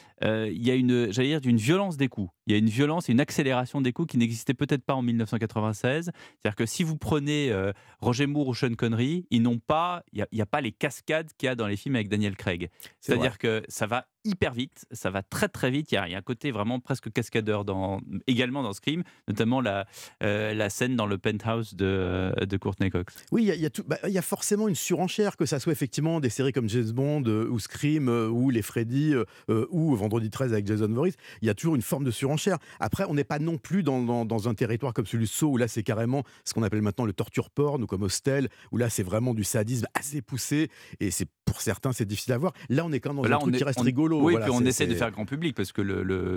il y a une violence des coups. Il y a une violence et une accélération des coups qui n'existait peut-être pas en 1996. C'est-à-dire que si vous prenez Roger Moore ou Sean Connery, il n'y a pas les cascades qu'il y a dans les films avec Daniel Craig. C'est-à-dire que ça va hyper vite, ça va très très vite. Il y a un côté vraiment presque cascadeur également dans Scream, notamment la scène dans le penthouse de Courtney Cox. Oui, il y a forcément une surenchère, que ça soit effectivement des séries comme James Bond ou Scream ou les Freddy ou Vendredi 13 avec Jason Voorhees. Il y a toujours une forme de surenchère. Après, on n'est pas non plus dans un territoire comme celui de Saw, où là c'est carrément ce qu'on appelle maintenant le torture porn, ou comme Hostel, où là c'est vraiment du sadisme assez poussé, et pour certains c'est difficile à voir. Là on est quand même dans un truc qui reste rigolo. Oui, puis on essaie de faire grand public, parce que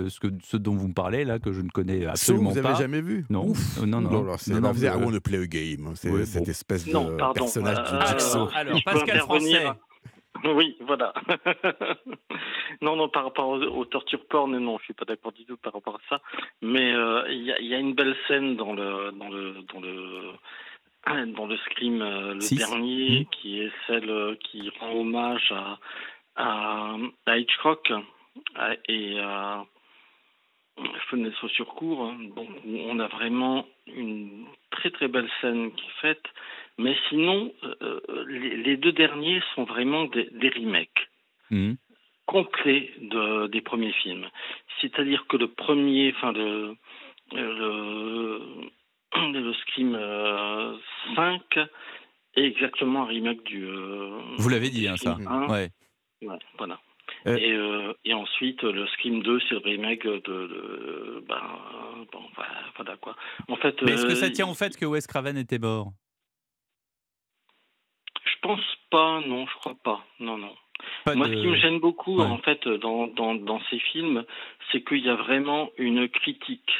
ce dont vous me parlez là, que je ne connais absolument pas. Vous n'avez jamais vu? Non. Ouf. Non. C'est I wanna play a game. C'est cette espèce de personnage de Jigsaw. Alors Pascal Français. Oui, voilà. Non, par rapport au torture porn, non, je suis pas d'accord du tout par rapport à ça. Mais il y a une belle scène dans le Scream, le dernier, qui est celle qui rend hommage à Hitchcock et à Fenêtre sur cour. Donc on a vraiment une très très belle scène qui est faite. Mais sinon, les deux derniers sont vraiment des remakes complets des premiers films. C'est-à-dire que le premier, le Scream 5 est exactement un remake du... Vous l'avez dit, ça. Ouais, voilà. Et ensuite, le Scream 2, c'est le remake voilà quoi. En fait, Mais est-ce que ça tient au fait que Wes Craven était mort? Je pense pas, non, je crois pas. Non. Moi, ce qui me gêne beaucoup, en fait, dans ces films, c'est qu'il y a vraiment une critique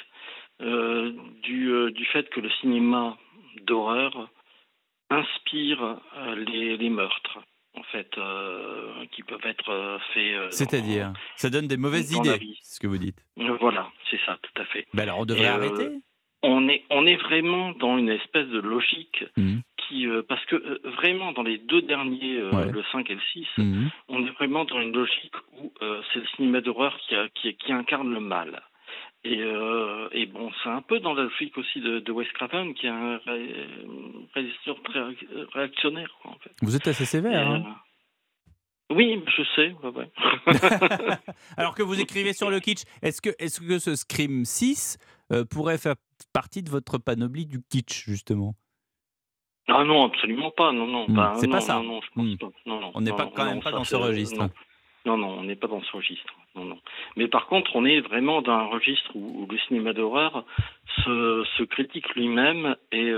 du fait que le cinéma d'horreur inspire les meurtres, en fait, qui peuvent être faits. C'est-à-dire, ça donne des mauvaises idées, c'est ce que vous dites. Voilà, c'est ça, tout à fait. Ben alors, on devrait arrêter. On est vraiment dans une espèce de logique parce que vraiment dans les deux derniers, le 5 et le 6, on est vraiment dans une logique où c'est le cinéma d'horreur qui incarne le mal. Et bon, c'est un peu dans la logique aussi de Wes Craven, qui est un réalisateur très réactionnaire, quoi, en fait. Vous êtes assez sévère, Oui, je sais, ouais. Alors que vous écrivez sur le kitsch, est-ce que ce Scream 6 pourrait faire partie de votre panoplie du kitsch, justement? Ah non, absolument pas, non. C'est pas ça. Non, je pense pas. Non, on n'est pas dans ce registre. Non, on n'est pas dans ce registre. Non. Mais par contre, on est vraiment dans un registre où le cinéma d'horreur se critique lui-même et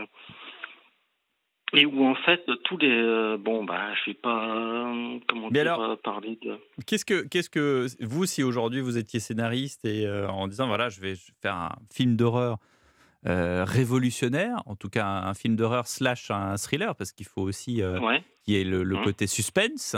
où en fait tous les je vais pas parler de. Qu'est-ce que vous, si aujourd'hui vous étiez scénariste et en disant voilà, je vais faire un film d'horreur révolutionnaire, en tout cas un film d'horreur / un thriller, parce qu'il faut aussi qu'il y ait le côté suspense.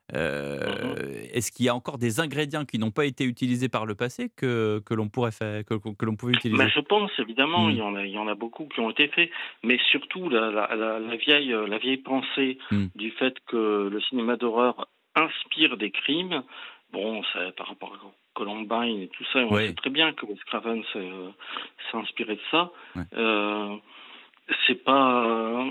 Est-ce qu'il y a encore des ingrédients qui n'ont pas été utilisés par le passé que l'on pourrait faire, que l'on pouvait utiliser? Je pense évidemment, il y en a beaucoup qui ont été faits, mais surtout la vieille pensée du fait que le cinéma d'horreur inspire des crimes. Bon, ça, par rapport à Columbine et tout ça, on sait très bien que Wes Craven s'est inspiré de ça. C'est pas.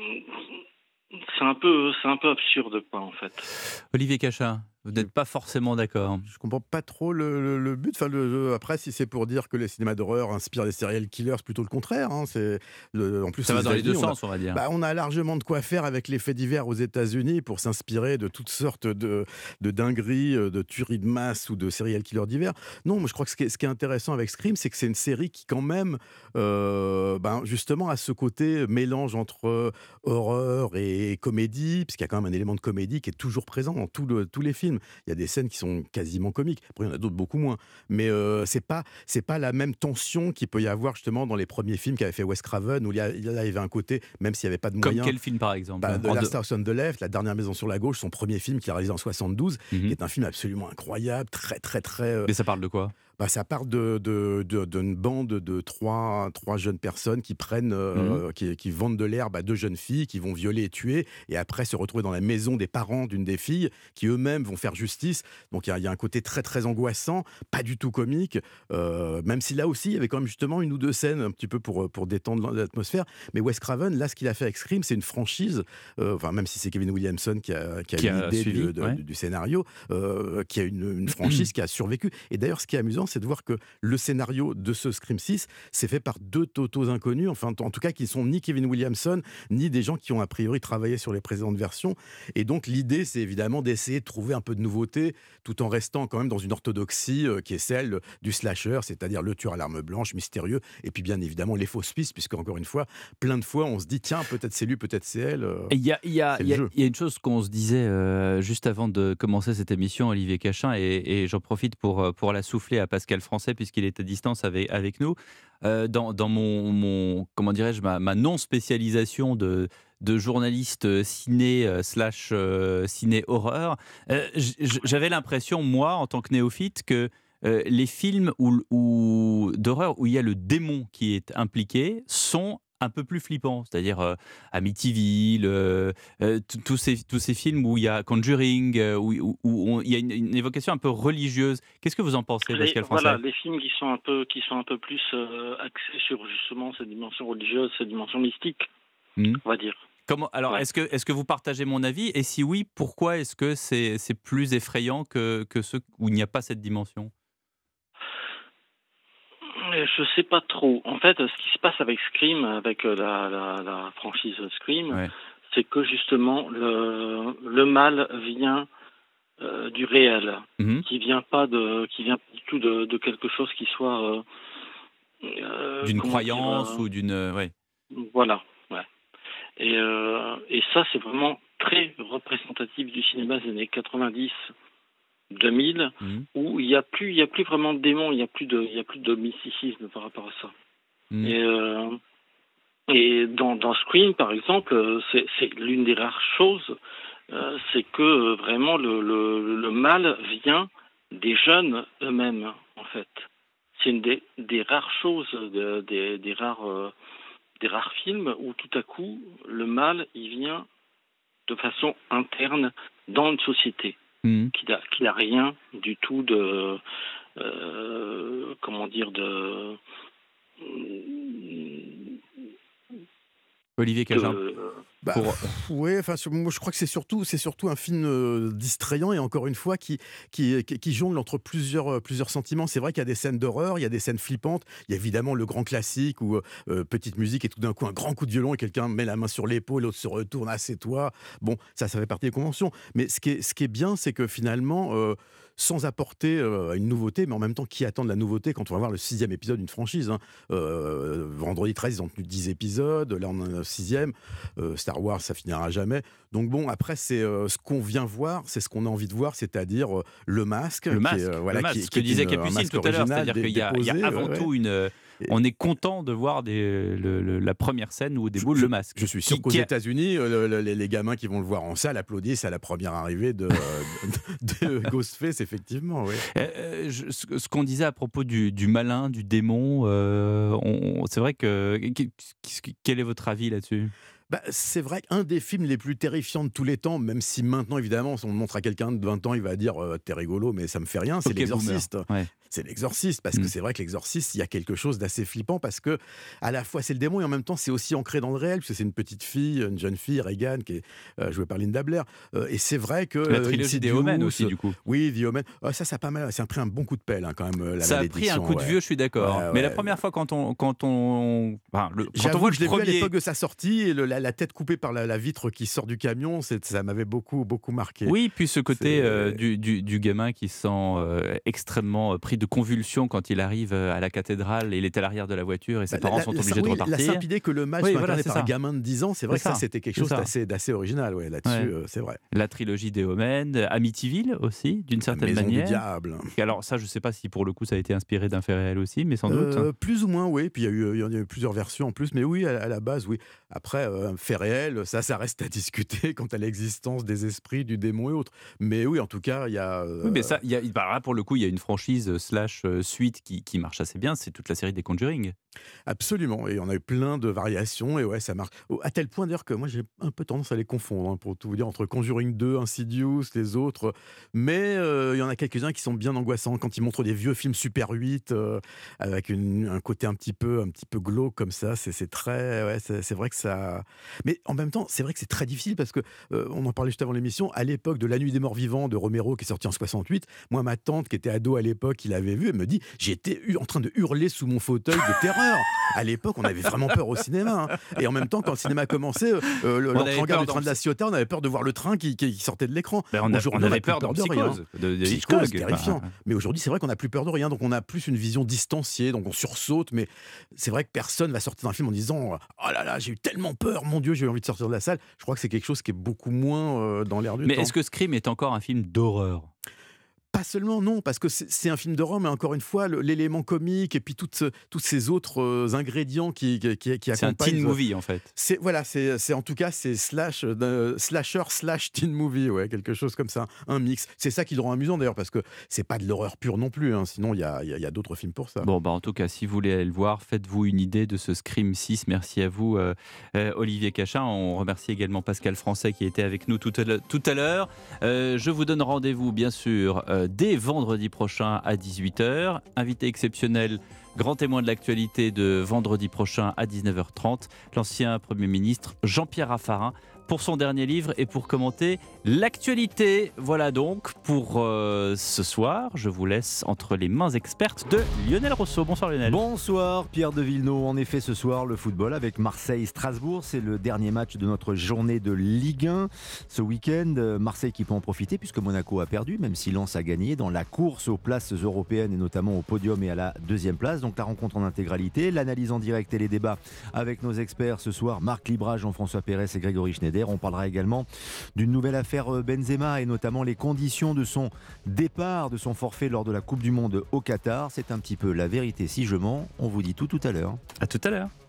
C'est un peu absurde, quoi, en fait. Olivier Cachin, vous n'êtes pas forcément d'accord. Je comprends pas trop le but. Enfin, après, si c'est pour dire que les cinémas d'horreur inspirent les serial killers, c'est plutôt le contraire. En plus, ça va dans les deux sens, on va dire. On a largement de quoi faire avec les faits divers aux États-Unis pour s'inspirer de toutes sortes de dingueries, de tueries de masse ou de serial killers divers. Non, moi, je crois que ce qui est intéressant avec Scream, c'est que c'est une série qui, quand même, justement, a ce côté mélange entre horreur et comédie, puisqu'il y a quand même un élément de comédie qui est toujours présent dans tous les films. Il y a des scènes qui sont quasiment comiques. Après, il y en a d'autres beaucoup moins. Mais c'est pas la même tension qu'il peut y avoir justement dans les premiers films qu'avait fait Wes Craven, où il y avait un côté, même s'il n'y avait pas de moyens. Comme quel film, par exemple? The Last House on the Left, La Dernière Maison sur la Gauche, son premier film qu'il a réalisé en 72, qui est un film absolument incroyable, très, très, très... Mais ça parle de quoi? Ça part d'une bande de trois jeunes personnes qui prennent, qui vendent de l'herbe à deux jeunes filles, qui vont violer et tuer, et après se retrouver dans la maison des parents d'une des filles, qui eux-mêmes vont faire justice. Donc il y a un côté très très angoissant, pas du tout comique, même si là aussi il y avait quand même justement une ou deux scènes un petit peu pour détendre l'atmosphère. Mais Wes Craven, là, ce qu'il a fait avec Scream, c'est une franchise, même si c'est Kevin Williamson qui a eu l'idée du scénario, qui a une franchise qui a survécu. Et d'ailleurs, ce qui est amusant, c'est de voir que le scénario de ce Scream 6 c'est fait par deux totaux inconnus, enfin en tout cas qui sont ni Kevin Williamson ni des gens qui ont a priori travaillé sur les précédentes versions. Et donc l'idée, c'est évidemment d'essayer de trouver un peu de nouveauté tout en restant quand même dans une orthodoxie qui est celle du slasher, c'est-à-dire le tueur à l'arme blanche, mystérieux, et puis bien évidemment les fausses pistes, puisque encore une fois, plein de fois on se dit tiens, peut-être c'est lui, peut-être c'est elle. Il y a une chose qu'on se disait juste avant de commencer cette émission, Olivier Cachin, et j'en profite pour la souffler à Pascal Français, puisqu'il est à distance avec nous. Dans mon comment dirais-je, ma non-spécialisation de journaliste ciné / ciné horreur, j'avais l'impression, moi, en tant que néophyte, que les films d'horreur où il y a le démon qui est impliqué sont un peu plus flippant, c'est-à-dire Amityville, tous ces films où il y a Conjuring, où il y a une évocation un peu religieuse. Qu'est-ce que vous en pensez, Pascal Français? Voilà, les films qui sont un peu plus axés sur justement cette dimension religieuse, cette dimension mystique, on va dire. Alors, est-ce que vous partagez mon avis? Et si oui, pourquoi est-ce que c'est plus effrayant que ceux où il n'y a pas cette dimension? Je sais pas trop. En fait, ce qui se passe avec Scream, avec la franchise Scream, c'est que justement le mal vient du réel, qui vient pas du tout de quelque chose qui soit d'une croyance ou d'une Voilà, ouais. Et ça, c'est vraiment très représentatif du cinéma des années 90, 2000, où il y a plus vraiment de démons, il y a plus de mysticisme par rapport à ça. Et dans Scream, par exemple, c'est l'une des rares choses, c'est que vraiment le mal vient des jeunes eux-mêmes, en fait. C'est une des rares choses, des rares films où tout à coup, le mal, il vient de façon interne dans une société qui n'a rien du tout de... Olivier Cajun. Ouais, enfin, moi je crois que c'est surtout un film distrayant et encore une fois qui jongle entre plusieurs sentiments. C'est vrai qu'il y a des scènes d'horreur, il y a des scènes flippantes, il y a évidemment le grand classique où petite musique et tout d'un coup un grand coup de violon et quelqu'un met la main sur l'épaule, l'autre se retourne, assieds-toi. Bon, ça fait partie des conventions. Mais ce qui est bien, c'est que finalement, sans apporter une nouveauté, mais en même temps qui attend de la nouveauté quand on va voir le 6e épisode d'une franchise. Vendredi 13, ils ont tenu 10 épisodes, là on en a le 6e. Star Wars, ça finira jamais. Donc bon, après, c'est ce qu'on vient voir, c'est ce qu'on a envie de voir, c'est-à-dire le masque. Le masque, ce que disait Capucine tout à l'heure, c'est-à-dire qu'il y a avant tout une... On est content de voir la première scène où déboule le masque. Je suis sûr qu'aux États-Unis, les gamins qui vont le voir en salle applaudissent à la première arrivée de Ghostface, effectivement. Oui. Ce qu'on disait à propos du malin, du démon, c'est vrai que... Quel est votre avis là-dessus ? C'est vrai qu'un des films les plus terrifiants de tous les temps, même si maintenant, évidemment, si on le montre à quelqu'un de 20 ans, il va dire t'es rigolo, mais ça me fait rien, c'est L'Exorciste. Ouais. C'est L'Exorciste, parce que c'est vrai que L'Exorciste, il y a quelque chose d'assez flippant, parce que à la fois c'est le démon et en même temps c'est aussi ancré dans le réel, puisque c'est une petite fille, une jeune fille, Regan, qui est jouée par Linda Blair. Et c'est vrai que. La trilogie des Omen aussi, du coup. Oui, The Omen. Ça pas mal, ça a pris un bon coup de pelle, quand même. Ça a pris un coup de vieux, je suis d'accord. Mais la première fois, quand on voit le je l'ai vu à premier. l'époque de sa sortie, et la tête coupée par la vitre qui sort du camion, ça m'avait beaucoup marqué. Oui, puis ce côté du gamin qui se sent extrêmement pris de convulsions quand il arrive à la cathédrale et il est à l'arrière de la voiture et ses parents sont obligés de repartir. La simple idée que le match soit incarné par un gamin de 10 ans, c'est vrai que ça c'était quelque chose d'assez original là-dessus, c'est vrai. La trilogie des Omen, Amityville aussi, d'une certaine manière. Maison du diable. Et alors ça, je ne sais pas si pour le coup ça a été inspiré d'un fait réel aussi, mais sans doute. Plus ou moins, oui. Puis il y a eu plusieurs versions en plus, mais oui, à la base, oui. Après, un fait réel, ça reste à discuter quant à l'existence des esprits, du démon et autres. Mais oui, en tout cas, il y a... Oui, mais ça, là, pour le coup, il y a une franchise /suite qui marche assez bien, c'est toute la série des Conjuring. Absolument, et on a eu plein de variations, et ouais, ça marche. À tel point d'ailleurs que moi, j'ai un peu tendance à les confondre, pour tout vous dire, entre Conjuring 2, Insidious, les autres. Mais il y en a quelques-uns qui sont bien angoissants, quand ils montrent des vieux films Super 8, avec un côté un petit peu glauque comme ça, c'est très... Ouais, c'est vrai que ça... Mais en même temps, c'est vrai que c'est très difficile, parce que, on en parlait juste avant l'émission, à l'époque de La Nuit des Morts Vivants de Romero, qui est sorti en 68, moi, ma tante, qui était ado à l'époque, qui l'avait vu, elle me dit, j'étais en train de hurler sous mon fauteuil de terreur. À l'époque, on avait vraiment peur au cinéma. Et en même temps, quand le cinéma commençait, l'entre-regard du train de la Ciotat, on avait peur de voir le train qui sortait de l'écran. On avait peur de Psychose, de Hitchcock. Terrifiant. Mais aujourd'hui, c'est vrai qu'on n'a plus peur de rien. Donc on a plus une vision distanciée, donc on sursaute. Mais c'est vrai que personne va sortir d'un film en disant oh là là, j'ai eu tellement peur, mon Dieu, j'ai eu envie de sortir de la salle. Je crois que c'est quelque chose qui est beaucoup moins dans l'air du temps. Mais est-ce que Scream est encore un film d'horreur ? Pas seulement, non, parce que c'est un film d'horreur, mais encore une fois, l'élément comique et puis tous ces autres ingrédients qui accompagnent. C'est un teen movie, en fait. C'est en tout cas, c'est slasher / teen movie, ouais, quelque chose comme ça, un mix. C'est ça qui le rend amusant, d'ailleurs, parce que c'est pas de l'horreur pure non plus, hein, sinon il y a d'autres films pour ça. Bon, en tout cas, si vous voulez aller le voir, faites-vous une idée de ce Scream 6. Merci à vous, Olivier Cachin. On remercie également Pascal Français qui était avec nous tout à l'heure. Je vous donne rendez-vous, bien sûr, dès vendredi prochain à 18h. Invité exceptionnel, grand témoin de l'actualité de vendredi prochain à 19h30, l'ancien Premier ministre Jean-Pierre Raffarin pour son dernier livre et pour commenter l'actualité. Voilà donc pour ce soir. Je vous laisse entre les mains expertes de Lionel Rousseau. Bonsoir Lionel. Bonsoir Pierre de Villeneuve. En effet, ce soir, le football avec Marseille-Strasbourg. C'est le dernier match de notre journée de Ligue 1. Ce week-end, Marseille qui peut en profiter puisque Monaco a perdu, même si Lens a gagné dans la course aux places européennes et notamment au podium et à la deuxième place. Donc la rencontre en intégralité, l'analyse en direct et les débats avec nos experts ce soir, Marc Libra, Jean-François Pérez et Grégory Schneider. On parlera également d'une nouvelle affaire Benzema et notamment les conditions de son départ, de son forfait lors de la Coupe du Monde au Qatar. C'est un petit peu la vérité si je mens. On vous dit tout à l'heure. À tout à l'heure.